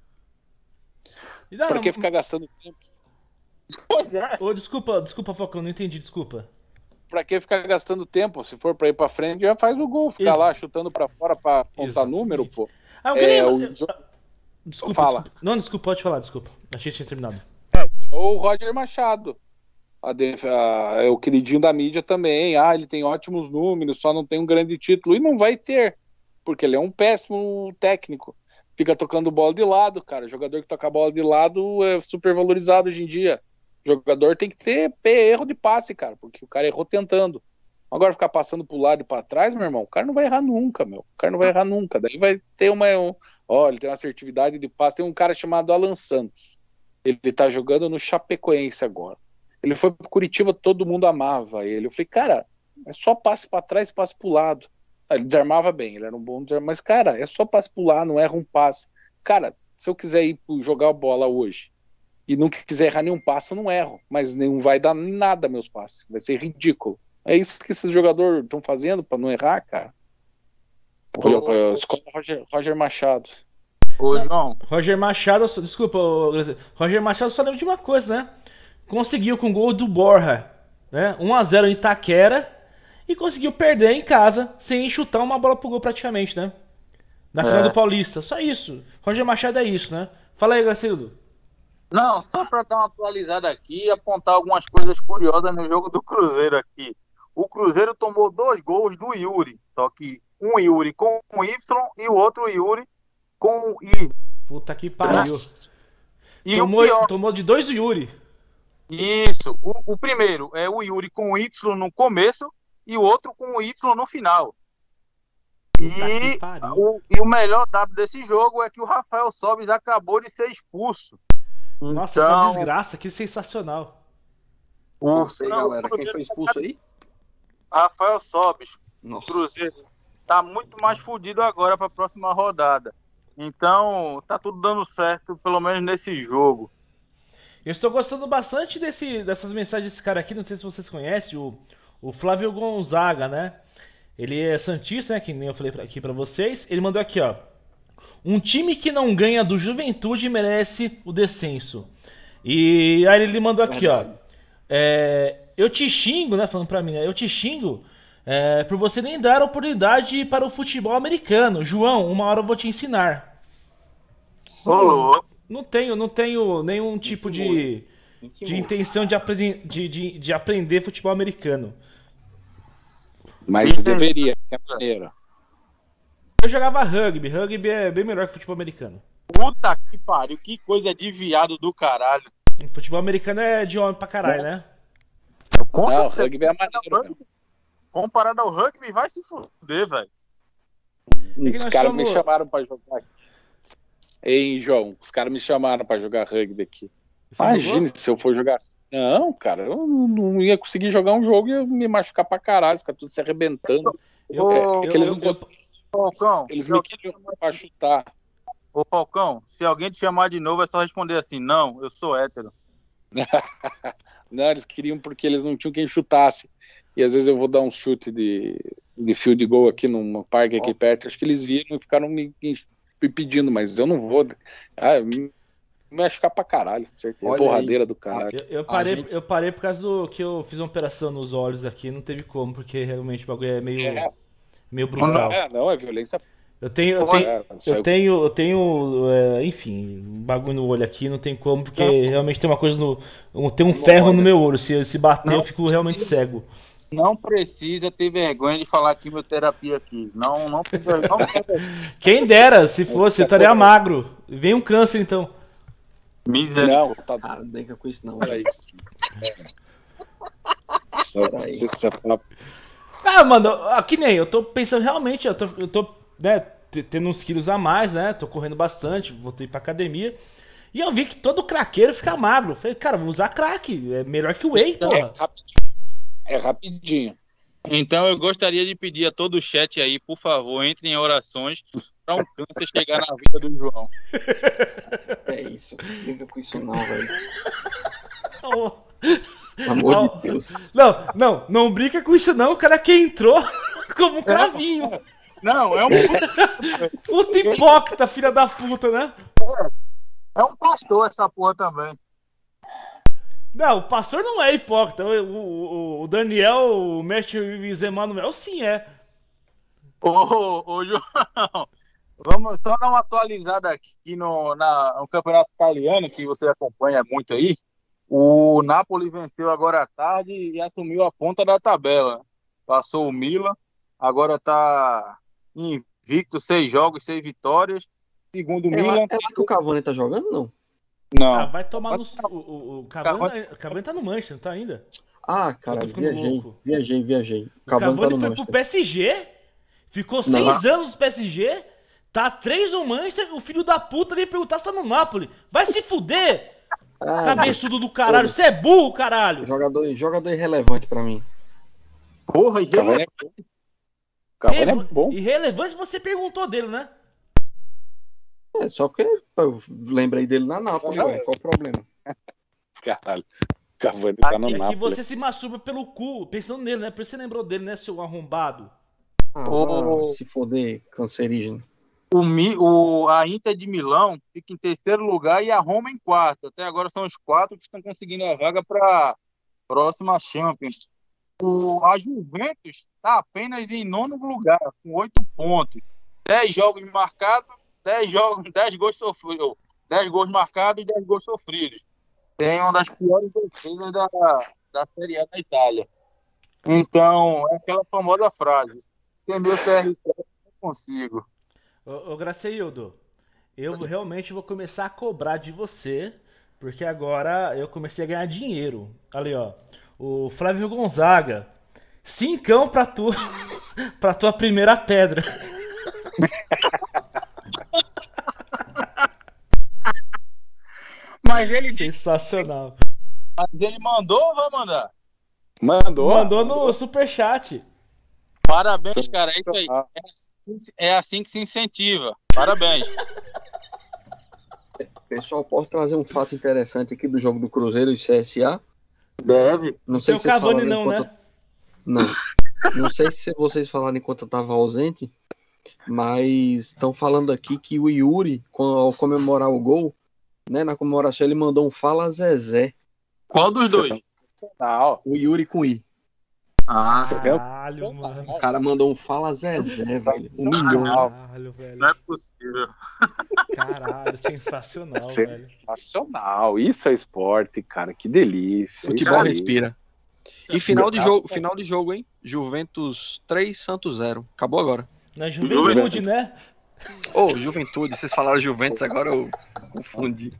E não, Pra que ficar gastando tempo? Pois é. Ô, desculpa, Falcão, não entendi, desculpa. Pra que ficar gastando tempo? Se for pra ir pra frente, já faz o gol. Ficar lá chutando pra fora pra contar Exatamente. número, pô. Alguém Desculpa, Desculpa. Não, desculpa, pode falar, desculpa. Achei que tinha terminado. Ou o Roger Machado. É o queridinho da mídia também. Ele tem ótimos números, só não tem um grande título. E não vai ter, porque ele é um péssimo técnico. Fica tocando bola de lado, cara. Jogador que toca bola de lado é super valorizado hoje em dia. Jogador tem que ter erro de passe, cara, porque o cara errou tentando. Agora ficar passando pro lado e pra trás, meu irmão, o cara não vai errar nunca, meu. O cara não vai errar nunca. Daí vai ter ele tem uma assertividade de passe. Tem um cara chamado Alan Santos. Ele tá jogando no Chapecoense agora. Ele foi pro Curitiba, todo mundo amava ele. Eu falei, cara, é só passe pra trás, passe pro lado. Ele desarmava bem, ele era um bom desarmador. Mas, cara, é só passe pro lado, não erra um passe. Cara, se eu quiser ir jogar a bola hoje e não quiser errar nenhum passe, eu não erro. Mas não vai dar nada meus passes. Vai ser ridículo. É isso que esses jogadores estão fazendo pra não errar, cara. Escola Roger Machado. Ô, João. Roger Machado, desculpa, Roger Machado só lembra de uma coisa, né? Conseguiu com o gol do Borja, né? 1-0 em Itaquera e conseguiu perder em casa sem chutar uma bola pro gol praticamente, né? Na final do Paulista. Só isso. Roger Machado é isso, né? Fala aí, Gracildo. Não, só pra dar uma atualizada aqui e apontar algumas coisas curiosas no jogo do Cruzeiro aqui. O Cruzeiro tomou 2 gols do Yuri, só que um Yuri com Y e o outro Yuri com I. Puta que pariu. E o pior, tomou de 2 o Yuri. Isso. O primeiro é o Yuri com Y no começo e o outro com o Y no final. E o melhor dado desse jogo é que o Rafael Sobis acabou de ser expulso. Nossa, essa desgraça, que sensacional. Não sei, galera. Quem foi expulso aí? Rafael Sobis. Nossa. Cruzeiro tá muito mais fudido agora para a próxima rodada. Então, tá tudo dando certo, pelo menos nesse jogo. Eu estou gostando bastante dessas mensagens desse cara aqui, não sei se vocês conhecem, o Flávio Gonzaga, né? Ele é santista, né? Que nem eu falei aqui pra vocês. Ele mandou aqui, ó. Um time que não ganha do Juventude merece o descenso. E aí ele mandou aqui, ó. Eu te xingo, né? Falando pra mim, né? Eu te xingo por você nem dar oportunidade para o futebol americano. João, uma hora eu vou te ensinar. Não tenho nenhum tipo de intenção de aprender futebol americano. Mas deveria, que é maneiro. Eu jogava rugby. Rugby é bem melhor que futebol americano. Puta que pariu, que coisa de viado do caralho. Futebol americano é de homem pra caralho, né? Não, o rugby é maneiro. Comparado ao rugby, vai se fuder, velho. Os caras me chamaram pra jogar aqui. Ei, João, os caras me chamaram pra jogar rugby aqui. Imagina se eu for jogar. Não, cara, eu não ia conseguir jogar um jogo e ia me machucar pra caralho, ficar tudo se arrebentando. Falcão, eles me queriam pra chutar. Ô Falcão, se alguém te chamar de novo é só responder assim, não, eu sou hétero. Não, eles queriam porque eles não tinham quem chutasse. E às vezes eu vou dar um chute de field goal aqui num parque aqui perto. Acho que eles viram e ficaram me pedindo, mas eu não vou. Me machucar pra caralho, certeza. Porradeira do caralho. Eu parei por causa do que eu fiz uma operação nos olhos aqui, não teve como, porque realmente o bagulho é meio brutal. Não, é violência. Eu tenho, enfim, um bagulho no olho aqui, não tem como, porque realmente tem uma coisa tem um ferro no meu olho. Se bater, eu fico realmente cego. Não precisa ter vergonha de falar quimioterapia aqui. Não precisa. Quem dera, se fosse, estaria magro. Vem um câncer, então. Miséria. Não, tá Cara, não brinca com isso não, Peraí. velho. Ah, mano, que nem, eu tô pensando realmente, eu tô né, tendo uns quilos a mais, né? Tô correndo bastante, voltei pra academia. E eu vi que todo craqueiro fica magro. Falei, cara, vou usar crack, é melhor que o whey, porra. É rapidinho. Então eu gostaria de pedir a todo o chat aí, por favor, entre em orações para um câncer chegar na vida do João. É isso. Não brinca com isso não, velho. Oh. Pelo amor de Deus. Não brinca com isso não, o cara que entrou como um cravinho. Não, é um Puta hipócrita, filha da puta, né? pastor essa porra também. Não, o pastor não é hipócrita. O Daniel, o mestre Zé Manuel, sim é. Ô, João, vamos só dar uma atualizada aqui no campeonato italiano, que você acompanha muito aí. O Napoli venceu agora à tarde e assumiu a ponta da tabela. Passou o Milan, agora está invicto, 6 jogos, 6 vitórias. Segundo o Milan... É lá que o Cavani tá jogando, não? Não. Ah, vai tomar no... O Cavani tá no Manchester, não tá ainda? Ah, cara, Eu tô ficando louco. viajei. O Cavani tá no foi Manchester. pro PSG, ficou 6 anos no PSG, tá 3 no Manchester, o filho da puta veio perguntar se tá no Napoli. Vai se fuder, cabeçudo do caralho, você é burro, caralho. Jogador irrelevante pra mim. Porra, Cavani é bom. Irrelevante se você perguntou dele, né? É, só porque eu lembrei dele na Nápoles, velho. Qual o problema? Caralho. Cavani tá no É que Napoli. você se masturba pelo cu, pensando nele, né? Por isso você lembrou dele, né, seu arrombado? Se foder, cancerígeno. A Inter de Milão fica em terceiro lugar e a Roma em quarto. Até agora são os 4 que estão conseguindo a vaga para a próxima Champions. A Juventus está apenas em 9º lugar, com 8 pontos. 10 jogos marcados, 10 gols sofridos. 10 gols marcados e 10 gols sofridos. Tem uma das piores defesas da Série A da Itália. Então, é aquela famosa frase: sem meu CR7 eu não consigo. Ô Graceildo, eu realmente vou começar a cobrar de você, porque agora eu comecei a ganhar dinheiro. Ali, ó. O Flávio Gonzaga, 5 pra tu, pra tua primeira pedra. Mas ele Sensacional. mandou ou vai mandar? Mandou no superchat. Parabéns, cara. É isso aí. É assim que se incentiva. Parabéns. Pessoal, posso trazer um fato interessante aqui do jogo do Cruzeiro e CSA? Deve. Não sei se vocês Cavani falaram não, enquanto... né? Não. Não sei se vocês falaram enquanto eu tava ausente, mas estão falando aqui que o Yuri, ao comemorar o gol, né, na comemoração ele mandou um Fala Zezé. Qual dos dois? O Yuri com I. Caralho, mano. O cara mandou um Fala Zezé, velho. 1 milhão. Caralho, velho. Não é possível. Caralho, sensacional, velho. Sensacional. Isso é esporte, cara. Que delícia. Futebol Isso aí. respira. E final de jogo, hein? Juventus 3, Santos 0. Acabou agra. Na juventude, né? Ô, Juventude, vocês falaram Juventus, agora eu confundi.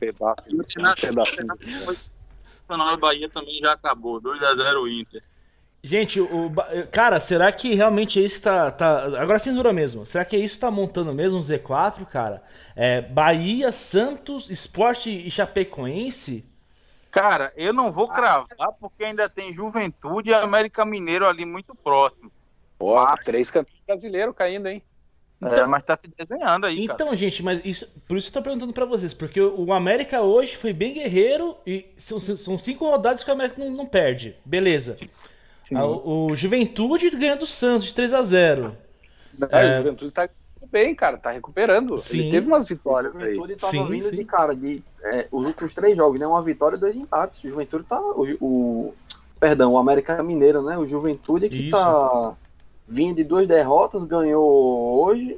Nacional e Bahia também já acabou. 2-0 Inter. Gente, cara, será que realmente esse tá... Agora censura mesmo. Será que isso tá montando mesmo um Z4, cara? Bahia, Santos, Sport e Chapecoense? Cara, eu não vou cravar porque ainda tem Juventude e América Mineiro ali muito próximo. Pô, 3 campeões brasileiros caindo, hein? Então, mas tá se desenhando aí, cara. Então, gente, mas por isso que eu tô perguntando pra vocês, porque o América hoje foi bem guerreiro e são 5 rodadas que o América não perde. Beleza. O Juventude ganha do Santos de 3-0. O Juventude tá bem, cara, tá recuperando. Sim. Ele teve umas vitórias aí. O Juventude tava vindo de cara de os últimos 3 jogos, né? Uma vitória e 2 empates. O Juventude tá. Perdão, o América Mineiro, né? O Juventude que tá vindo de 2 derrotas, ganhou hoje.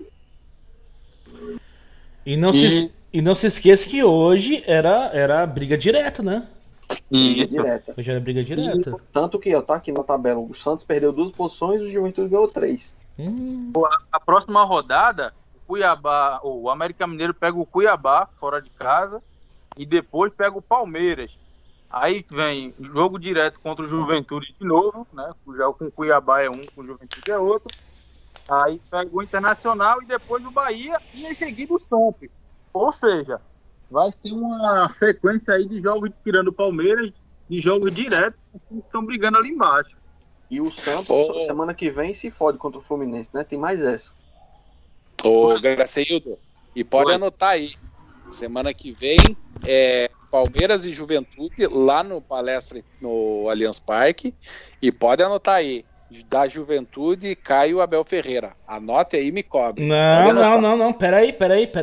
E não se esqueça que hoje era briga direta, né? Briga Isso. direta. Já é briga direta. Tanto que, ó, tá aqui na tabela, o Santos perdeu 2 posições e o Juventude ganhou 3. A próxima rodada, o Cuiabá, o América Mineiro pega o Cuiabá fora de casa e depois pega o Palmeiras. Aí vem jogo direto contra o Juventude de novo, né? Já com o Cuiabá é um, com o Juventude é outro. Aí pega o Internacional e depois o Bahia e em seguida o Santos. Ou seja, vai ser uma sequência aí de jogos tirando o Palmeiras, de jogos diretos que estão brigando ali embaixo. E o Santos, semana que vem, se fode contra o Fluminense, né? Tem mais essa. Ô, Graceildo, e pode Oi. anotar aí. Semana que vem é Palmeiras e Juventude lá no Palestra no Allianz Parque. E pode anotar aí. Da Juventude cai o Abel Ferreira. Anote aí e me cobre. Não. Peraí.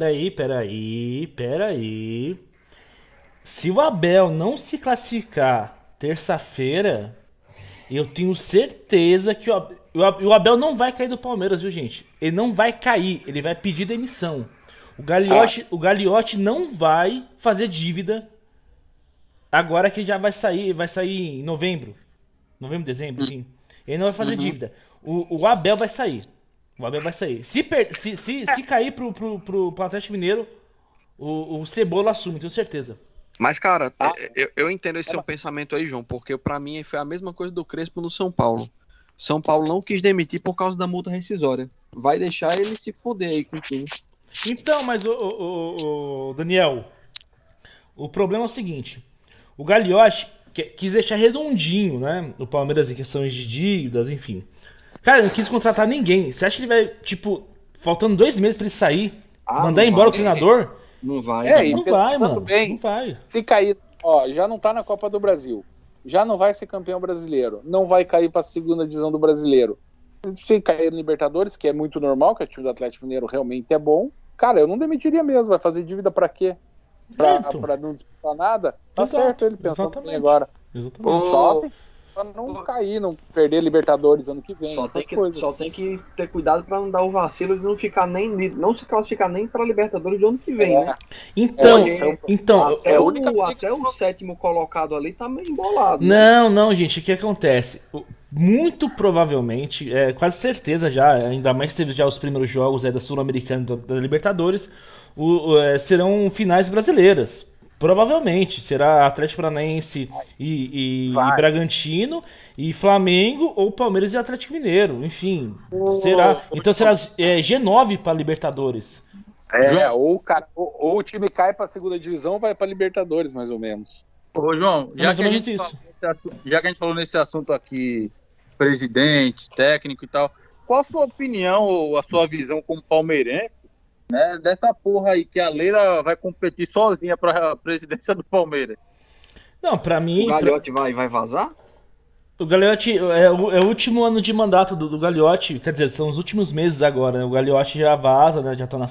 Se o Abel não se classificar terça-feira, eu tenho certeza que o Abel não vai cair do Palmeiras, viu, gente? Ele não vai cair, ele vai pedir demissão. O Gagliotti não vai fazer dívida agora que já vai sair em novembro, dezembro, enfim. Ele não vai fazer dívida. O Abel vai sair. Se cair pro Atlético Mineiro, o Cebola assume, tenho certeza. Mas, cara, eu entendo esse seu pensamento aí, João, porque pra mim foi a mesma coisa do Crespo no São Paulo. São Paulo não quis demitir por causa da multa rescisória. Vai deixar ele se fuder aí com o time. Então, mas, o Daniel, o problema é o seguinte. O Gagliotti quis deixar redondinho, né? O Palmeiras em questões de dívidas, enfim. Cara, não quis contratar ninguém. Você acha que ele vai, tipo, faltando 2 meses pra ele sair, mandar embora o treinador? Não vai. Não vai, mano. Bem, não vai. Se cair, ó, já não tá na Copa do Brasil. Já não vai ser campeão brasileiro. Não vai cair pra segunda divisão do brasileiro. Se cair no Libertadores, que é muito normal, que o time do Atlético Mineiro realmente é bom, cara, eu não demitiria mesmo. Vai fazer dívida pra quê? Pra não disputar nada? Tá Exato, certo ele pensando exatamente. bem agora. Exatamente. Só pra não cair, não perder Libertadores ano que vem. Só tem que ter cuidado pra não dar o vacilo de não se classificar nem pra Libertadores do ano que vem, né? Então, Até o 7º colocado ali tá meio embolado. Não, gente, o que acontece? Muito provavelmente, quase certeza já, ainda mais teve já os primeiros jogos da Sul-Americana e da Libertadores, serão finais brasileiras. Provavelmente será Atlético Paranaense e Bragantino, e Flamengo, ou Palmeiras e Atlético Mineiro, enfim. Será. Então será G9 para Libertadores. Ou o time cai pra segunda divisão, vai pra Libertadores, mais ou menos. Ô, João, Mais ou menos isso. já que a gente falou nesse assunto aqui, presidente, técnico e tal, qual a sua opinião ou a sua visão como palmeirense, né, dessa porra aí que a Leila vai competir sozinha pra presidência do Palmeiras? Não, pra mim... O Gagliotti vai vazar? O Gagliotti é o último ano de mandato do Gagliotti, quer dizer, são os últimos meses agora, né? O Gagliotti já vaza, né? Já tá na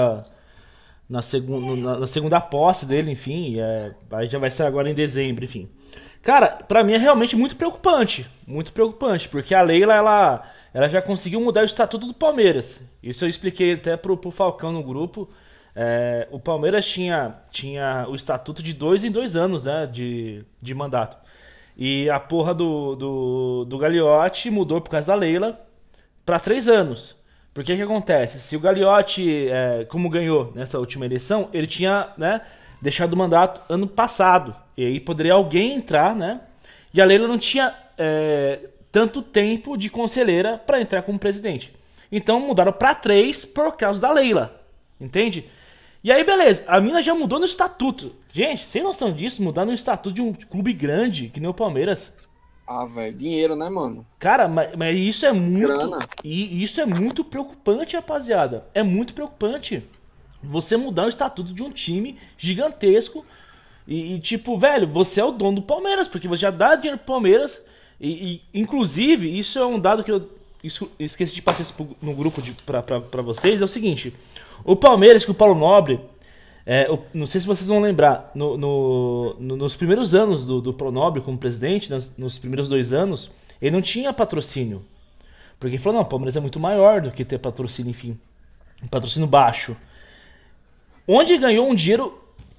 segunda posse dele, enfim, aí já vai ser agora em dezembro, enfim. Cara, pra mim é realmente muito preocupante, porque a Leila, ela já conseguiu mudar o estatuto do Palmeiras. Isso eu expliquei até pro Falcão no grupo. O Palmeiras tinha o estatuto de 2 em 2 anos, né, de mandato. E a porra do Gagliotti mudou por causa da Leila pra 3 anos. Porque que acontece? Se o Gagliotti, como ganhou nessa última eleição, ele tinha, né, deixado o mandato ano passado. E aí poderia alguém entrar, né? E a Leila não tinha tanto tempo de conselheira para entrar como presidente. Então mudaram para 3 por causa da Leila. Entende? E aí, beleza. A mina já mudou no estatuto. Gente, sem noção disso, mudar no estatuto de um clube grande, que nem o Palmeiras. Ah, velho, dinheiro, né, mano? Cara, mas isso é muito... Grana. E isso é muito preocupante, rapaziada. É muito preocupante. Você mudar o estatuto de um time gigantesco e tipo, velho, você é o dono do Palmeiras, porque você já dá dinheiro pro Palmeiras inclusive, isso é um dado que eu esqueci de passar isso no grupo pra vocês, é o seguinte, o Palmeiras, que o Paulo Nobre, não sei se vocês vão lembrar, nos primeiros anos do Paulo Nobre como presidente, nos primeiros 2 anos, ele não tinha patrocínio, porque ele falou, não, o Palmeiras é muito maior do que ter patrocínio, enfim, um patrocínio baixo. Onde ganhou um dinheiro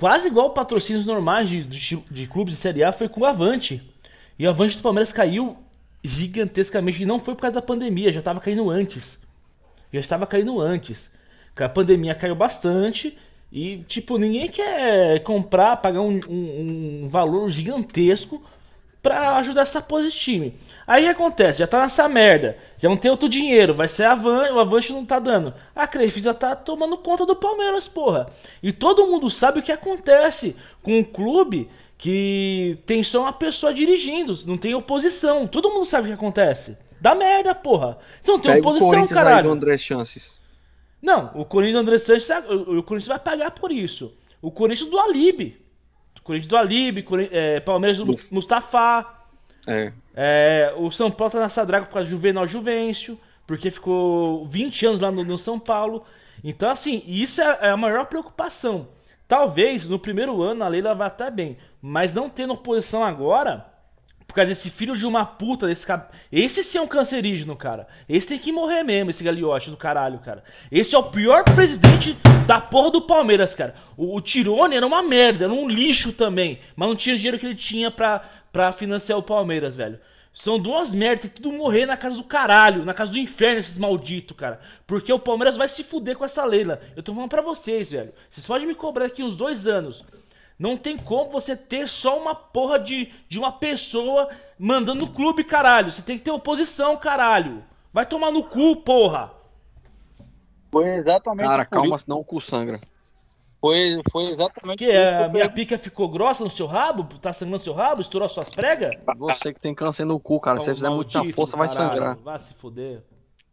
quase igual patrocínios normais de clubes de Série A foi com o Avante. E o Avante do Palmeiras caiu gigantescamente. E não foi por causa da pandemia, já estava caindo antes. Já estava caindo antes. A pandemia caiu bastante e, tipo, ninguém quer comprar, pagar um valor gigantesco pra ajudar essa porra desse time. Aí o que acontece? Já tá nessa merda. Já não tem outro dinheiro. Vai ser o Avante não tá dando. A Crefisa tá tomando conta do Palmeiras, porra. E todo mundo sabe o que acontece com um clube que tem só uma pessoa dirigindo. Não tem oposição. Todo mundo sabe o que acontece. Dá merda, porra. Você não tem oposição, caralho. Aí do André Chances. Não, o Corinthians do André Sanches, o Corinthians vai pagar por isso. O Corinthians do Alib. Palmeiras do Mustafa. O São Paulo tá nessa draga por causa do Juvenal Juvencio, porque ficou 20 anos lá no São Paulo. Então, assim, isso é a maior preocupação. Talvez no primeiro ano a Leila vá até bem, mas não tendo oposição agora, por causa desse filho de uma puta, esse sim é um cancerígeno, cara. Esse tem que morrer mesmo, esse galiote do caralho, cara. Esse é o pior presidente da porra do Palmeiras, cara. O Tirone era uma merda, era um lixo também, mas não tinha o dinheiro que ele tinha pra financiar o Palmeiras, velho. São duas merdas, tem que tudo morrer na casa do caralho, na casa do inferno, esses malditos, cara. Porque o Palmeiras vai se fuder com essa Leila. Eu tô falando pra vocês, velho. Vocês podem me cobrar daqui uns 2 anos. Não tem como você ter só uma porra de uma pessoa mandando no clube, caralho. Você tem que ter oposição, caralho. Vai tomar no cu, porra. Foi exatamente. Cara, calma, senão o cu sangra. Foi exatamente. Que a minha pica ficou grossa no seu rabo? Tá sangrando no seu rabo? Estourou suas pregas? Você que tem câncer no cu, cara. Se você fizer muita força, vai sangrar. Vai se fuder.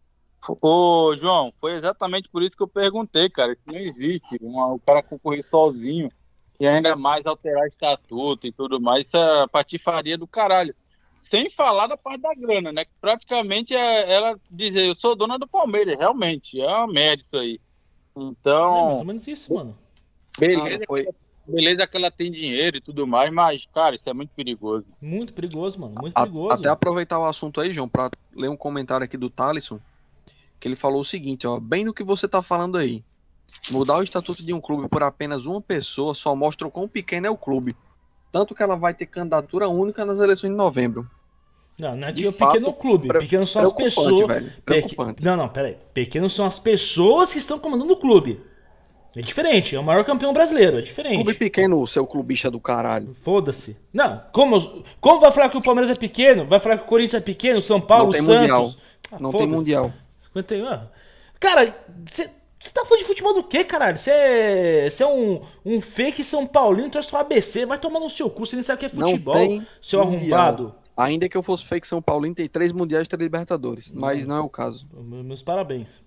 Ô, João, foi exatamente por isso que eu perguntei, cara. Que não existe o cara concorrer sozinho. E ainda mais alterar estatuto e tudo mais, essa patifaria do caralho. Sem falar da parte da grana, né? Que praticamente ela dizer, eu sou dona do Palmeiras, realmente. É uma merda isso aí. Então. É mais ou menos isso, mano. Beleza, beleza que ela tem dinheiro e tudo mais, mas, cara, isso é muito perigoso. Muito perigoso, mano. Muito perigoso. Até aproveitar o assunto aí, João, pra ler um comentário aqui do Thalisson, que ele falou o seguinte, ó, bem no que você tá falando aí. Mudar o estatuto de um clube por apenas uma pessoa só mostra o quão pequeno é o clube. Tanto que ela vai ter candidatura única nas eleições de novembro. Não é que o pequeno clube. Pequeno são as pessoas. Velho, preocupante. Não, pera aí. Pequeno são as pessoas que estão comandando o clube. É diferente, é o maior campeão brasileiro, é diferente. Clube pequeno, seu clubista do caralho. Foda-se. Não, como vai falar que o Palmeiras é pequeno? Vai falar que o Corinthians é pequeno, o São Paulo, o Santos? Mundial. Não tem mundial. 51. Cara, você tá falando de futebol do quê, caralho? Você é um fake São Paulino, torce pro ABC, vai tomar no seu cu, você nem sabe o que é futebol, não tem seu mundial. Arrombado. Ainda que eu fosse fake São Paulino, tem 3 mundiais e 3 Libertadores, mas não é o caso. Meus parabéns.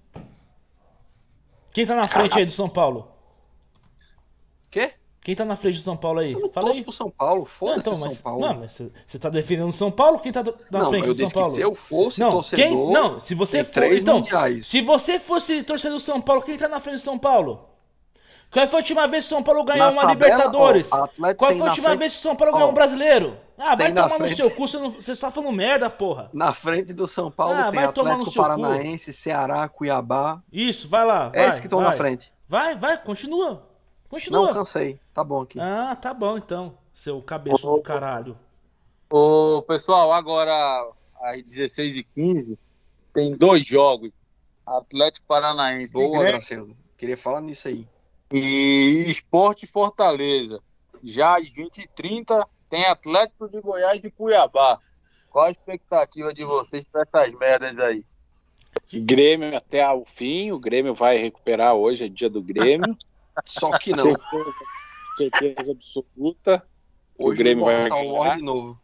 Quem tá na frente aí do São Paulo? Quê? Quem tá na frente do São Paulo aí? Eu não Fala aí. pro São Paulo, foda-se então, São Paulo. Não, mas você tá defendendo o São Paulo? Quem tá na frente do São Paulo? Que se eu fosse torcedor... Não, se você for... Então, se você fosse torcedor do São Paulo, quem tá na frente do São Paulo? Qual foi a última vez que o São Paulo ganhou uma Libertadores? Qual foi a última vez que o São Paulo ganhou um brasileiro? Ah, vai tomar no seu cu, você só tá falando merda, porra. Na frente do São Paulo tem Atlético Paranaense, Ceará, Cuiabá. Isso, vai lá. É esses que estão na frente. Vai, continua. Não, cansei. Tá bom aqui. Ah, tá bom então, seu cabeça do caralho. Ô, pessoal, agora às 16h15 tem 2 jogos. Atlético Paranaense. Boa, Graciano. Queria falar nisso aí. E Sport Fortaleza. Já às 20h30 tem Atlético de Goiás e Cuiabá. Qual a expectativa de vocês para essas merdas aí? Grêmio até o fim. O Grêmio vai recuperar hoje, é dia do Grêmio. Só que não. Certeza absoluta. Hoje o Grêmio vai ganhar de novo.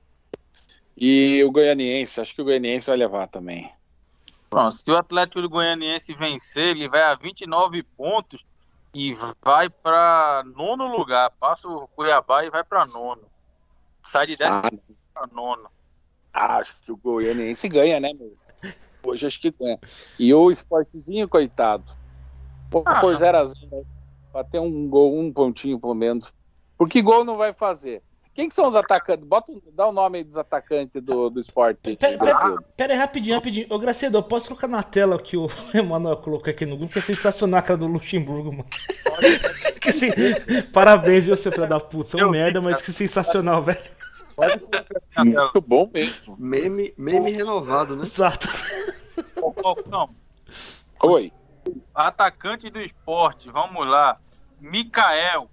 E o Goianiense, acho que o Goianiense vai levar também. Bom, se o Atlético do Goianiense vencer, ele vai a 29 pontos e vai para 9º lugar. Passa o Cuiabá e vai para 9º. Sai de 10 para 9º. Acho que o Goianiense ganha, né, meu? Hoje acho que ganha. E o Sportzinho, coitado. Por 0-0, pra ter um gol, um pontinho pelo menos. Porque gol não vai fazer. Quem que são os atacantes? Dá o nome aí dos atacantes do esporte. Pera aí, rapidinho. Ô, Gracedo, eu posso colocar na tela o que o Emanuel colocou aqui no grupo, que é sensacional a cara do Luxemburgo, mano. Que, assim, parabéns, viu, seu filho da puta. São merda, mas que sensacional, velho. Muito bom mesmo. Meme renovado, né? Exato. Não. Oi. Atacante do esporte, vamos lá. Mikael.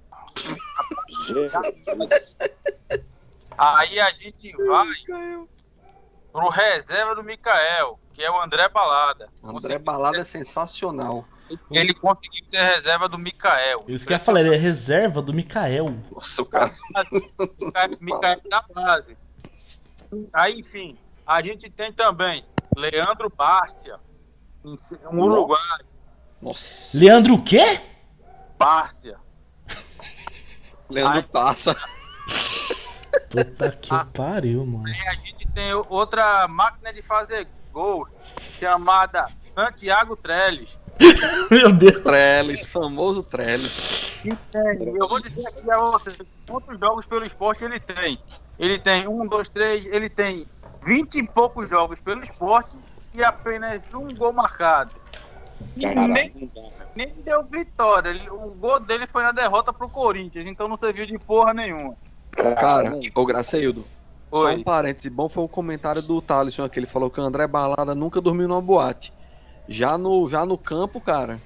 Aí a gente vai pro reserva do Mikael, que é o André Balada. André Balada é sensacional. Ele conseguiu ser reserva do Mikael. Isso que eu ia falar, ele é reserva do Mikael. Nossa, o cara. Mikael da base. Aí, enfim, a gente tem também Leandro Bárcia, um uruguaio. Nossa. Leandro o quê? Bárcia. Leandro passa. Puta que pariu, mano. Aí a gente tem outra máquina de fazer gol, chamada Santiago Trellis. Meu Deus. Trellis, famoso Trellis. Eu vou dizer aqui a outra. Quantos jogos pelo esporte ele tem? Ele tem 1, 2, 3, ele tem 20 e poucos jogos pelo esporte e apenas um gol marcado. E nem deu vitória. O gol dele foi na derrota pro Corinthians, então não serviu de porra nenhuma. Cara, ô Graceildo, só Oi. um parêntese bom foi o comentário do Thaleson aqui. Ele falou que o André Balada nunca dormiu numa boate. Já no campo, cara.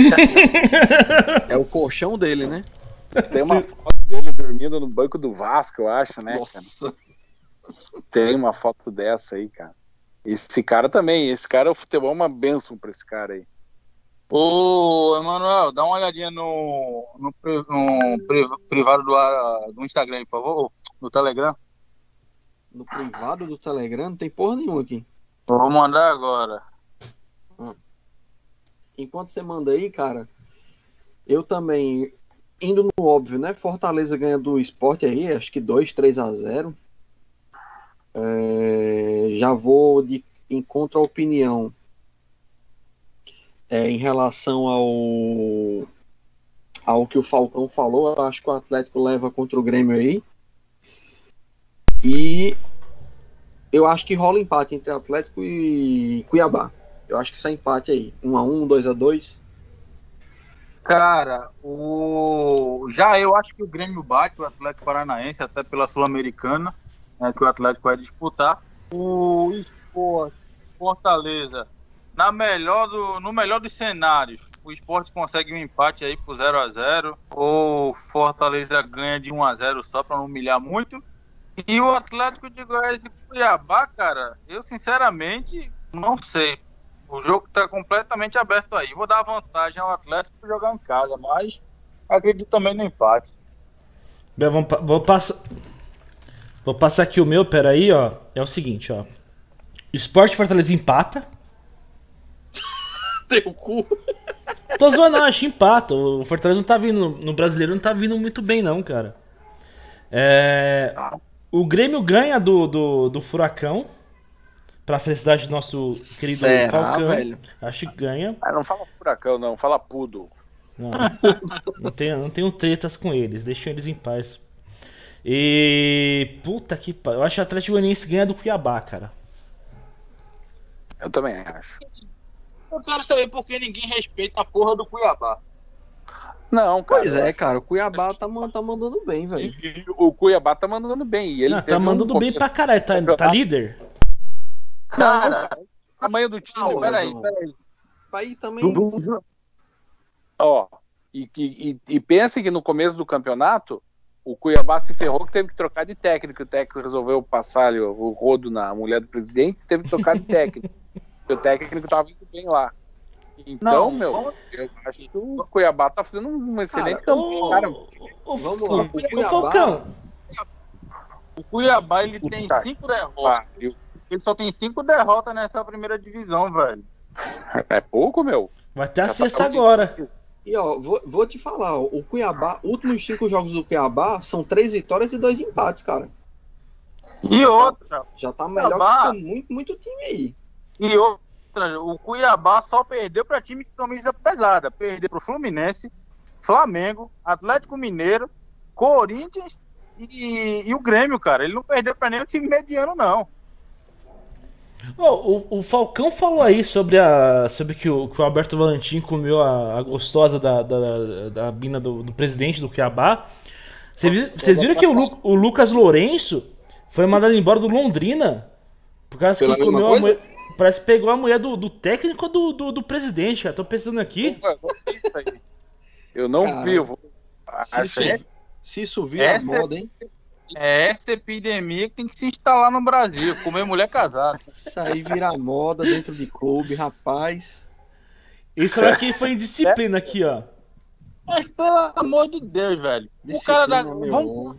É o colchão dele, né? Tem uma foto dele dormindo no banco do Vasco, eu acho, né? Nossa. Cara? Tem uma foto dessa aí, cara. Esse cara, o futebol é uma bênção pra esse cara aí. Ô, Emanuel, dá uma olhadinha no privado do Instagram, por favor, no Telegram. No privado do Telegram não tem porra nenhuma aqui. Vou mandar agora. Enquanto você manda aí, cara, eu também, indo no óbvio, né? Fortaleza ganha do Sport aí, acho que 2-3-0. Já vou de encontro à opinião em relação ao que o Falcão falou. Eu acho que o Atlético leva contra o Grêmio aí. E eu acho que rola empate entre Atlético e Cuiabá. Eu acho que sai empate aí. 1-1, 2-2. Cara, já eu acho que o Grêmio bate o Atlético Paranaense, até pela Sul-Americana, né, que o Atlético vai disputar. O Sport, Fortaleza, no melhor dos cenários, o Sport consegue um empate aí por 0-0, ou Fortaleza ganha de 1-0 só para não humilhar muito. E o Atlético de Goiás de Cuiabá, cara, eu sinceramente não sei. O jogo tá completamente aberto aí. Vou dar vantagem ao Atlético por jogar em casa, mas acredito também no empate. Bem, vou passar aqui o meu, peraí, ó. É o seguinte, ó. Sport Fortaleza empata. Teu cu. Tô zoando, não, acho que empata. O Fortaleza não tá vindo, no Brasileiro não tá vindo muito bem, não, cara. O Grêmio ganha do Furacão. Pra felicidade do nosso querido Falcão. Velho? Acho que ganha. Não fala Furacão, não. Fala Pudo. Não tenho tretas com eles. Deixam eles em paz. E... Puta que pariu. Eu acho que o Atlético Goianiense ganha do Cuiabá, cara. Eu também acho. Eu quero saber por que ninguém respeita a porra do Cuiabá. Não, cara. Pois é, cara. O Cuiabá tá mandando bem, velho. O Cuiabá tá mandando bem. E ele tá mandando bem pra caralho. Tá líder? Cara, o tamanho do time. Peraí. Aí também. Ó, e pense que no começo do campeonato, o Cuiabá se ferrou que teve que trocar de técnico. O técnico resolveu passar o rodo na mulher do presidente, teve que trocar de técnico. O técnico tava indo bem lá. Então, eu acho que o Cuiabá tá fazendo um excelente campeonato. Cara, vamos lá. O Falcão. O Cuiabá, ele tem 5 derrotas. Ele só tem 5 derrotas nessa primeira divisão, velho. É pouco, meu. Vai ter a sexta agora. E ó, vou te falar, ó, o Cuiabá, últimos 5 jogos do Cuiabá são 3 vitórias e 2 empates, cara. E outra. Já tá melhor Cuiabá, que muito time aí. E outra, o Cuiabá só perdeu pra time de camisa pesada. Perdeu pro Fluminense, Flamengo, Atlético Mineiro, Corinthians e o Grêmio, cara. Ele não perdeu pra nenhum time mediano, não. O Falcão falou aí sobre que o Alberto Valentim comeu a gostosa da mina do presidente do Cuiabá. Vocês viram que o Lucas Lourenço foi mandado embora do Londrina por causa que comeu a mulher, parece que pegou a mulher do técnico do presidente, cara. Tô pensando aqui. Eu não vi, eu vou... Se isso vira moda, hein? É essa epidemia que tem que se instalar no Brasil, comer mulher casada. Isso aí vira moda dentro de clube, rapaz. Isso aqui foi indisciplina aqui, ó. Mas pelo amor de Deus, velho. O cara da... Vamos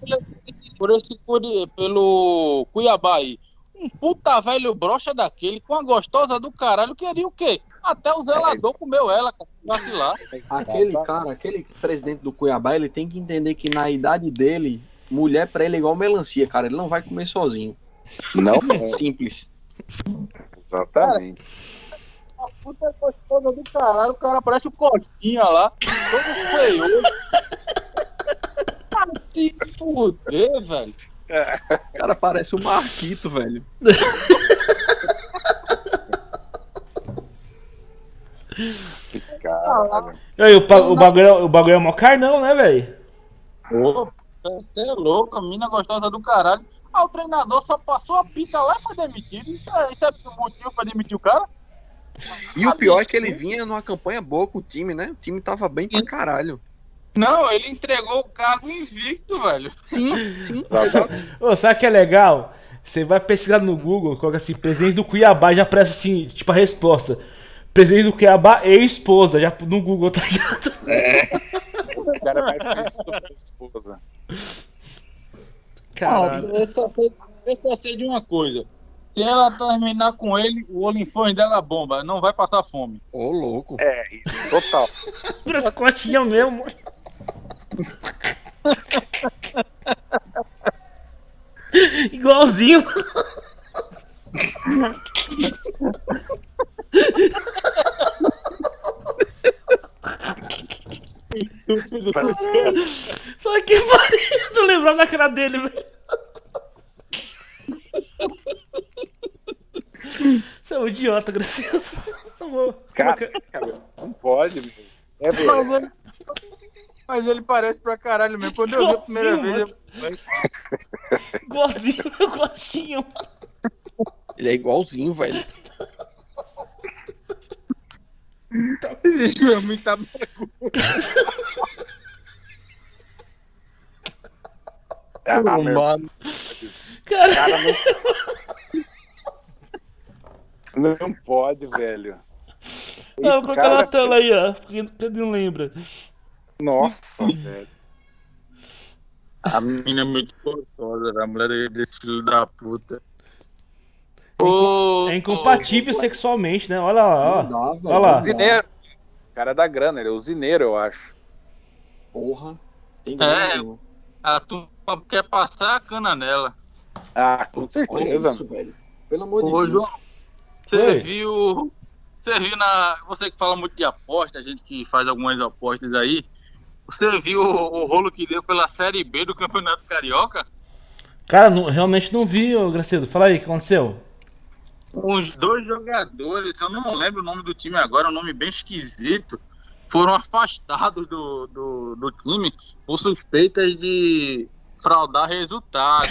pelo Cuiabá aí. Um puta velho brocha daquele com a gostosa do caralho queria o quê? Até o zelador comeu ela, cara. Vacilar. Aquele presidente do Cuiabá, ele tem que entender que na idade dele, mulher pra ele é igual melancia, cara. Ele não vai comer sozinho. Não É simples. Exatamente. A puta gostosa do caralho, o cara parece o Costinha lá. Todo feioso. Se fuder, velho. O cara parece o Marquito, velho. Caralho. Aí, o bagulho é mó carnão, né, velho? Você é louco, a mina gostosa do caralho. O treinador só passou a pica lá e foi demitido. Isso é o motivo pra demitir o cara? E o pior é que ele vinha numa campanha boa com o time, né? O time tava bem pra caralho. Não, ele entregou o cargo invicto, velho. Sim. Ô, sabe o que é legal? Você vai pesquisar no Google, coloca assim, presidente do Cuiabá, já aparece assim, tipo a resposta. Presidente do Cuiabá e esposa, já no Google, tá ligado? O cara mais conhecido pela esposa. Caralho. Eu só sei de uma coisa. Se ela terminar com ele, o OnlyFans dela bomba. Não vai passar fome. Ô, louco. Total. Parece cotinha mesmo. Igualzinho. Só que pariu, não lembrava da cara dele, velho. Você é um idiota, gracioso. Cara, não pode, meu. Mas ele parece pra caralho mesmo. Quando eu vi a primeira vez... Igualzinho, meu coxinho. Ele é igualzinho, velho. Existe mesmo muita... Mano. Cara, Não pode, velho. vou colocar na tela aí, ó. Quem não lembra. Nossa, velho. A mina é muito gostosa, a mulher desse filho da puta. É incompatível sexualmente, né? Olha lá, ó. Não dá, velho. Olha lá. Usineiro. O cara da grana, ele é usineiro, eu acho. Porra. Tem grana. A turma quer passar a cana nela. Ah, com Olha certeza. isso, velho. Pelo amor de Ô, Deus. João, Oi. Você viu você que fala muito de aposta, a gente que faz algumas apostas aí. Você viu o rolo que deu pela Série B do Campeonato Carioca? Cara, realmente não vi, ô Gracedo. Fala aí, o que aconteceu? Os dois jogadores, eu não lembro o nome do time agora, um nome bem esquisito, foram afastados do time por suspeitas de fraudar resultado.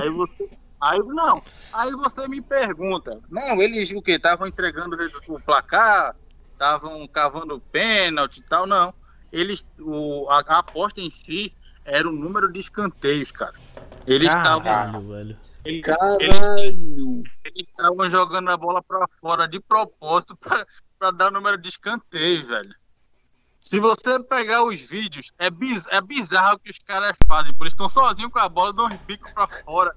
Aí você me pergunta, não, eles o quê? Estavam entregando o placar, estavam cavando pênalti e tal, não. A aposta em si era o número de escanteios, cara. Eles estavam... velho. Caralho. Eles estavam jogando a bola pra fora de propósito pra dar número de escanteio, velho. Se você pegar os vídeos, é bizarro o que os caras fazem. Por isso estão sozinhos com a bola, dão uns bicos pra fora.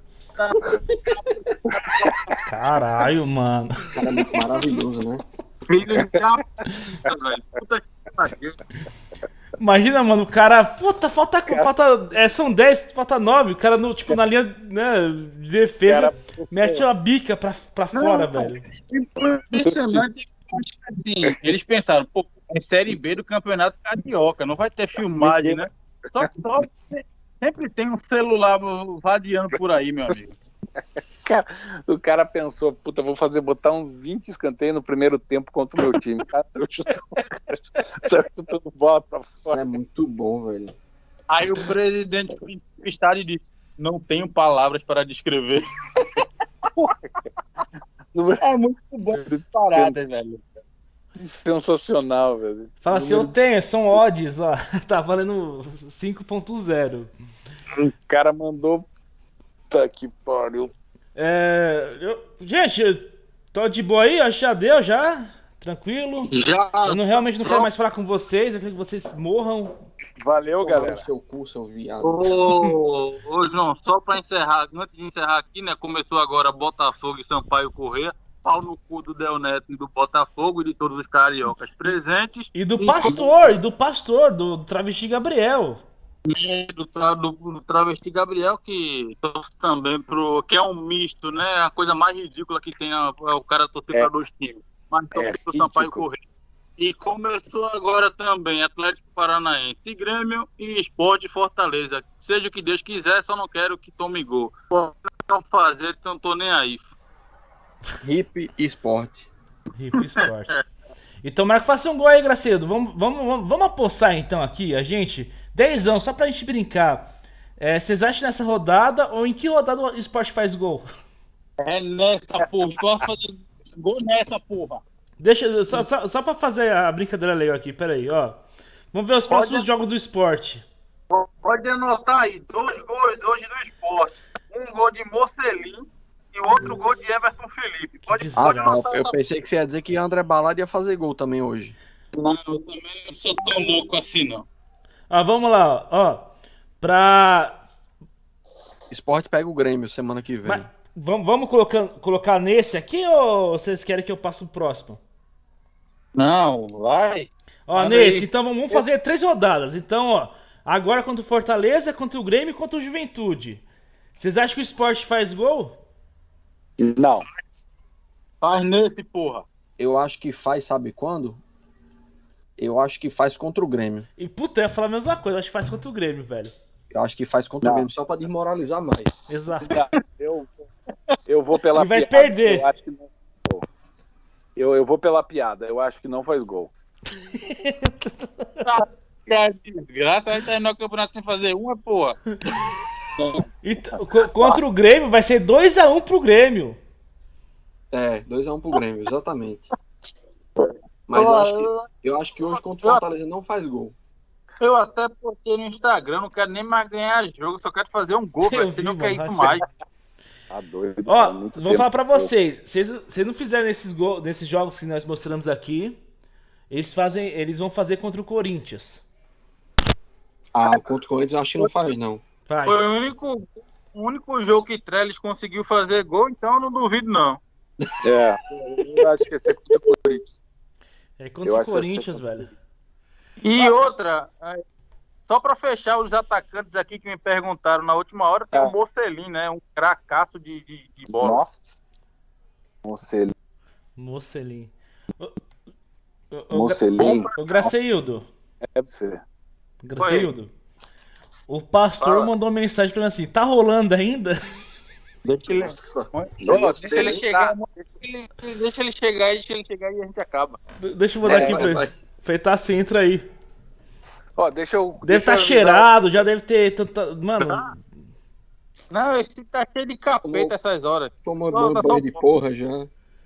Caralho, mano. Cara, é muito maravilhoso, né? Filho de velho. Puta que pariu. Imagina, mano, o cara. Puta, são 10, falta 9. O cara, na linha, né, de defesa, mete uma bica pra fora, velho. Impressionante. Assim, eles pensaram, é Série B do Campeonato Carioca, não vai ter filmagem, né? Só Sempre tem um celular vadiando por aí, meu amigo. O cara pensou, puta, vou botar uns 20 escanteios no primeiro tempo contra o meu time. Cara, eu chutando bola pra Isso fora. é muito bom, velho. Aí o presidente do estádio disse: não tenho palavras para descrever. É muito bom essa parada, velho. Sensacional, velho. Fala assim, eu tenho, são odds, ó. Tá valendo 5.0. O cara mandou. Puta que pariu. Gente, eu tô de boa aí, acho que já deu, já. Tranquilo. Já. Eu realmente não quero mais falar com vocês, eu quero que vocês morram. Valeu, galera. Seu cu, seu viado. Ô, João, só pra encerrar, antes de encerrar aqui, né? Começou agora Botafogo e Sampaio Corrêa. Pau no cu do Del Neto e do Botafogo e de todos os cariocas presentes. E do pastor, do travesti Gabriel. Do travesti Gabriel, que torce também que é um misto, né? A coisa mais ridícula que tem é o cara torcer para dois times. Mas torce pro Sampaio Corrêa. E começou agora também Atlético Paranaense, Grêmio e Sport Fortaleza. Seja o que Deus quiser, só não quero que tome gol. Pode não fazer, então não tô nem aí. Hip Esporte. Hip Sport. E tomara que faça um gol aí, Gracedo. Vamos apostar então aqui, a gente. 10 anos, só pra gente brincar. Vocês acham nessa rodada ou em que rodada o Sport faz gol? É nessa porra. Posso fazer gol nessa porra. Deixa, só pra fazer a brincadeira legal aqui, peraí, ó. Vamos ver os próximos jogos do Sport. Pode anotar aí, 2 gols hoje do Sport. Um gol de Mocelin e o outro gol de Everton Felipe. Pode Desgraça. Eu pensei que você ia dizer que André Balada ia fazer gol também hoje. Não, eu também não sou tão louco assim, não. Vamos lá, ó. Sport pega o Grêmio semana que vem. Mas, vamos colocar nesse aqui ou vocês querem que eu passe o próximo? Não, vai. Ó, Manda nesse, aí. então vamos fazer 3 rodadas. Então, ó, agora contra o Fortaleza, contra o Grêmio e contra o Juventude. Vocês acham que o Sport faz gol? Não. Faz nesse, porra. Eu acho que faz, sabe quando? Eu acho que faz contra o Grêmio. E puta, eu ia falar a mesma coisa, eu acho que faz contra o Grêmio, velho. Eu acho que faz contra o Grêmio só pra desmoralizar mais. Exato. Eu vou pela E vai piada. perder. Eu acho que não. Eu vou pela piada. Eu acho que não faz gol. Que desgraça, vai terminar o campeonato sem fazer uma, porra. Contra o Grêmio vai ser 2-1 pro Grêmio. 2-1 pro Grêmio, exatamente. Mas eu acho que hoje contra o Fortaleza não faz gol. Eu até postei no Instagram, não quero nem mais ganhar jogo, só quero fazer um gol, velho. Você não quer isso mais. Tá doido. Ó, vou falar pra vocês. Se não fizerem nesses jogos que nós mostramos aqui, eles vão fazer contra o Corinthians. Contra o Corinthians eu acho que não faz, não. Faz. Foi o único jogo que Trellis conseguiu fazer gol, então eu não duvido, não. Eu acho que esse é contra o Corinthians. É contra o Corinthians, velho. E outra, só pra fechar os atacantes aqui que me perguntaram na última hora, tem o Mocelin, né? Um cracaço de bola. Nossa. Mocelin. Mocelin. O Graceildo. Deve ser. Graceildo. O pastor mandou uma mensagem pra mim assim: tá rolando ainda? Deixa ele chegar e a gente acaba. Deixa eu mandar aqui pra ele. Falei, tá assim, entra aí. Ó, deve estar cheirado, já deve ter tanta. Mano. Não, esse tá cheio de capeta essas horas. Tomando banho de porra já.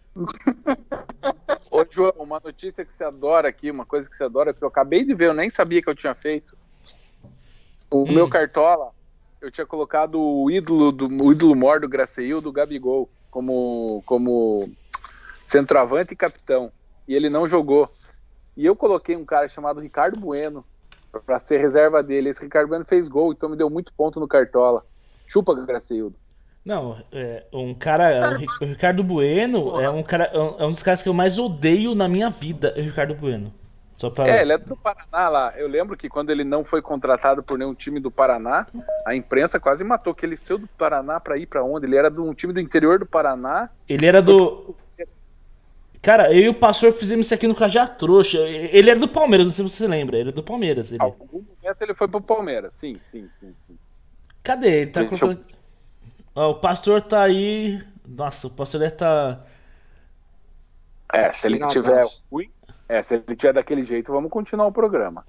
Ô, João, uma notícia que você adora aqui, uma coisa que você adora, que eu acabei de ver, eu nem sabia que eu tinha feito. O meu Cartola, eu tinha colocado o ídolo mor do Graceildo, do Gabigol, como centroavante e capitão. E ele não jogou. E eu coloquei um cara chamado Ricardo Bueno pra ser reserva dele. Esse Ricardo Bueno fez gol, então me deu muito ponto no Cartola. Chupa, Graceildo. Não, o Ricardo Bueno é um dos caras que eu mais odeio na minha vida, é o Ricardo Bueno. Só pra... ele é do Paraná lá. Eu lembro que quando ele não foi contratado por nenhum time do Paraná, a imprensa quase matou, que ele saiu do Paraná pra ir pra onde? Ele era de um time do interior do Paraná. Ele era do... Cara, eu e o pastor fizemos isso aqui no Cajá Trouxa. Ele era do Palmeiras, não sei se você lembra. Ele é do Palmeiras. Em algum momento ele foi pro Palmeiras, sim. Cadê? Ele tá Deixa eu- colocando. Ó, o pastor tá aí. Nossa, o pastor deve tá. Se ele Piradaço. tiver ruim, se ele tiver daquele jeito, vamos continuar o programa.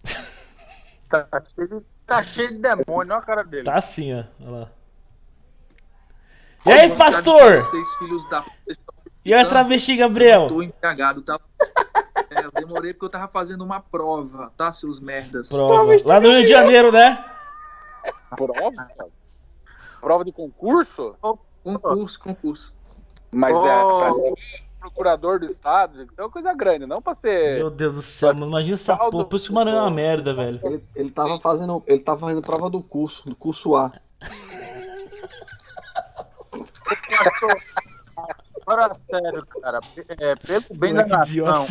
Tá cheio de demônio, olha a cara dele. Tá assim, ó. Olha lá. E aí, pastor? Vocês filhos da puta. E aí, travesti, Gabriel? Tô embriagado, tá? Eu demorei porque eu tava fazendo uma prova, tá, seus merdas? Prova. Lá no Rio de Janeiro, né? Prova? Prova de concurso? Concurso. Mas Oh. pra ser procurador do estado, isso é uma coisa grande, não pra ser. Meu Deus do céu, mano. Imagina essa porra. Por isso que o Maranhão é uma merda, velho. Ele tava fazendo prova do curso A. Agora, sério, cara. Pelo bem da Moleque idiota, nação, esse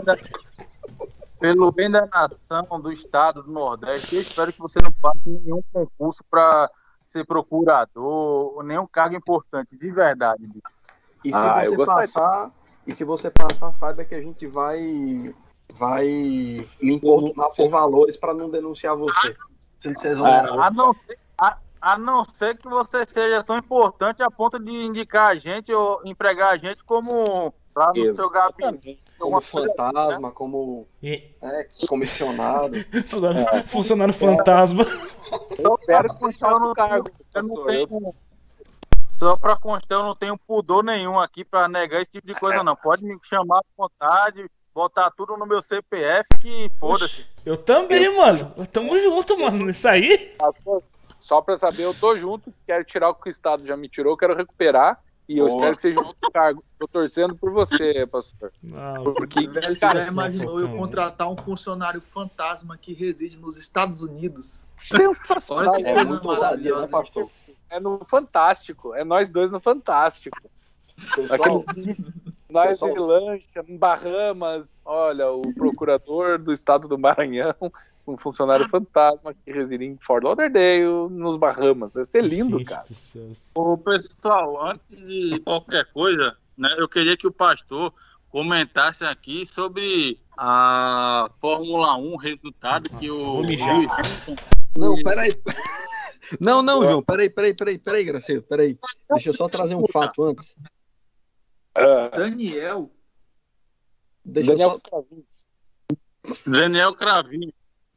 pelo bem da nação, do estado do Nordeste, eu espero que você não passe nenhum concurso pra ser procurador ou nenhum cargo importante, de verdade, bicho. E se eu você gostaria. passar, saiba que a gente vai lhe importunar por valores para não denunciar você. Sendo vocês vão A não ser que você seja tão importante a ponto de indicar a gente ou empregar a gente como lá no seu gabinete. como fantasma, como E... comissionado. Agora, funcionário fantasma. Eu espero que continue no cargo. Eu não pastor. tenho, só pra constar, eu não tenho pudor nenhum aqui pra negar esse tipo de coisa, não. Pode me chamar à vontade, botar tudo no meu CPF que foda-se. Eu também, mano. Tamo junto, mano. Isso aí. Só pra saber, eu tô junto, quero tirar o que o Estado já me tirou, quero recuperar. E eu espero que seja outro cargo. Tô torcendo por você, pastor. Não, Porque, Velho, cara, já imaginou eu Falcão, contratar um funcionário fantasma que reside nos Estados Unidos? sensacional. Olha que É coisa muito ousadia, né, maravilhosa. pastor? É no Fantástico. É nós dois no Fantástico. Pessoal, Nós Pessoal- de lancha, em Bahamas. Olha, o procurador do estado do Maranhão, um funcionário fantasma que reside em Fort Lauderdale, nos Bahamas. Vai ser lindo, gente cara. do céu. Ô, pessoal, antes de qualquer coisa, né, eu queria que o pastor comentasse aqui sobre a Fórmula 1, resultado que o Vou mijar. Lewis Hamilton não, peraí. Não, João, peraí, Graceiro, peraí. Deixa eu só trazer um fato antes. Daniel, Deixa eu Daniel só... Cravinho. Daniel Cravinho.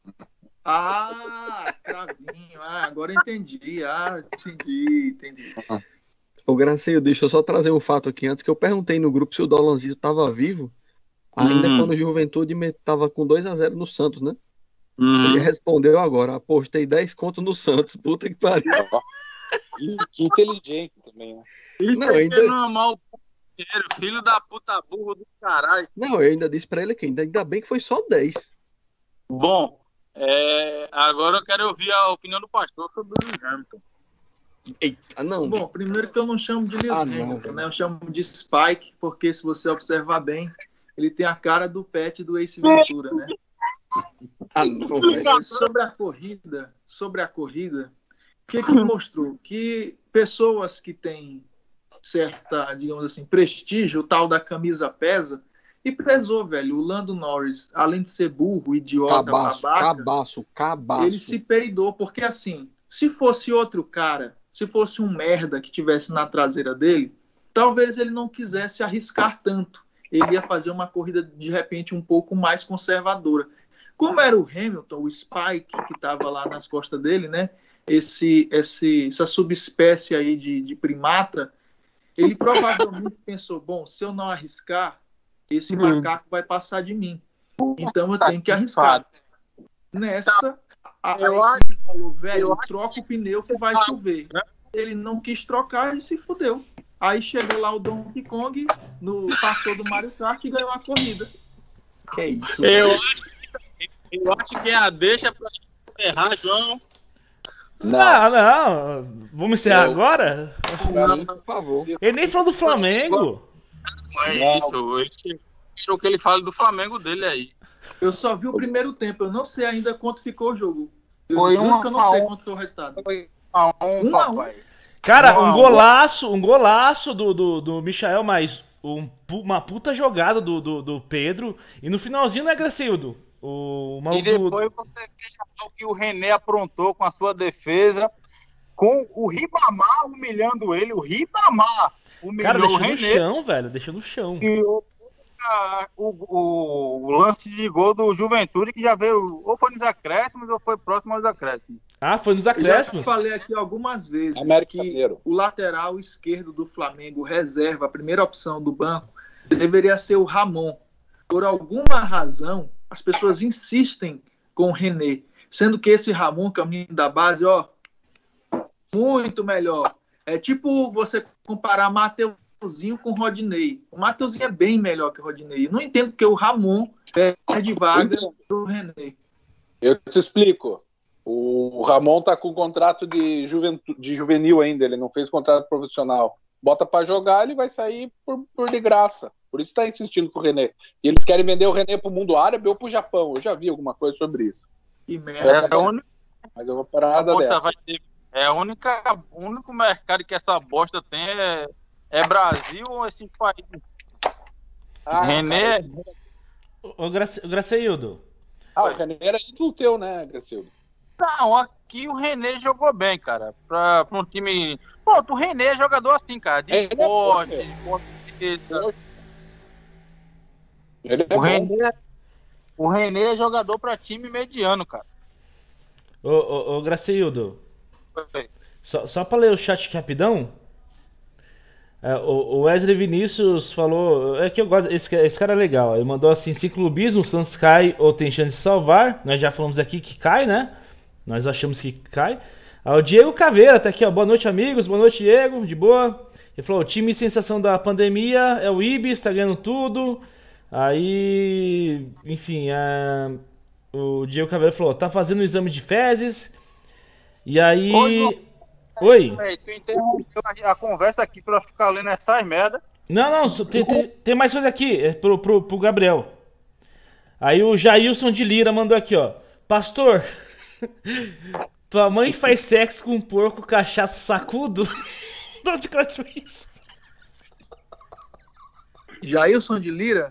Cravinho, agora eu entendi, entendi. Ô, Graceiro, deixa eu só trazer um fato aqui antes, que eu perguntei no grupo se o Dolanzito tava vivo, ainda quando o Juventude tava com 2-0 no Santos, né? Ele respondeu agora, apostei 10 conto no Santos, puta que pariu. Que inteligente também, né? Isso Não, é ainda- normal o dinheiro, filho da puta burro do caralho. Não, eu ainda disse pra ele que ainda bem que foi só 10. Bom, agora eu quero ouvir a opinião do pastor sobre o Lewis Hamilton. Eita, não. Bom, primeiro que eu não chamo de Lewis não, Hamilton, velho. né? Eu chamo de Spike, porque se você observar bem, ele tem a cara do pet do Ace Ventura, né? Não, velho. Sobre a corrida, o que mostrou? Que pessoas que têm certa, digamos assim, prestígio, o tal da camisa pesa, e pesou, velho. O Lando Norris, além de ser burro, idiota, babaca, Cabaço. ele se peidou, porque assim, se fosse outro cara, se fosse um merda que tivesse na traseira dele, talvez ele não quisesse arriscar tanto. Ele ia fazer uma corrida, de repente, um pouco mais conservadora. Como era o Hamilton, o Spike, que estava lá nas costas dele, né? Essa subespécie aí de primata, ele provavelmente pensou, bom, se eu não arriscar, esse macaco vai passar de mim. Então eu tenho que arriscar. Nessa, a equipe falou, velho, troca o pneu que vai chover. Ele não quis trocar e se fudeu. Aí chegou lá o Donkey Kong, passou do Mario Kart e ganhou a corrida. Que isso? Eu acho que é a deixa pra encerrar, João. Não. Vamos encerrar agora? Sim, por favor. Ele nem falou do Flamengo. É isso. Ele achou que ele fala do Flamengo dele aí. Eu só vi o primeiro tempo, eu não sei ainda quanto ficou o jogo. Eu Foi juro que eu não sei quanto foi o resultado. 1-1, papai. Cara, um golaço do Michael, mas uma puta jogada do Pedro. E no finalzinho, né, Gracildo? O E maluco depois você veja o que o René aprontou com a sua defesa. com o Ribamar humilhando ele, o Ribamar humilhou Cara, o deixou no René. chão, velho. Deixou no chão. E o lance de gol do Juventude, que já veio, ou foi nos acréscimos, ou foi próximo aos acréscimos. Ah, foi nos Já acréscimos? falei aqui algumas vezes América que Mineiro. o lateral esquerdo do Flamengo, reserva, a primeira opção do banco, deveria ser o Ramon. Por alguma razão, as pessoas insistem com o René, sendo que esse Ramon, que é o menino da base, ó, muito melhor. É tipo você comparar Mateuzinho com o Rodinei. O Mateuzinho é bem melhor que o Rodinei. Não entendo porque o Ramon perde vaga pro René. Eu te explico. O Ramon tá com contrato de juvenil ainda, ele não fez contrato profissional. Bota pra jogar, ele vai sair por de graça. Por isso tá insistindo com o René. E eles querem vender o René pro mundo árabe ou pro Japão. Eu já vi alguma coisa sobre isso. Que merda. Mas eu vou parar dessa. O único mercado que essa bosta tem é Brasil ou esse país. René. Ô, Graceildo. O René era ídolo teu, né, Gracildo? Não, aqui o René jogou bem, cara. Pra um time. Pô, o René é jogador assim, cara. De esporte, Ele é bom. O René é jogador pra time mediano, cara. Ô, Graceildo. Só pra ler o chat aqui rapidão. O Wesley Vinícius falou. É que eu gosto. Esse cara é legal. Ele mandou assim: se clubismo, o Santos cai ou tem chance de salvar. Nós já falamos aqui que cai, né? Nós achamos que cai. O Diego Caveira tá aqui, ó. Boa noite, amigos. Boa noite, Diego. De boa. Ele falou: o time sensação da pandemia é o Ibis, tá ganhando tudo. Aí. Enfim, o Diego Caveira falou: tá fazendo o exame de fezes. E aí. Oi. Tu interrompeu a conversa aqui pra ficar lendo essas merda. Não, tem mais coisa aqui, pro Gabriel. Aí o Jailson de Lira mandou aqui, ó. Pastor, tua mãe faz sexo com um porco cachaça sacudo? De onde que ela tirou isso? Jailson de Lira?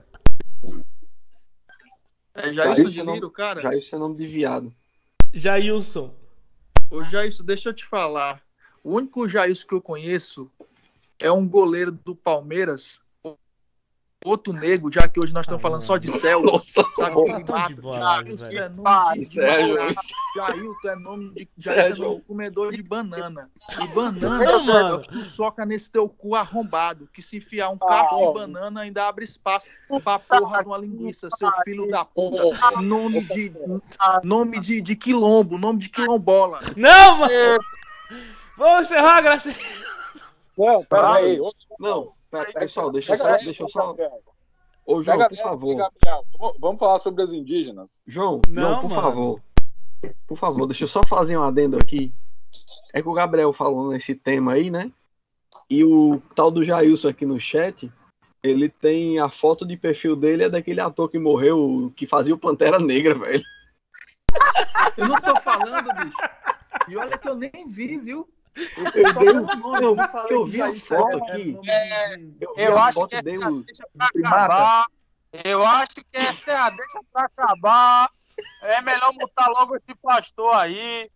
É Jailson de Lira, o cara? Jailson é nome de viado. Jailson. Ô, Jailson, deixa eu te falar. O único Jailson que eu conheço é um goleiro do Palmeiras, outro negro, já que hoje nós estamos falando só de céu. Nossa, sabe porra, que tá mata? de boa, Jailson velho. é nome de Sérgio. Jailson é nome de Sérgio. comedor de banana. E Não, banana, mano. tu soca nesse teu cu arrombado, que se enfiar um cacho de banana ainda abre espaço pra porra de uma linguiça, seu filho da puta. Nome de quilombo, nome de quilombola. Não, mano. Vamos encerrar, Gracinha. Não, peraí. Não, pessoal, deixa eu só. Ô, João, por favor. Vamos falar sobre as indígenas. João, Não, por mano. favor. Por favor, deixa eu só fazer um adendo aqui. É que o Gabriel falou nesse tema aí, né? E o tal do Jailson aqui no chat, ele tem a foto de perfil dele, é daquele ator que morreu, que fazia o Pantera Negra, velho. Eu não tô falando, bicho. E olha que eu nem vi, viu? Eu dei eu vi a foto aqui. Eu acho foto que essa dele, deixa pra acabar. Eu acho que essa é a deixa pra acabar. É melhor mutar logo esse pastor aí.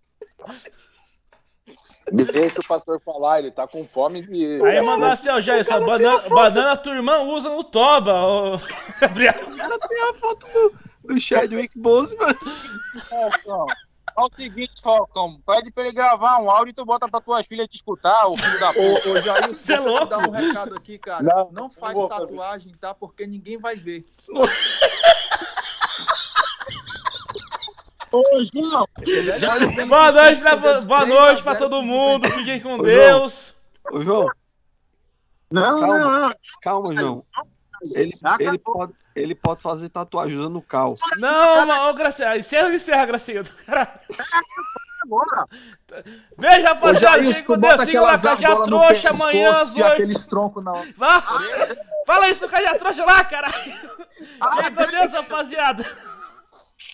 Deixa o pastor falar, ele tá com fome de. Aí mandou assim, ó, Jailson, banana tua irmã usa no toba, ô Gabriel. O cara tem a foto do Chadwick Boseman. Falcão, é o seguinte, Falcão, pede pra ele gravar um áudio e tu bota pra tuas filhas te escutar, o filho da puta. Ô, Jailson, Você é deixa eu louco? te dar um recado aqui, cara. Não faz vou tatuagem, tá? Porque ninguém vai ver. Ô, João, Boa noite pra todo mundo. Fiquem com Deus. Ô, João, não. calma, João. Ele pode fazer tatuagem usando o cal. Não, ô Gracinha. Encerra, Gracinha. Caralho. Agora. Beijo, rapaziada. Jailson, Fiquem com tu Deus. bota Sigam na aquelas Caja argolas no Trouxa amanhã às pescoço e 8. aqueles troncos na... Vá. Fala isso no Caja Trouxa lá, caralho. Fiquem com Deus, rapaziada.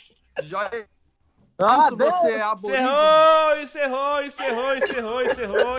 Jailson, você é aborígene. Encerrou.